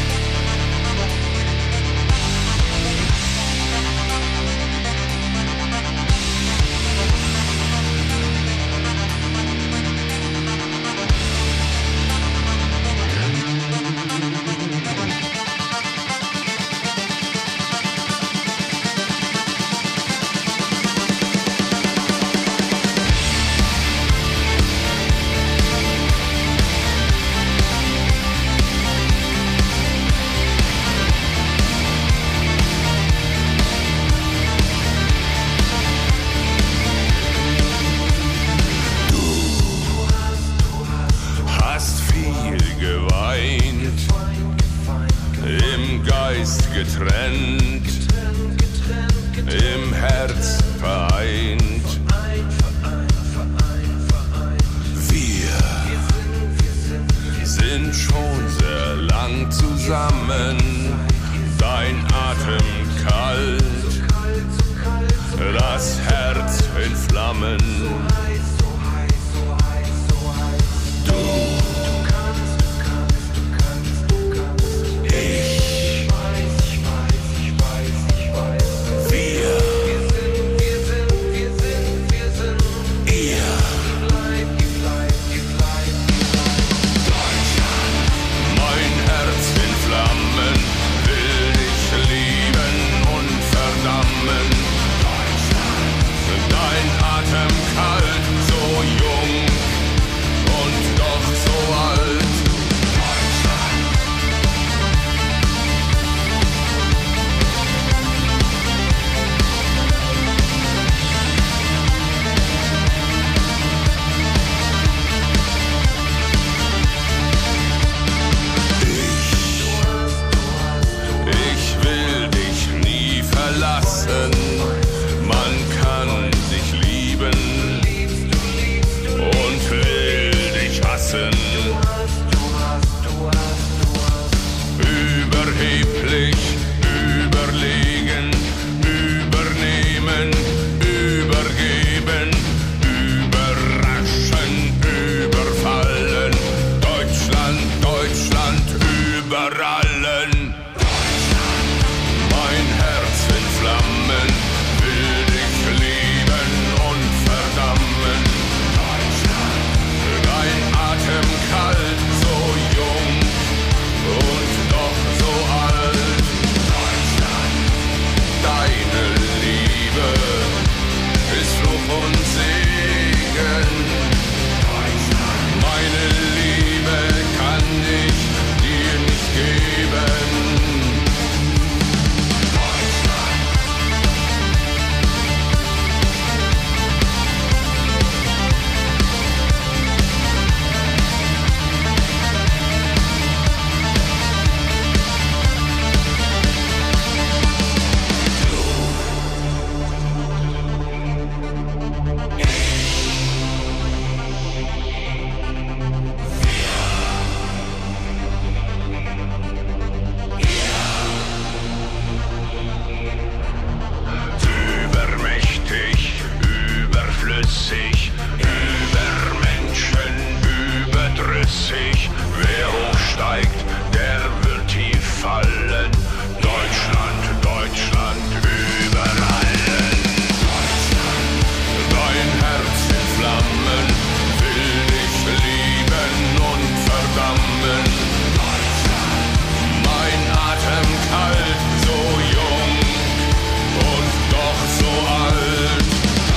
Thank getrennt, im Herz vereint. Wir sind schon sehr lang zusammen, dein Atem kalt, das Herz in Flammen. Du, ich, wir, ihr. Mein Herz in Flammen will dich lieben und verdammen. Dein Atem kalt, so jung und doch so alt. Ich, ich will dich nie verlassen. Man kann dich lieben und will dich hassen. Überheblich, überlegen, übernehmen, übergeben, überraschen, überfallen. Deutschland, Deutschland, über allen. Mein Herz in Flammen will dich lieben und verdammen. Dein Atem kalt, so jung und doch so alt. Deine Liebe ist Fluch und Segen. Meine Liebe kann ich dir nicht geben. Übermächtig, überflüssig, über Menschen, überdrüssig. Wer hochsteigt, der wird tief fallen. Deutschland, Deutschland, über allen. Dein Herz in Flammen will dich lieben und verdammen. Mein Atem kalt, so jung und doch so alt.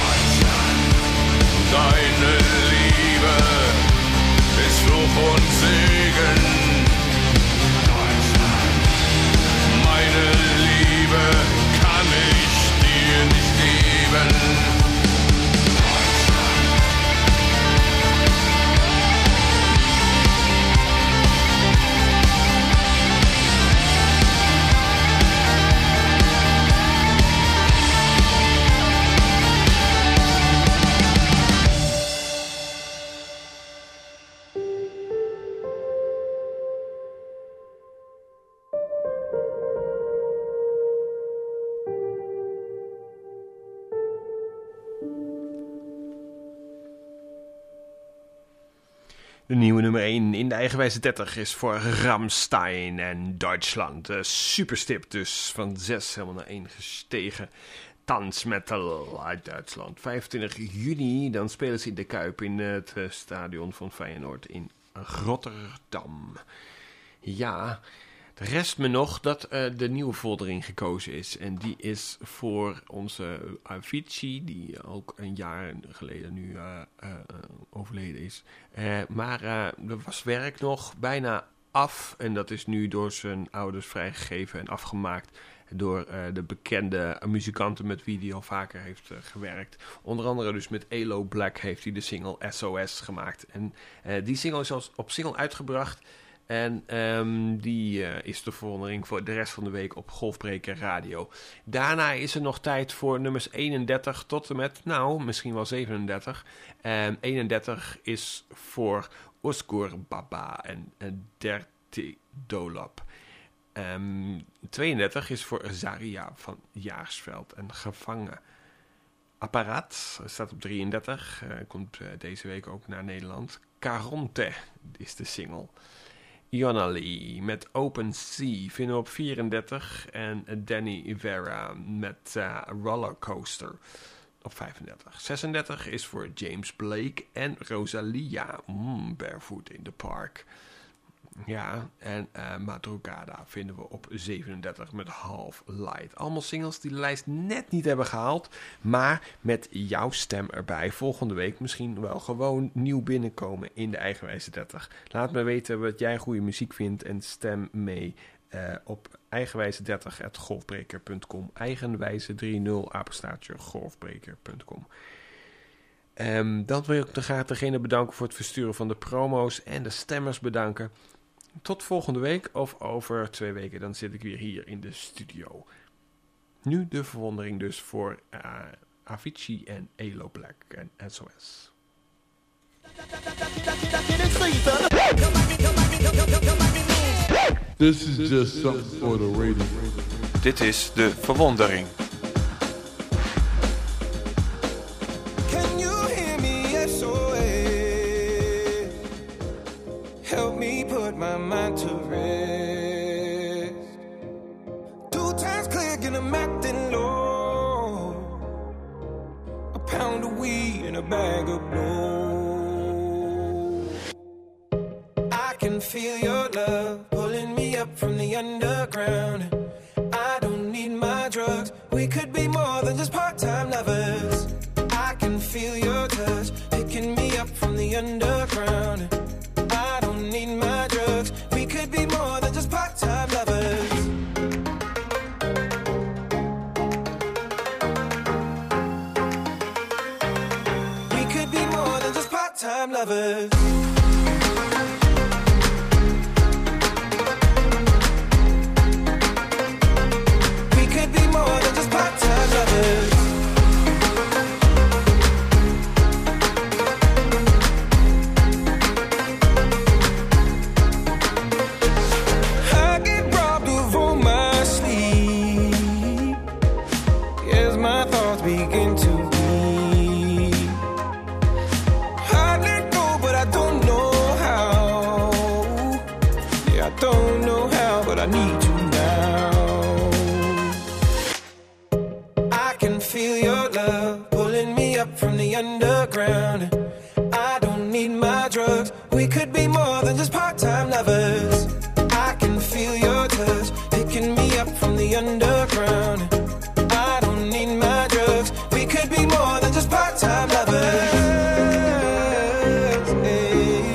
Deine Liebe ist Fluch und Segen. Meine Liebe kann ich dir nicht geben. De nieuwe nummer één in de eigenwijze dertig is voor Rammstein en Duitsland. Uh, superstip dus, van zes helemaal naar één gestegen. Tanzmetal uit Duitsland. vijfentwintig juni, dan spelen ze in de Kuip in het uh, stadion van Feyenoord in Rotterdam. Ja, er rest me nog dat uh, de nieuwe folder gekozen is. En die is voor onze Avicii, die ook een jaar geleden nu uh, uh, overleden is. Uh, maar uh, er was werk nog bijna af. En dat is nu door zijn ouders vrijgegeven en afgemaakt door uh, de bekende muzikanten met wie hij al vaker heeft uh, gewerkt. Onder andere dus met Aloe Blacc heeft hij de single S O S gemaakt. En uh, die single is als op single uitgebracht. En um, die uh, is de verwondering voor de rest van de week op Golfbreker Radio. Daarna is er nog tijd voor nummers eenendertig tot en met, nou, misschien wel zevenendertig. Um, eenendertig is voor Osgur Baba en uh, Derti Dolap. Um, tweeëndertig is voor Zaria van Jaarsveld en Gevangen. Apparaat staat op drieëndertig, uh, komt uh, deze week ook naar Nederland. Caronte is de single. Iona Lee met Open Sea vinden we op vierendertig. En Danny Vera met uh, Rollercoaster op vijfendertig. zesendertig is voor James Blake en Rosalia. Mm, Barefoot in the Park. Ja, en uh, Madrugada vinden we op zevenendertig met Half Light. Allemaal singles die de lijst net niet hebben gehaald. Maar met jouw stem erbij volgende week misschien wel gewoon nieuw binnenkomen in de Eigenwijze dertig. Laat me weten wat jij goede muziek vindt en stem mee uh, op eigenwijze dertig at golfbreker punt com. Eigenwijze dertig apenstaartje golfbreker punt com. Um, dan wil ik de graag degene bedanken voor het versturen van de promo's en de stemmers bedanken. Tot volgende week of over twee weken, dan zit ik weer hier in de studio. Nu de verwondering dus voor uh, Avicii en Elo Black en S O S. This is just something for the radio. Dit is de verwondering. Can you hear me? S O S. Help me put my mind to rest. Two times clear, and I'm acting low. A pound of weed and a bag of blow. I can feel your love pulling me up from the underground. I don't need my drugs. We could be more than just part-time lovers. I can feel your touch picking me up from the underground. I don't need my drugs. We could be more than just part-time lovers. We could be more than just part-time lovers. We could be more than just part-time lovers. Begin to be. I let go, but I don't know how. Yeah, I don't know how, but I need you now. I can feel your love pulling me up from the underground. I don't need my drugs. We could be more than just part-time lovers. I can feel your touch picking me up from the underground. I don't need my drugs. We could be more than just part-time lovers. Hey.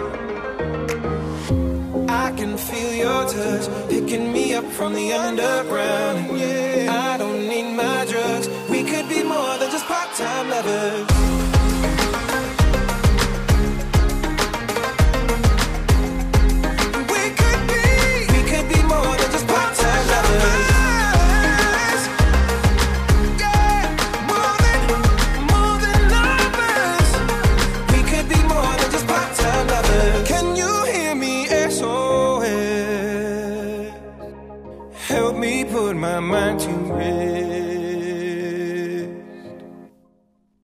I can feel your touch picking me up from the underground. Yeah. I don't need my drugs. We could be more than just part-time lovers. We could be, we could be more than just part-time lovers. Can you hear me? S O S. Help me put my mind to rest.